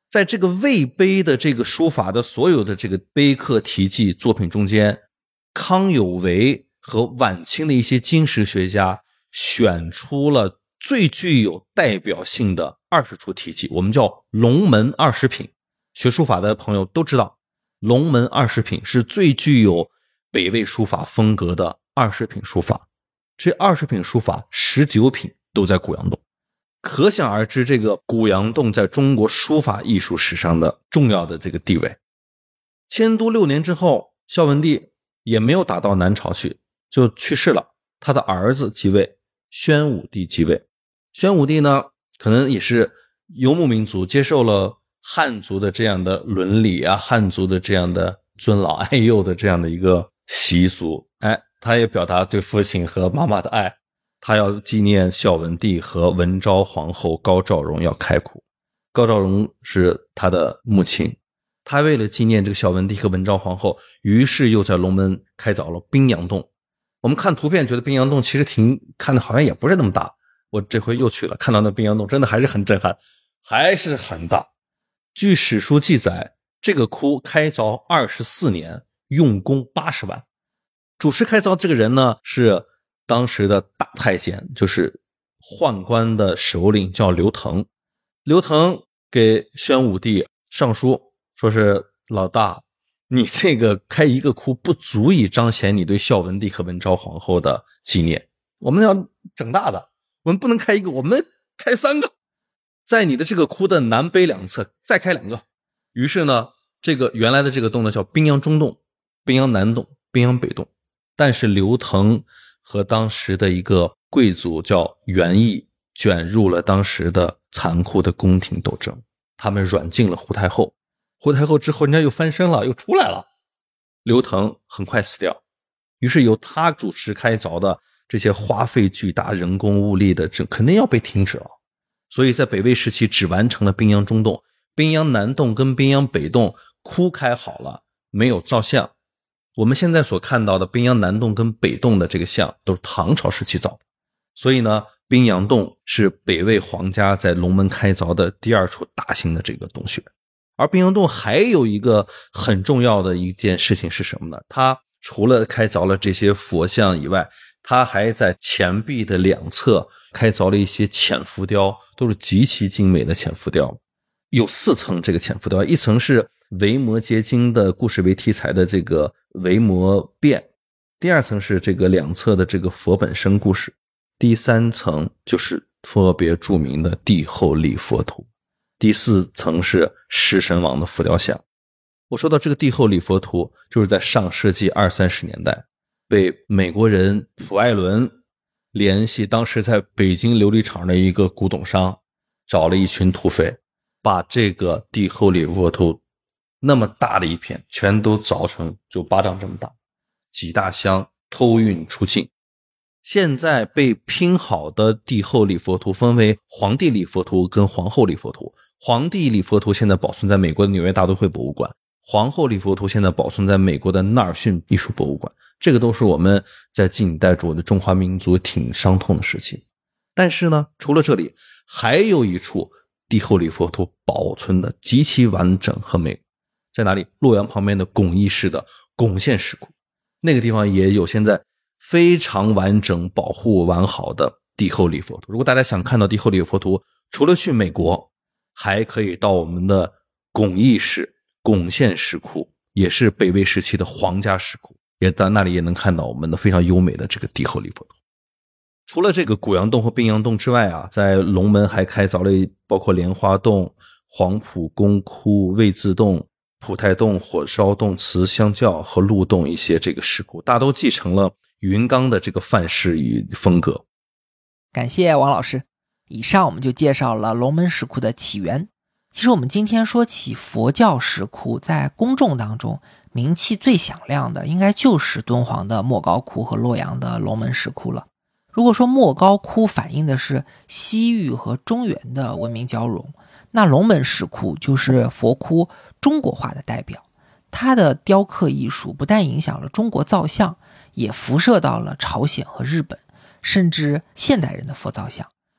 在这个魏碑的这个书法的所有的这个碑刻题记作品中间，康有为和晚清的一些经史学家选出了最具有代表性的20处题记，我们叫龙门20品。学书法的朋友都知道，龙门20品是最具有北魏书法风格的20品书法。这20品书法19品都在古阳洞，可想而知这个古阳洞在中国书法艺术史上的重要的这个地位。迁都6年之后，孝文帝也没有打到南朝去，就去世了。他的儿子继位，宣武帝继位。宣武帝呢，可能也是游牧民族，接受了汉族的这样的伦理啊，汉族的这样的尊老爱幼的这样的一个习俗，他也表达对父亲和妈妈的爱。他要纪念孝文帝和文昭皇后高兆荣要开库。高兆荣是他的母亲，他为了纪念这个孝文帝和文昭皇后，于是又在龙门开凿了冰阳洞。我们看图片觉得冰阳洞其实看的好像也不是那么大，我这回又去了，看到那冰阳洞真的还是很震撼，还是很大。据史书记载，这个窟开凿24年，用工80万。主持开凿这个人呢，是当时的大太监，就是宦官的首领，叫刘腾。刘腾给宣武帝上书，说是老大，你这个开一个窟不足以彰显你对孝文帝和文昭皇后的纪念，我们要整大的，我们不能开一个，我们开3个，在你的这个窟的南北两侧再开2个。于是呢，这个原来的这个洞呢叫宾阳中洞、宾阳南洞、宾阳北洞。但是刘腾和当时的一个贵族叫袁毅卷入了当时的残酷的宫廷斗争，他们软禁了胡太后。胡太后之后人家又翻身了，又出来了，刘腾很快死掉。于是由他主持开凿的这些花费巨大人工物力的，这肯定要被停止了。所以在北魏时期只完成了宾阳中洞，宾阳南洞跟宾阳北洞窟开好了，没有造像。我们现在所看到的宾阳南洞跟北洞的这个像都是唐朝时期造的。所以呢，宾阳洞是北魏皇家在龙门开凿的第2处大型的这个洞穴。而宾阳洞还有一个很重要的一件事情是什么呢？它除了开凿了这些佛像以外，它还在前壁的2侧开凿了一些浅浮雕，都是极其精美的浅浮雕。有4层这个浅浮雕，一层是维摩诘经的故事为题材的这个维摩变，第2层是这个2侧的这个佛本生故事，第3层就是特别著名的帝后礼佛图，第4层是狮神王的浮雕像。我说到这个帝后礼佛图，就是在上世纪20-30年代被美国人普艾伦联系当时在北京琉璃厂的一个古董商，找了一群土匪，把这个帝后礼佛图那么大的一片全都凿成就巴掌这么大，几大箱偷运出境。现在被拼好的帝后礼佛图分为皇帝礼佛图跟皇后礼佛图。皇帝礼佛图现在保存在美国的纽约大都会博物馆，皇后礼佛图现在保存在美国的纳尔逊艺术博物馆。这个都是我们在近代中的中华民族挺伤痛的事情。但是呢，除了这里还有一处帝后礼佛图保存的极其完整和美，在哪里？洛阳旁边的巩义市的巩县石窟，那个地方也有现在非常完整保护完好的帝后礼佛图。如果大家想看到帝后礼佛图，除了去美国，还可以到我们的巩义市巩县石窟，也是北魏时期的皇家石窟，也到那里也能看到我们的非常优美的这个帝后礼佛图。除了这个古阳洞和宾阳洞之外啊，在龙门还开凿了包括莲花洞、黄埔宫窟、魏字洞、普太洞、火烧洞、慈香教和鹿洞一些这个石窟，大都继承了云冈的这个范式与风格。 感谢王老师。以上我们就介绍了龙门石窟的起源。其实我们今天说起佛教石窟，在公众当中名气最响亮的应该就是敦煌的莫高窟和洛阳的龙门石窟了。如果说莫高窟反映的是西域和中原的文明交融，那龙门石窟就是佛窟中国化的代表。它的雕刻艺术不但影响了中国造像，也辐射到了朝鲜和日本，甚至现代人的佛造像。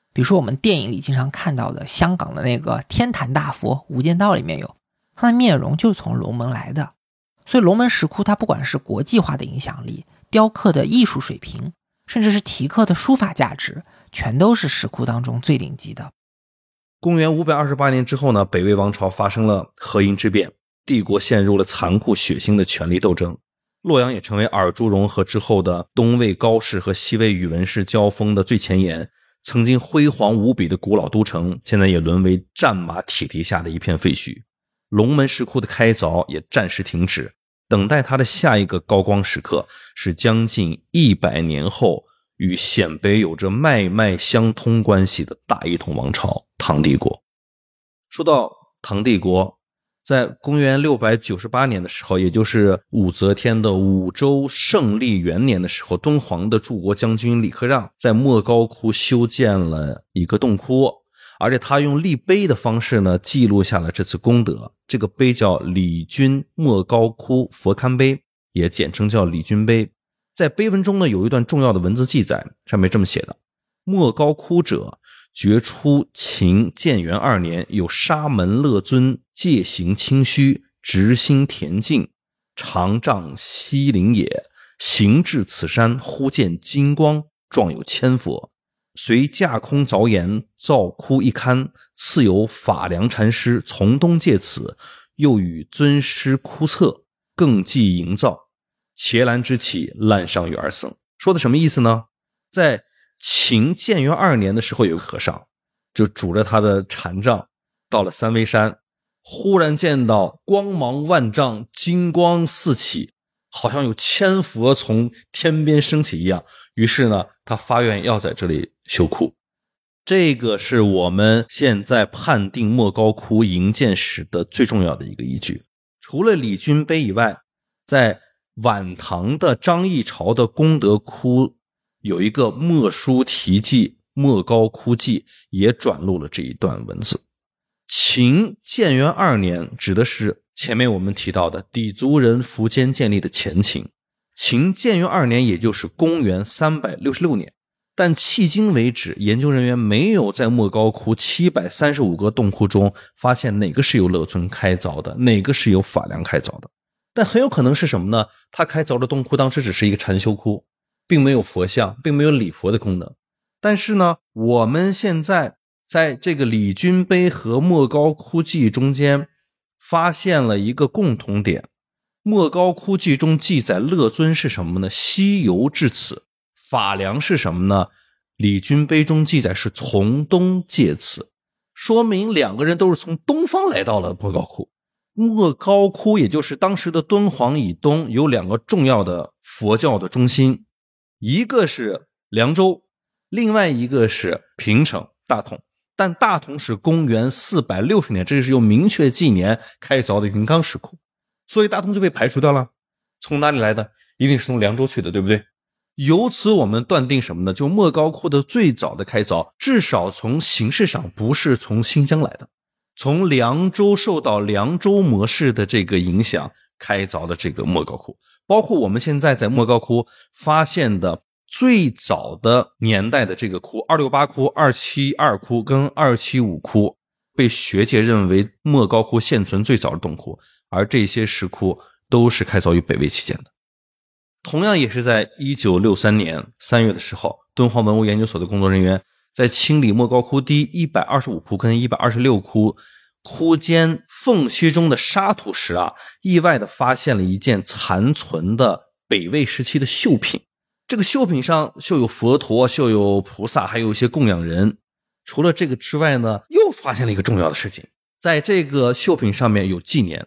比如说我们电影里经常看到的香港的那个天坛大佛，无间道里面有，它的面容就是从龙门来的。所以龙门石窟它不管是国际化的影响力、雕刻的艺术水平，甚至是题刻的书法价值，全都是石窟当中最顶级的。 公元528年之后呢，北魏王朝发生了河阴之变，帝国陷入了残酷血腥的权力斗争。洛阳也成为尔朱荣和之后的东魏高氏和西魏宇文氏交锋的最前沿，曾经辉煌无比的古老都城，现在也沦为战马铁蹄下的一片废墟。龙门石窟的开凿也暂时停止，等待它的下一个高光时刻是将近100年后与鲜卑有着脉脉相通关系的大一统王朝唐帝国。说到唐帝国，在公元698年的时候，也就是武则天的武周胜利元年的时候，敦煌的柱国将军李克让在莫高窟修建了一个洞窟，而且他用立碑的方式呢记录下了这次功德。这个碑叫李君莫高窟佛龛碑，也简称叫李君碑。在碑文中呢有一段重要的文字记载，上面这么写的：莫高窟者，决出秦建元2年，有沙门勒尊戒行清虚，直心恬静，长丈西陵也。行至此山，忽见金光，状有千佛。随架空凿岩，造窟一龛，次有法良禅师从东借此，又与尊师窟策，更继营造。伽蓝之气，滥上于二僧。说的什么意思呢？在秦建元2年的时候，有个和尚就拄着他的禅杖到了三危山，忽然见到光芒万丈，金光四起，好像有千佛从天边升起一样。于是呢，他发愿要在这里修窟。这个是我们现在判定莫高窟营建史的最重要的一个依据。除了李君碑以外，在晚唐的张议潮的功德窟有一个墨书题记莫高窟记，也转录了这一段文字。秦建元2年指的是前面我们提到的氐族人苻坚建立的前秦。秦建元2年也就是公元366年，但迄今为止，研究人员没有在莫高窟735个洞窟中发现哪个是由勒尊开凿的，哪个是由法良开凿的。但很有可能是什么呢？他开凿的洞窟当时只是一个禅修窟，并没有佛像，并没有礼佛的功能。但是呢，我们现在在这个李君碑和莫高窟记中间发现了一个共同点。莫高窟记中记载勒尊是什么呢？西游至此。法良是什么呢？李君碑中记载是从东借此，说明两个人都是从东方来到了莫高窟。莫高窟也就是当时的敦煌以东有两个重要的佛教的中心，一个是凉州，另外一个是平城大同。但大同是公元460年，这是有明确纪年开凿的云冈石窟，所以大同就被排除掉了。从哪里来的？一定是从凉州去的，对不对？由此我们断定什么呢？就莫高窟的最早的开凿，至少从形式上不是从新疆来的，从凉州受到凉州模式的这个影响开凿的这个莫高窟。包括我们现在在莫高窟发现的最早的年代的这个窟，268窟、272窟跟275窟，被学界认为莫高窟现存最早的洞窟，而这些石窟都是开凿于北魏期间的。同样也是在1963年3月的时候，敦煌文物研究所的工作人员在清理莫高窟第125窟跟126窟窟间缝隙中的沙土时意外地发现了一件残存的北魏时期的绣品。这个绣品上绣有佛陀，绣有菩萨，还有一些供养人。除了这个之外呢，又发现了一个重要的事情，在这个绣品上面有纪年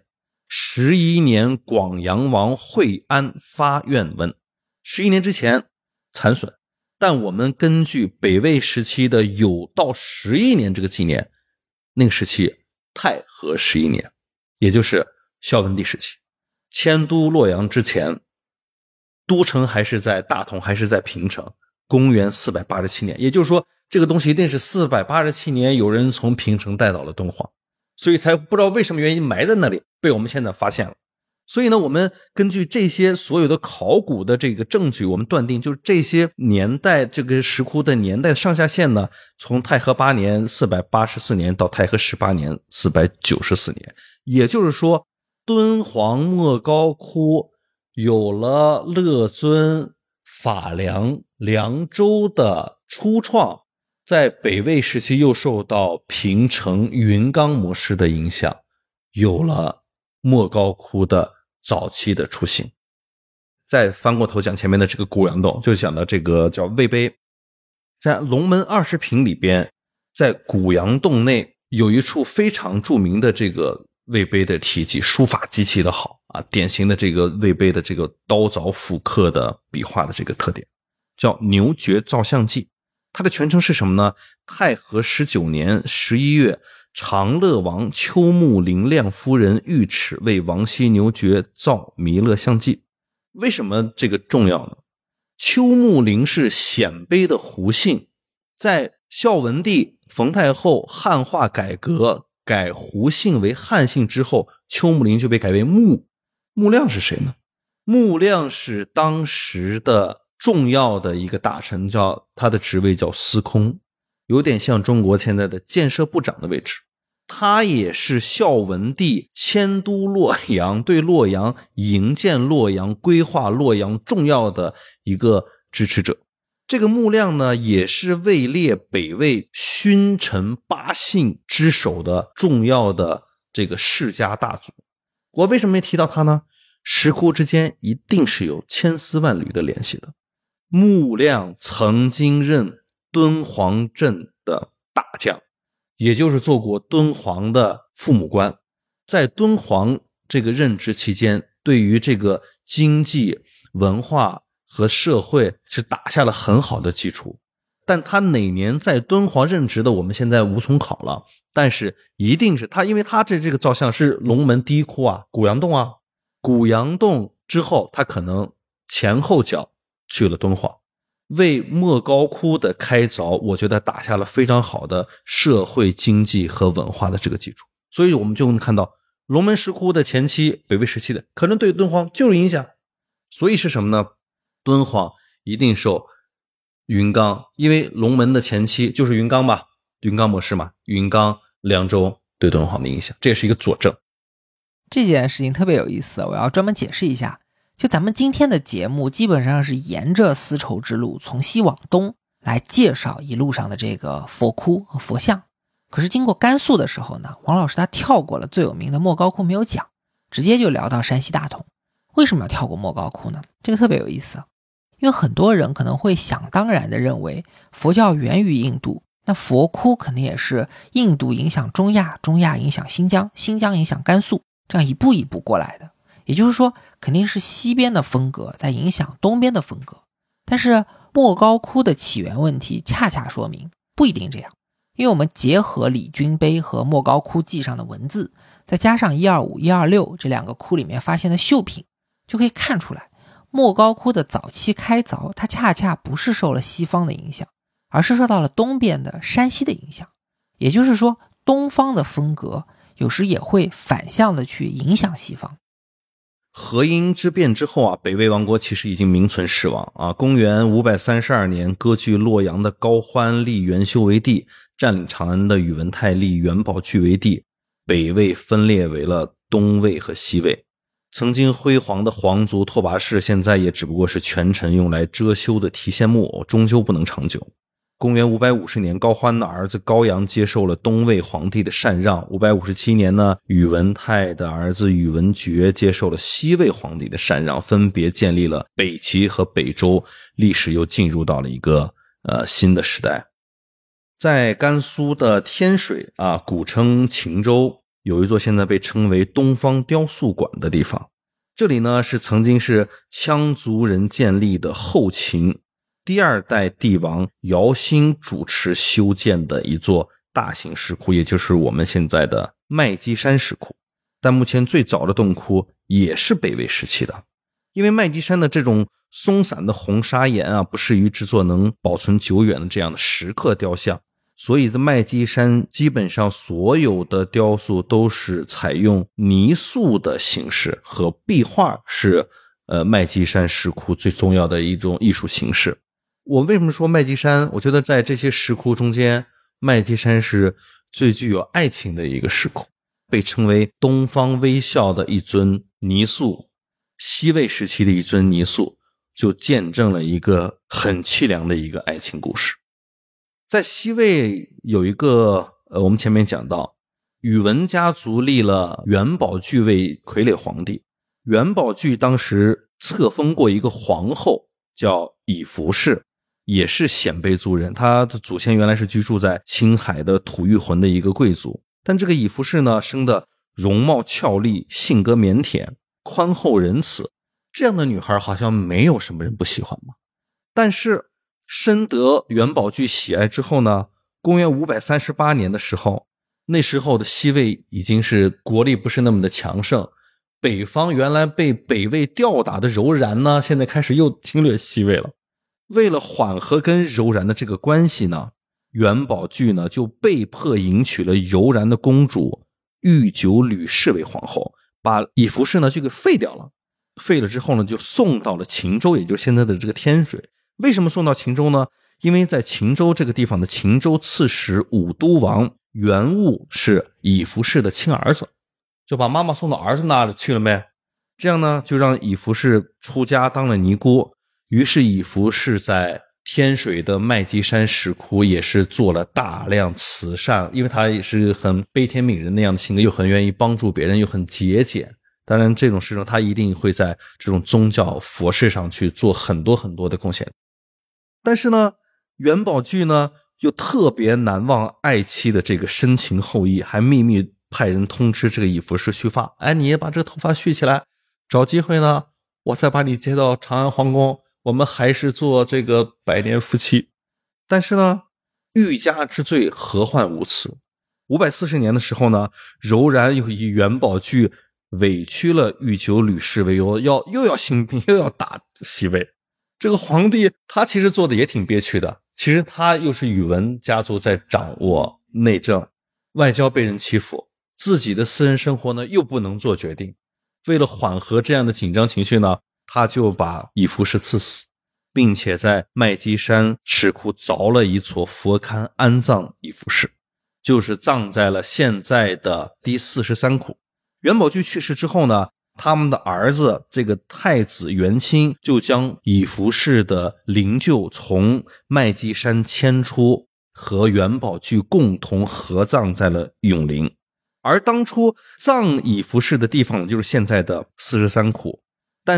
，11年广阳王惠安发愿文，11年之前残损，但我们根据北魏时期的有道11年这个纪年，那个时期太和11年，也就是孝文帝时期，迁都洛阳之前，都城还是在大同，还是在平城，公元487年，也就是说这个东西一定是487年有人从平城带到了敦煌，所以才不知道为什么原因埋在那里，被我们现在发现了。 所以呢，我们根据这些所有的考古的这个证据，我们断定就是这些年代，这个石窟的年代上下限呢，从太和8年484年到太和18年494年。也就是说，敦煌莫高窟有了勒尊、法梁、凉州的初创，在北魏时期又受到平城、云冈模式的影响，有了莫高窟的早期的雏形。再翻过头讲前面的这个古阳洞，就讲到这个叫魏碑。在龙门20品里边，在古阳洞内有一处非常著名的这个魏碑的题记，书法极其的好啊，典型的这个魏碑的这个刀凿斧刻的笔画的这个特点，叫牛角造像记。它的全称是什么呢？太和19年11月，长乐王秋穆陵亮夫人御敕为王羲牛角造弥勒像记。为什么这个重要呢？秋穆陵是鲜卑的胡姓，在孝文帝、冯太后汉化改革改胡姓为汉姓之后，秋穆陵就被改为穆。穆亮是谁呢？穆亮是当时的重要的一个大臣，他的职位叫司空，有点像中国现在的建设部长的位置。他也是孝文帝迁都洛阳，对洛阳营建洛阳、规划洛阳重要的一个支持者。这个穆亮呢，也是位列北魏勋臣8姓之首的重要的这个世家大族。我为什么没提到他呢？石窟之间一定是有千丝万缕的联系的。穆亮曾经任敦煌镇的大将，也就是做过敦煌的父母官，在敦煌这个任职期间，对于这个经济、文化和社会是打下了很好的基础。但他哪年在敦煌任职的，我们现在无从考了。但是一定是他，因为他这个造像是龙门第一窟啊，古阳洞啊。古阳洞之后，他可能前后脚去了敦煌，为莫高窟的开凿，我觉得打下了非常好的社会经济和文化的这个基础。所以我们就能看到龙门石窟的前期，北魏时期的可能对敦煌就有影响。所以是什么呢？敦煌一定受云冈，因为龙门的前期就是云冈吧，云冈模式嘛，云冈、凉州对敦煌的影响，这也是一个佐证。 这件事情特别有意思，我要专门解释一下。就咱们今天的节目基本上是沿着丝绸之路从西往东来介绍一路上的这个佛窟和佛像。可是经过甘肃的时候呢，王老师他跳过了最有名的莫高窟没有讲，直接就聊到山西大同。为什么要跳过莫高窟呢？这个特别有意思，因为很多人可能会想当然的认为佛教源于印度，那佛窟肯定也是印度影响中亚，中亚影响新疆，新疆影响甘肃，这样一步一步过来的。也就是说，肯定是西边的风格在影响东边的风格。但是莫高窟的起源问题恰恰说明不一定这样，因为我们结合李君碑和莫高窟记上的文字，再加上125、126这两个窟里面发现的绣品，就可以看出来莫高窟的早期开凿，它恰恰不是受了西方的影响，而是受到了东边的山西的影响。也就是说，东方的风格有时也会反向的去影响西方。 河阴之变之后啊，北魏王国其实已经名存实亡啊。公元532年，割据洛阳的高欢立元修为帝，占领长安的宇文泰立元宝炬为帝，北魏分裂为了东魏和西魏。曾经辉煌的皇族拓跋氏，现在也只不过是权臣用来遮羞的提线木偶，终究不能长久。公元550年，高欢的儿子高阳接受了东魏皇帝的禅让。557年呢，宇文泰的儿子宇文觉接受了西魏皇帝的禅让，分别建立了北齐和北周，历史又进入到了一个新的时代。在甘肃的天水啊，古称秦州，有一座现在被称为东方雕塑馆的地方。这里呢是曾经是羌族人建立的后秦第2代帝王姚兴主持修建的一座大型石窟，也就是我们现在的麦积山石窟。但目前最早的洞窟也是北魏时期的，因为麦积山的这种松散的红砂岩啊，不适于制作能保存久远的这样的石刻雕像， 所以在麦积山基本上所有的雕塑都是采用泥塑的形式，和壁画是麦积山石窟最重要的一种艺术形式。我为什么说麦积山？我觉得在这些石窟中间，麦积山是最具有爱情的一个石窟，被称为东方微笑的一尊泥塑，西魏时期的一尊泥塑，就见证了一个很凄凉的一个爱情故事。在西魏有一个我们前面讲到，宇文家族立了元宝炬为傀儡皇帝，元宝炬当时册封过一个皇后叫以服氏，也是鲜卑族人，他的祖先原来是居住在青海的吐谷浑的一个贵族。但这个以服氏呢，生的容貌俏丽，性格腼腆，宽厚仁慈，这样的女孩好像没有什么人不喜欢嘛。但是深得元宝炬喜爱之后呢，公元538年的时候，那时候的西魏已经是国力不是那么的强盛，北方原来被北魏吊打的柔然呢，现在开始又侵略西魏了。为了缓和跟柔然的这个关系呢，元宝炬呢就被迫迎娶了柔然的公主御酒吕氏为皇后，把以服氏呢就给废掉了。废了之后呢，就送到了秦州，也就是现在的这个天水。为什么送到秦州呢？因为在秦州这个地方的秦州刺史武都王元务是以服氏的亲儿子，就把妈妈送到儿子那里去了呗。这样呢，就让以服氏出家当了尼姑。于是以服氏在天水的麦积山石窟也是做了大量慈善，因为他也是很悲天悯人那样的性格，又很愿意帮助别人，又很节俭。当然这种事情他一定会在这种宗教佛事上去做很多很多的贡献。但是呢，元宝炬呢又特别难忘爱妻的这个深情厚谊，还秘密派人通知这个以服氏蓄发，哎，你也把这个头发蓄起来，找机会呢我再把你接到长安皇宫，我们还是做这个百年夫妻。但是呢，欲加之罪何患无辞。540年的时候呢，柔然又以元宝炬委屈了御酒吕氏为由，又要兴兵，又要打西魏。这个皇帝他其实做的也挺憋屈的，其实他又是宇文家族在掌握内政，外交被人欺负，自己的私人生活呢又不能做决定。为了缓和这样的紧张情绪呢，他就把以服氏赐死，并且在麦积山石窟凿了一座佛龛安葬以服氏，就是葬在了现在的第43窟。元宝炬去世之后呢，他们的儿子这个太子元钦就将以服氏的灵柩从麦积山迁出，和元宝炬共同合葬在了永陵。而当初葬以服氏的地方就是现在的43窟，但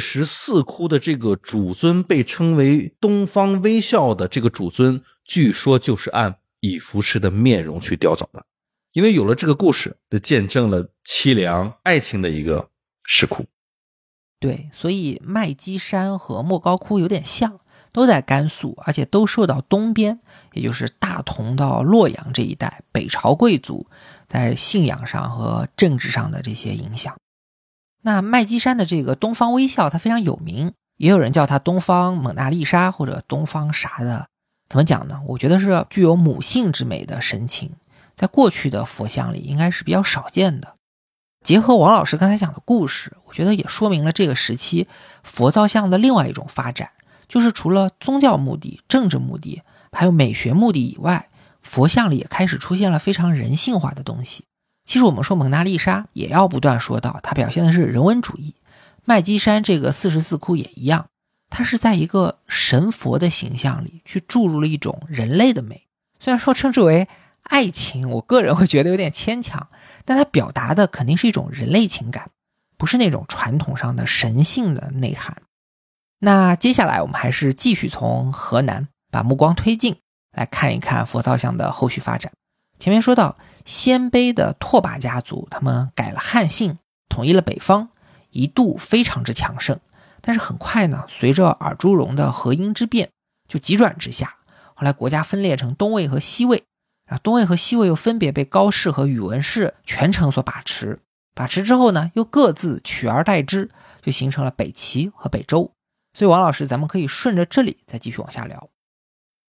44窟的这个主尊被称为东方微笑的这个主尊，据说就是按以服氏的面容去雕凿的。因为有了这个故事，就见证了凄凉爱情的一个石窟。 对，所以麦积山和莫高窟有点像，都在甘肃，而且都受到东边，也就是大同到洛阳这一带北朝贵族在信仰上和政治上的这些影响。那麦积山的这个东方微笑它非常有名，也有人叫它东方蒙娜丽莎或者东方啥的。怎么讲呢？我觉得是具有母性之美的神情，在过去的佛像里应该是比较少见的。结合王老师刚才讲的故事，我觉得也说明了这个时期佛造像的另外一种发展，就是除了宗教目的、政治目的还有美学目的以外，佛像里也开始出现了非常人性化的东西。其实我们说蒙娜丽莎也要不断说到它表现的是人文主义，麦积山这个44窟也一样，它是在一个神佛的形象里去注入了一种人类的美。虽然说称之为爱情，我个人会觉得有点牵强，但它表达的肯定是一种人类情感，不是那种传统上的神性的内涵。那接下来我们还是继续从河南把目光推进，来看一看佛造像的后续发展。前面说到鲜卑的拓跋家族，他们改了汉姓，统一了北方，一度非常之强盛。但是很快呢，随着尔朱荣的河阴之变就急转直下，后来国家分裂成东魏和西魏，然后东魏和西魏又分别被高氏和宇文氏全程所把持，把持之后呢，又各自取而代之，就形成了北齐和北周。所以王老师，咱们可以顺着这里再继续往下聊。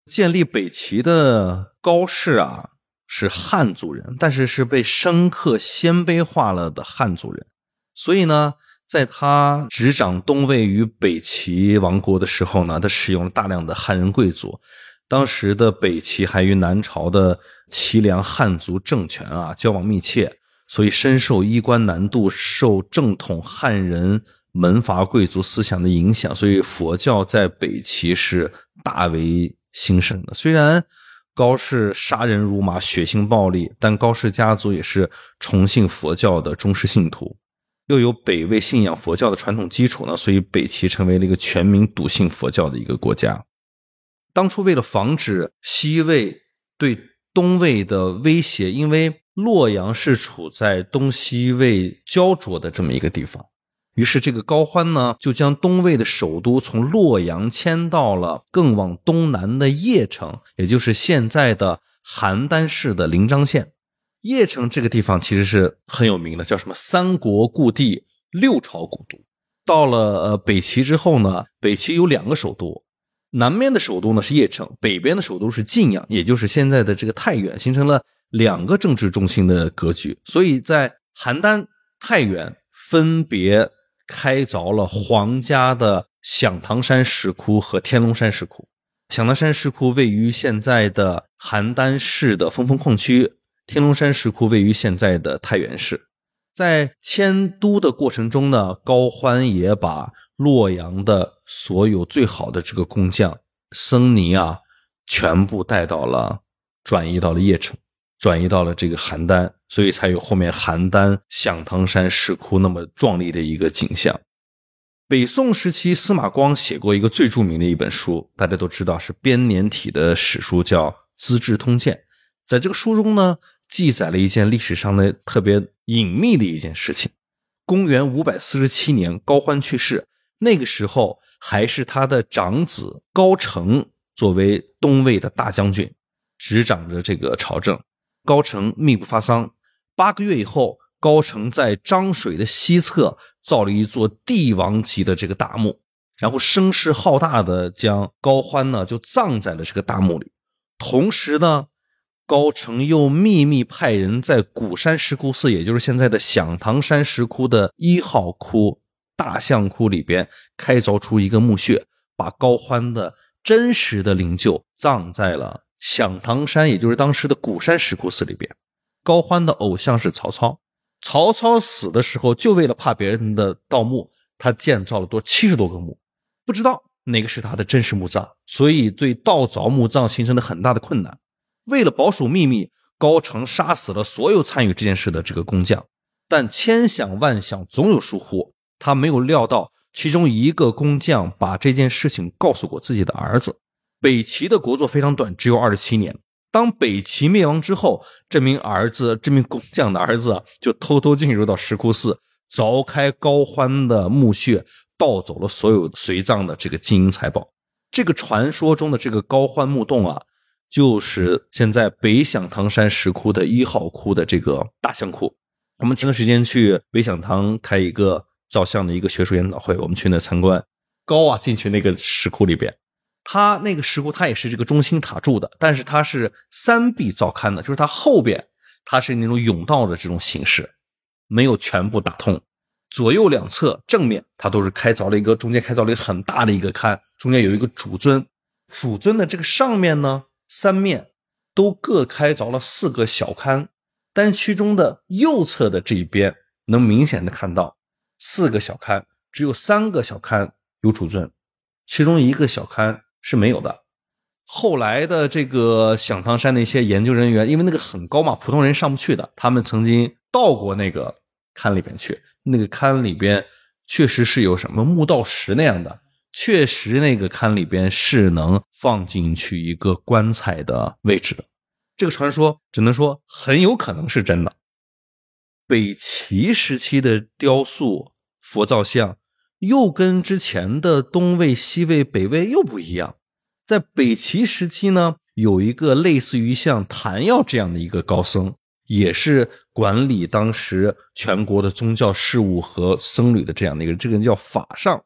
建立北齐的高适啊是汉族人，但是是被深刻鲜卑化了的汉族人，所以呢在他执掌东魏与北齐王国的时候呢，他使用了大量的汉人贵族。当时的北齐还与南朝的齐梁汉族政权啊交往密切，所以深受衣冠南渡，受正统汉人门阀贵族思想的影响，所以佛教在北齐是大为兴盛的。虽然高适杀人如麻，血腥暴力，但高氏家族也是崇信佛教的忠实信徒，又有北魏信仰佛教的传统基础呢，所以北齐成为了一个全民笃信佛教的一个国家。当初为了防止西魏对东魏的威胁，因为洛阳是处在东西魏焦灼的这么一个地方，于是这个高欢呢就将东魏的首都从洛阳迁到了更往东南的邺城，也就是现在的邯郸市的临漳县。邺城这个地方其实是很有名的，叫什么三国故地，六朝古都。到了北齐之后呢，北齐有2个首都，南面的首都呢是邺城，北边的首都是晋阳，也就是现在的这个太原，形成了2个政治中心的格局。所以在邯郸、太原分别开凿了皇家的响堂山石窟和天龙山石窟。响堂山石窟位于现在的邯郸市的峰邛区，天龙山石窟位于现在的太原市。在迁都的过程中呢，高欢也把洛阳的所有最好的这个工匠僧尼啊全部转移到了邺城，转移到了这个邯郸，所以才有后面邯郸响堂山石窟那么壮丽的一个景象。北宋时期司马光写过一个最著名的一本书，大家都知道是编年体的史书，叫《资治通鉴》。在这个书中呢，记载了一件历史上的特别隐秘的一件事情。公元547年高欢去世，那个时候还是他的长子高澄作为东魏的大将军执掌着这个朝政。高澄命不发丧，8个月以后，高澄在漳水的西侧造了一座帝王级的这个大墓，然后声势浩大的将高欢呢就葬在了这个大墓里。同时呢，高澄又秘密派人在鼓山石窟寺，也就是现在的响堂山石窟的1号窟大象窟里边开凿出一个墓穴，把高欢的真实的灵柩葬在了响堂山，也就是当时的鼓山石窟寺里边。高欢的偶像是曹操，曹操死的时候就为了怕别人的盗墓，他建造了70多个墓，不知道哪个是他的真实墓葬，所以对盗凿墓葬形成了很大的困难。为了保守秘密，高澄杀死了所有参与这件事的这个工匠，但千想万想总有疏忽，他没有料到其中一个工匠把这件事情告诉过自己的儿子。北齐的国祚非常短，只有27年。当北齐灭亡之后，这名工匠的儿子就偷偷进入到石窟寺，凿开高欢的墓穴，盗走了所有随葬的这个金银财宝。这个传说中的这个高欢墓洞啊，就是现在北响堂山石窟的1号窟的这个大象窟。我们前段时间去北响堂开一个造像的一个学术研讨会，我们去那参观，进去那个石窟里边，它那个石窟它也是这个中心塔柱的，但是它是3壁造龛的，就是它后边它是那种甬道的这种形式，没有全部打通。左右两侧正面它都是中间开凿了一个很大的一个龛，中间有一个主尊，主尊的这个上面呢3面都各开凿了4个小龛，但其中的右侧的这一边能明显的看到4个小龛，只有3个小龛有主尊，其中1个小龛是没有的。后来的这个响堂山的一些研究人员，因为那个很高嘛，普通人上不去的，他们曾经到过那个龛里边去，那个龛里边确实是有什么墓道石那样的，确实那个龛里边是能放进去一个棺材的位置的。这个传说只能说很有可能是真的。北齐时期的雕塑佛造像又跟之前的东魏、西魏、北魏又不一样。在北齐时期呢，有一个类似于像谭耀这样的一个高僧，也是管理当时全国的宗教事务和僧侣的这样的一个人，这个人叫法上。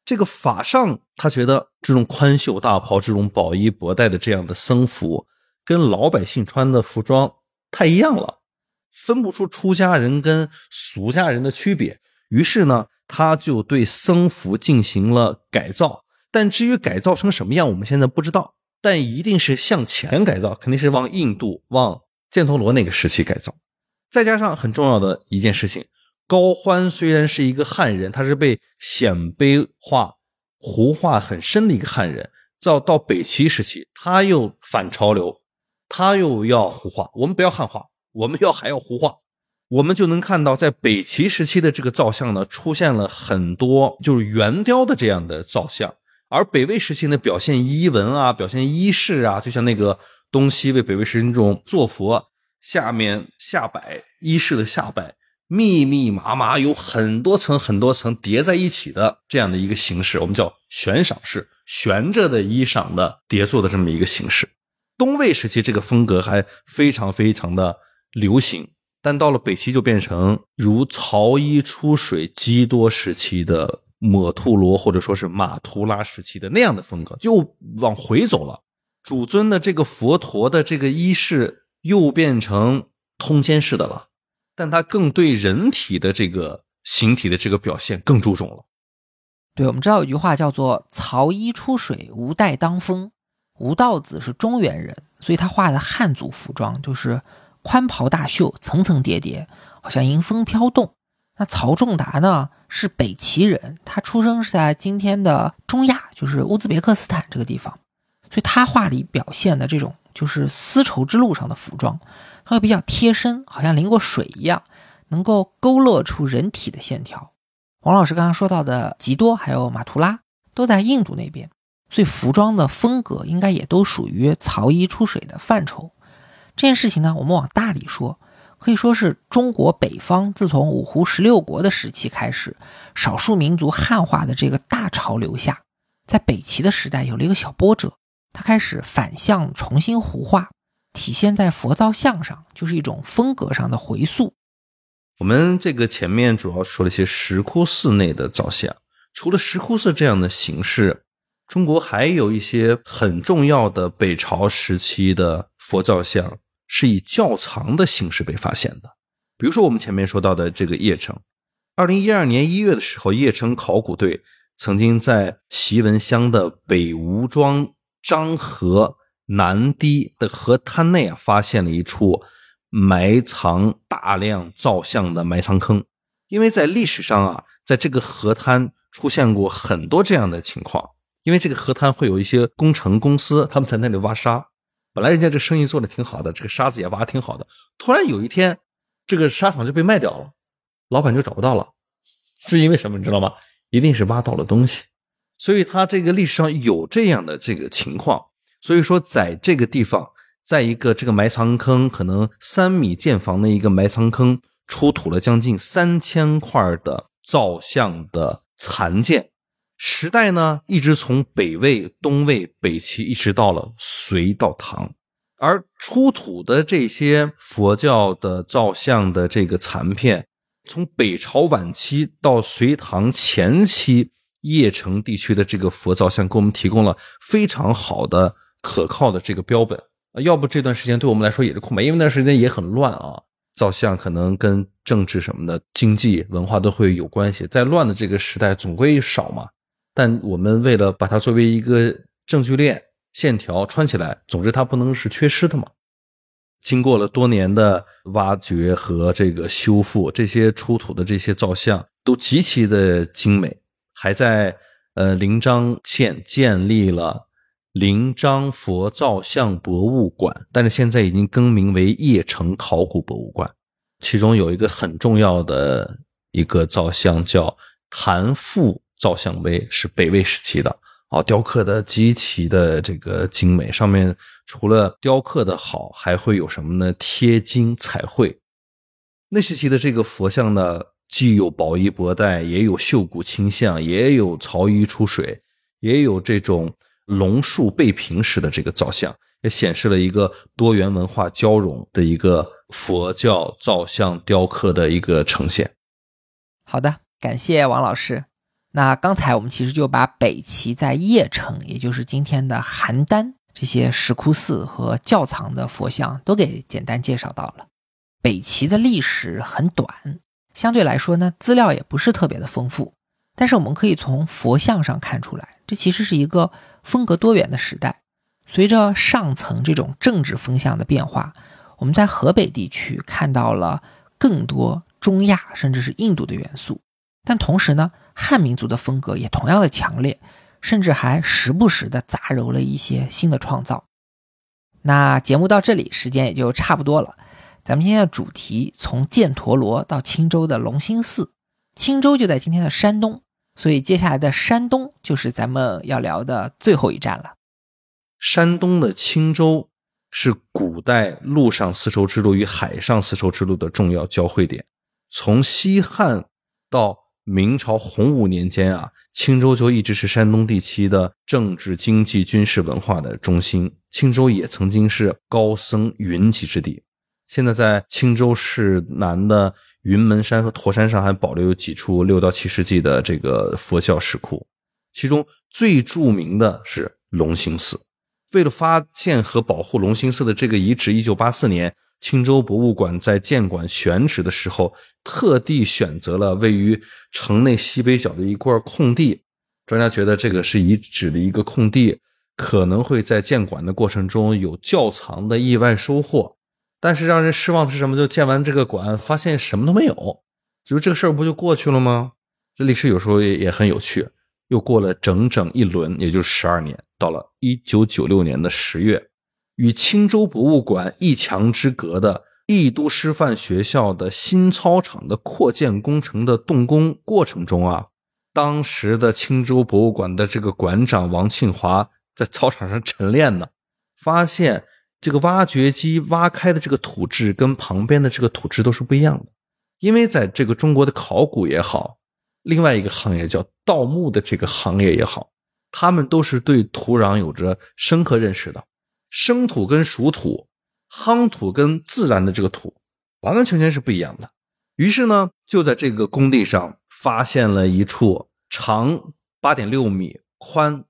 这个法上他觉得这种宽袖大袍，这种宝衣博带的这样的僧服跟老百姓穿的服装太一样了，分不出出家人跟俗家人的区别。于是呢，他就对僧服进行了改造，但至于改造成什么样我们现在不知道，但一定是向前改造，肯定是往印度往犍陀罗那个时期改造。再加上很重要的一件事情，高欢虽然是一个汉人，他是被鲜卑化胡化很深的一个汉人，到北齐时期他又反潮流，他又要胡化，我们不要汉化，我们还要胡化。我们就能看到在北齐时期的这个造像呢，出现了很多就是圆雕的这样的造像，而北魏时期呢，表现衣纹啊，表现衣饰啊，就像那个东西魏北魏时期那种坐佛下面下摆衣饰的下摆密密麻麻有很多层叠在一起的这样的一个形式，我们叫悬赏式，悬着的衣裳的叠做的这么一个形式。东魏时期这个风格还非常非常的流行，但到了北齐就变成如曹衣出水基多时期的抹吐罗或者说是马图拉时期的那样的风格，就往回走了。主尊的这个佛陀的这个衣饰又变成通奸式的了，但他更对人体的这个形体的这个表现更注重了。 对，我们知道有句话叫做曹衣出水吴带当风，吴道子是中原人，所以他画的汉族服装就是宽袍大袖层层叠叠，好像迎风飘动。那曹仲达呢是北齐人，他出生是在今天的中亚，就是乌兹别克斯坦这个地方，所以他画里表现的这种就是丝绸之路上的服装，它会比较贴身，好像淋过水一样，能够勾勒出人体的线条。王老师刚刚说到的吉多还有马图拉都在印度那边，所以服装的风格应该也都属于曹衣出水的范畴。这件事情呢，我们往大里说，可以说是中国北方自从五胡十六国的时期开始，少数民族汉化的这个大潮流下，在北齐的时代有了一个小波折，他开始反向重新胡化，体现在佛造像上，就是一种风格上的回溯。 我们这个前面主要说了一些石窟寺内的造像，除了石窟寺这样的形式，中国还有一些很重要的北朝时期的佛造像是以窖藏的形式被发现的。比如说我们前面说到的这个邺城，2012年1月的时候，邺城考古队曾经在习文乡的北吴庄漳河南堤的河滩内发现了一处埋藏大量造像的埋藏坑。因为在历史上在这个河滩出现过很多这样的情况，因为这个河滩会有一些工程公司，他们在那里挖沙，本来人家这生意做得挺好的，这个沙子也挖挺好的，突然有一天这个沙场就被卖掉了，老板就找不到了，是因为什么你知道吗？一定是挖到了东西。所以他这个历史上有这样的这个情况，所以说在这个地方，在一个这个埋藏坑可能3米见房的一个埋藏坑，出土了将近3000块的造像的残件。时代呢一直从北魏、东魏、北齐一直到了隋到唐，而出土的这些佛教的造像的这个残片，从北朝晚期到隋唐前期邺城地区的这个佛造像给我们提供了非常好的可靠的这个标本。要不这段时间对我们来说也是空白，因为那段时间也很乱造像可能跟政治什么的经济文化都会有关系，在乱的这个时代总归少嘛，但我们为了把它作为一个证据链线条穿起来，总之它不能是缺失的嘛。经过了多年的挖掘和这个修复，这些出土的这些造像都极其的精美，还在临漳县建立了临漳佛造像博物馆，但是现在已经更名为邺城考古博物馆。其中有一个很重要的一个造像叫谭父造像碑，是北魏时期的雕刻的极其的这个精美，上面除了雕刻的好，还会有什么呢？贴金彩绘。那时期的这个佛像呢，既有宝衣博带，也有绣骨倾向，也有曹衣出水，也有这种龙树背平时的这个造像，也显示了一个多元文化交融的一个佛教造像雕刻的一个呈现。 好的，感谢王老师。 那刚才我们其实就把北齐在邺城，也就是今天的邯郸这些石窟寺和窖藏的佛像都给简单介绍到了。北齐的历史很短，相对来说呢，资料也不是特别的丰富，但是我们可以从佛像上看出来，这其实是一个风格多元的时代。随着上层这种政治风向的变化，我们在河北地区看到了更多中亚甚至是印度的元素，但同时呢，汉民族的风格也同样的强烈，甚至还时不时的杂糅了一些新的创造。那节目到这里时间也就差不多了，咱们今天的主题从犍陀罗到青州的隆兴寺，青州就在今天的山东，所以接下来的山东就是咱们要聊的最后一站了。 山东的青州是古代陆上丝绸之路与海上丝绸之路的重要交汇点。从西汉到明朝洪武年间啊，青州就一直是山东地区的政治、经济、军事、文化的中心。青州也曾经是高僧云集之地。现在在青州市南的云门山和驼山上还保留有几处6到7世纪的这个佛教石窟，其中最著名的是隆兴寺。为了发现和保护隆兴寺的这个遗址，1984年青州博物馆在建馆选址的时候，特地选择了位于城内西北角的一块空地。专家觉得这个是遗址的一个空地，可能会在建馆的过程中有窖藏的意外收获。但是让人失望的是什么？就建完这个馆发现什么都没有，就是这个事儿不就过去了吗？这历史有时候也很有趣。又过了整整一轮，也就是12年，到了1996年的10月，与青州博物馆一墙之隔的义都师范学校的新操场的扩建工程的动工过程中啊，当时的青州博物馆的这个馆长王庆华在操场上晨练呢，发现这个挖掘机挖开的这个土质跟旁边的这个土质都是不一样的。因为在这个中国的考古也好，另外一个行业叫盗墓的这个行业也好，他们都是对土壤有着深刻认识的。生土跟熟土，夯土跟自然的这个土完完全全是不一样的。于是呢，就在这个工地上发现了一处长 8.6 米宽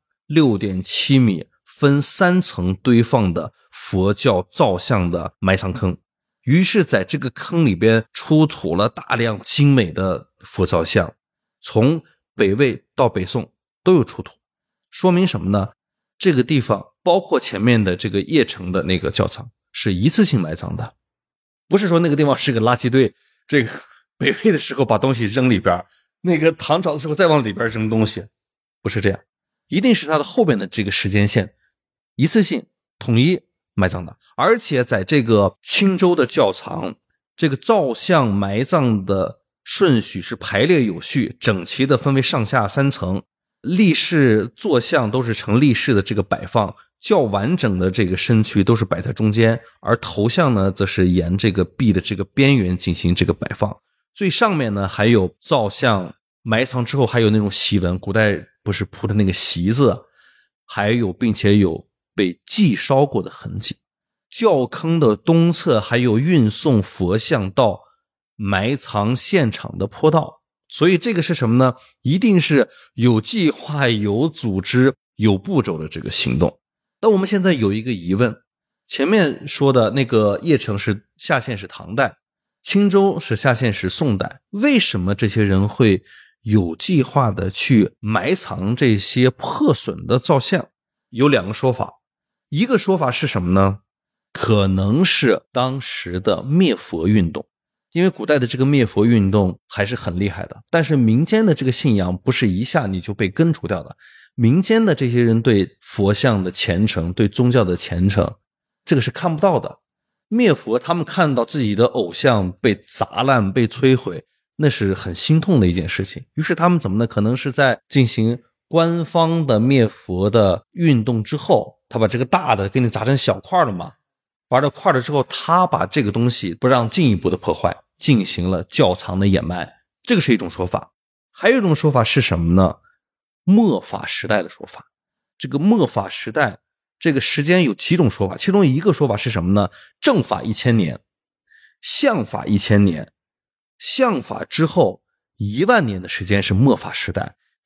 6.7 米分3层堆放的佛教造像的埋藏坑。于是在这个坑里边出土了大量精美的佛造像，从北魏到北宋都有出土。说明什么呢？这个地方包括前面的这个邺城的那个窖藏是一次性埋葬的，不是说那个地方是个垃圾堆，这个北魏的时候把东西扔里边，那个唐朝的时候再往里边扔东西，不是这样，一定是它的后边的这个时间线一次性统一埋葬的。而且在这个青州的窖藏，这个造像埋葬的顺序是排列有序，整齐的分为上下3层，立式坐像都是呈立式的这个摆放，较完整的这个身躯都是摆在中间，而头像呢则是沿这个壁的这个边缘进行这个摆放。最上面呢还有造像埋藏之后还有那种席纹，古代不是铺的那个席子，还有并且有被祭烧过的痕迹。窖坑的东侧还有运送佛像到埋藏现场的坡道。所以这个是什么呢？一定是有计划、有组织、有步骤的这个行动。那我们现在有一个疑问，前面说的那个邺城是下线是唐代，青州是下线是宋代，为什么这些人会有计划的去埋藏这些破损的造像？有2个说法。一个说法是什么呢？可能是当时的灭佛运动。因为古代的这个灭佛运动还是很厉害的，但是民间的这个信仰不是一下你就被根除掉的。民间的这些人对佛像的虔诚，对宗教的虔诚，这个是看不到的。灭佛他们看到自己的偶像被砸烂被摧毁，那是很心痛的一件事情。于是他们怎么呢？可能是在进行官方的灭佛的运动之后，他把这个大的给你砸成小块了嘛，玩到块了之后，他把这个东西不让进一步的破坏，进行了窖藏的掩埋，这个是一种说法。还有一种说法是什么呢？末法时代的说法。这个末法时代这个时间有几种说法，其中一个说法是什么呢？正法1000年，相法1000年，相法之后1万年的时间是末法时代，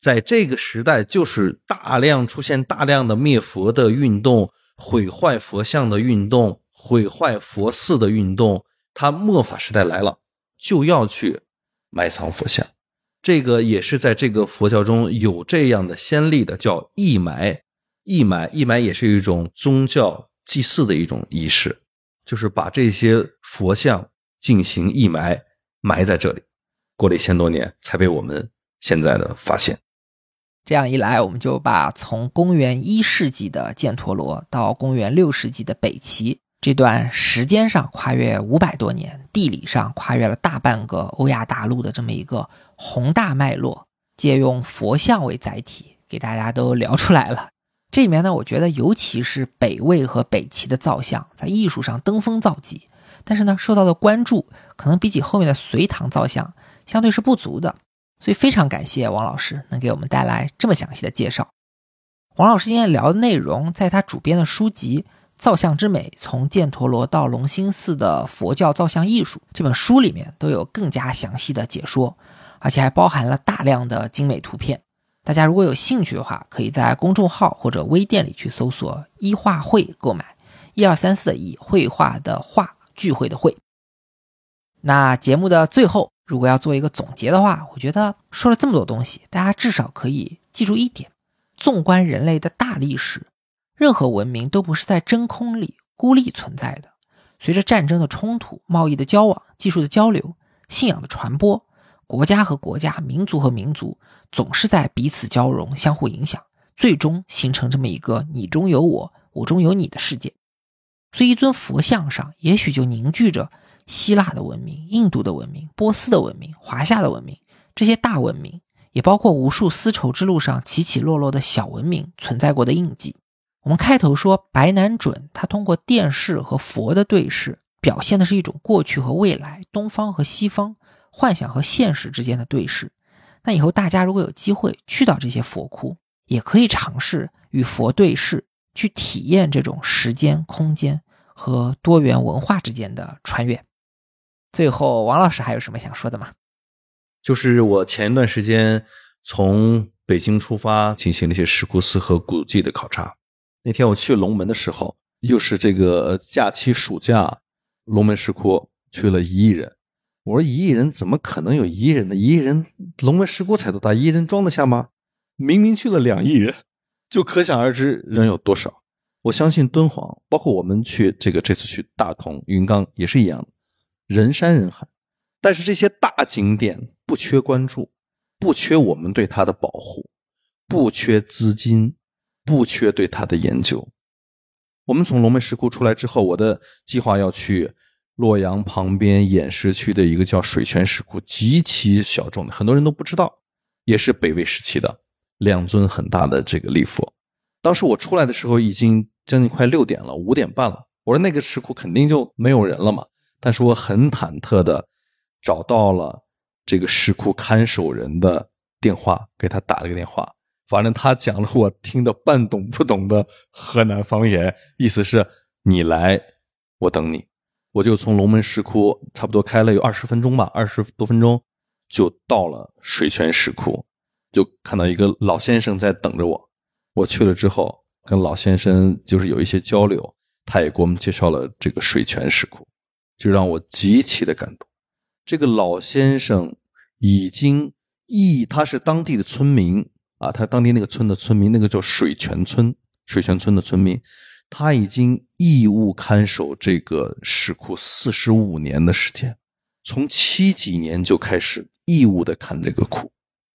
在这个时代就是出现大量的灭佛的运动，毁坏佛像的运动，毁坏佛寺的运动。他末法时代来了，就要去埋藏佛像。这个也是在这个佛教中有这样的先例的，叫义埋。义埋也是一种宗教祭祀的一种仪式，就是把这些佛像进行义埋，埋在这里，过了1000多年才被我们现在的发现。 这样一来，我们就把从公元1世纪的犍陀罗到公元6世纪的北齐这段时间上跨越500多年，地理上跨越了大半个欧亚大陆的这么一个宏大脉络，借用佛像为载体给大家都聊出来了。这里面呢，我觉得尤其是北魏和北齐的造像在艺术上登峰造极，但是呢，受到的关注可能比起后面的隋唐造像相对是不足的。所以非常感谢王老师能给我们带来这么详细的介绍。王老师今天聊的内容，在他主编的书籍《造像之美：从犍陀罗到隆兴寺的佛教造像艺术》这本书里面都有更加详细的解说，而且还包含了大量的精美图片。大家如果有兴趣的话，可以在公众号或者微店里去搜索一画会购买，1234的一，绘画的画，聚会的会。那节目的最后，如果要做一个总结的话，我觉得说了这么多东西，大家至少可以记住一点：纵观人类的大历史，任何文明都不是在真空里孤立存在的。随着战争的冲突、贸易的交往、技术的交流、信仰的传播，国家和国家、民族和民族总是在彼此交融、相互影响，最终形成这么一个你中有我，我中有你的世界。所以一尊佛像上也许就凝聚着希腊的文明、印度的文明、波斯的文明、华夏的文明，这些大文明，也包括无数丝绸之路上起起落落的小文明存在过的印记。我们开头说白南准他通过电视和佛的对视，表现的是一种过去和未来、东方和西方、幻想和现实之间的对视。那以后大家如果有机会去到这些佛窟，也可以尝试与佛对视，去体验这种时间、空间和多元文化之间的穿越。最后，王老师还有什么想说的吗？ 就是我前一段时间从北京出发，进行了一些石窟寺和古迹的考察。那天我去龙门的时候，又是这个假期暑假，龙门石窟去了1亿人。我说1亿人怎么可能有1亿人呢？1亿人，龙门石窟才多大，1亿人装得下吗？明明去了2亿人，就可想而知人有多少。我相信敦煌，包括我们去这次去大同、云冈也是一样的，人山人海。但是这些大景点不缺关注，不缺我们对它的保护，不缺资金，不缺对它的研究。我们从龙门石窟出来之后，我的计划要去洛阳旁边偃师区的一个叫水泉石窟，极其小众的，很多人都不知道，也是北魏时期的2尊很大的这个立佛。当时我出来的时候已经将近快6点了，5点半了。我说那个石窟肯定就没有人了嘛，但是我很忐忑的找到了这个石窟看守人的电话，给他打了个电话。反正他讲了我听得半懂不懂的河南方言，意思是你来我等你。我就从龙门石窟差不多开了有20分钟吧，20多分钟就到了水泉石窟，就看到一个老先生在等着我。我去了之后跟老先生就是有一些交流，他也给我们介绍了这个水泉石窟，就让我极其的感动。这个老先生已经他是当地的村民啊，他当地那个村的村民，那个叫水泉村的村民，他已经义务看守这个石窟45年的时间，从70几年就开始义务的看这个窟，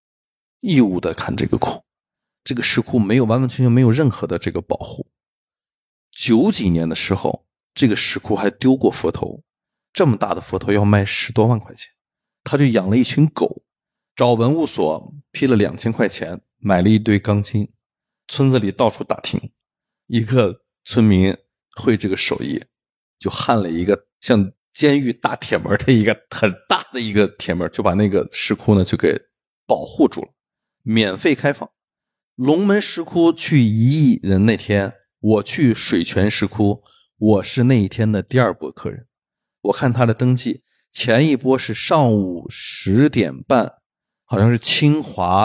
这个石窟没有完完全全没有任何的这个保护。90几年的时候，这个石窟还丢过佛头，这么大的佛头要卖10多万块钱，他就养了一群狗，找文物所批了2000块钱，买了一堆钢筋，村子里到处打听，一个村民会这个手艺，就焊了一个像监狱大铁门的一个很大的一个铁门，就把那个石窟呢就给保护住了，免费开放。龙门石窟去1亿人那天，我去水泉石窟，我是那一天的第2波客人。我看他的登记，前一波是上午10点半，好像是清华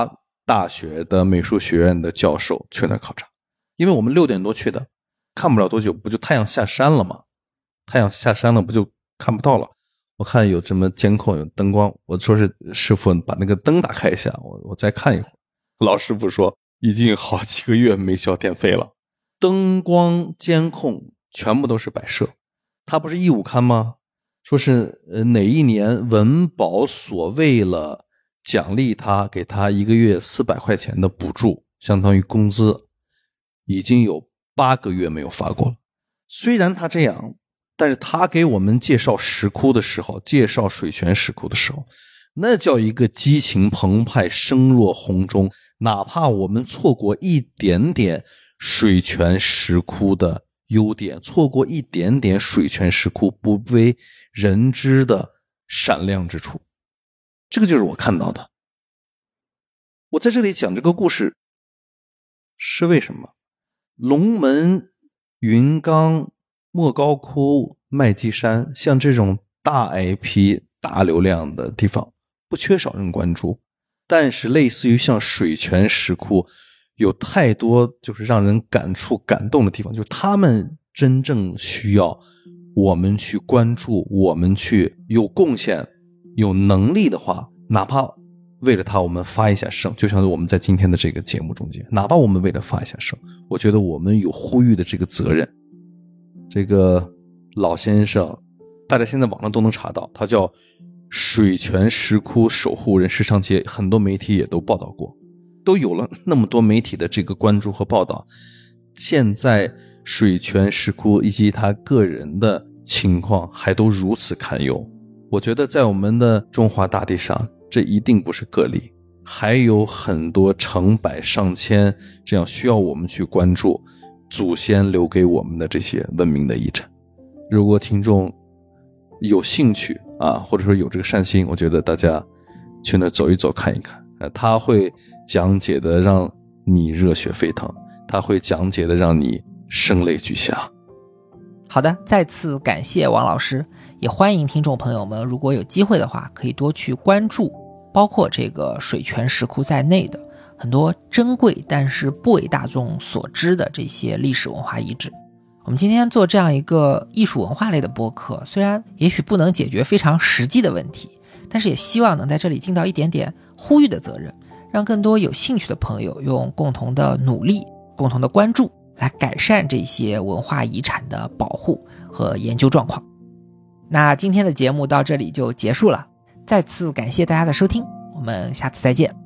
大学的美术学院的教授去那考察，因为我们6点多去的，看不了多久不就太阳下山了吗？太阳下山了不就看不到了。我看有什么监控有灯光，我说是师傅把那个灯打开一下，我再看一会儿。老师傅说已经好几个月没交电费了，灯光监控全部都是摆设。他不是义务刊吗？说是哪一年文保所为了奖励他，给他1个月400块钱的补助，相当于工资，已经有8个月没有发过了。虽然他这样，但是他给我们介绍石窟的时候，介绍水泉石窟的时候，那叫一个激情澎湃，声若洪钟。哪怕我们错过一点点水泉石窟的优点，错过一点点水泉石窟不为人知的闪亮之处，这个就是我看到的。我在这里讲这个故事是为什么？龙门、云冈、莫高窟、麦积山，像这种大 IP 大流量的地方不缺少人关注，但是类似于像水泉石窟有太多就是让人感触感动的地方，就是他们真正需要我们去关注，我们去有贡献有能力的话，哪怕为了他我们发一下声，就像是我们在今天的这个节目中间，哪怕我们为了发一下声，我觉得我们有呼吁的这个责任。这个老先生大家现在网上都能查到，他叫水泉石窟守护人石长杰，很多媒体也都报道过，都有了那么多媒体的这个关注和报道。现在水泉石窟以及他个人的情况还都如此堪忧，我觉得在我们的中华大地上，这一定不是个例，还有很多成百上千这样需要我们去关注祖先留给我们的这些文明的遗产。如果听众有兴趣啊，或者说有这个善心，我觉得大家去那走一走看一看，他会讲解的让你热血沸腾，他会讲解的让你声泪俱下。 好的，再次感谢王老师，也欢迎听众朋友们如果有机会的话，可以多去关注包括这个水泉石窟在内的很多珍贵但是不为大众所知的这些历史文化遗址。我们今天做这样一个艺术文化类的播客，虽然也许不能解决非常实际的问题，但是也希望能在这里尽到一点点呼吁的责任，让更多有兴趣的朋友用共同的努力共同的关注来改善这些文化遗产的保护和研究状况。那今天的节目到这里就结束了，再次感谢大家的收听，我们下次再见。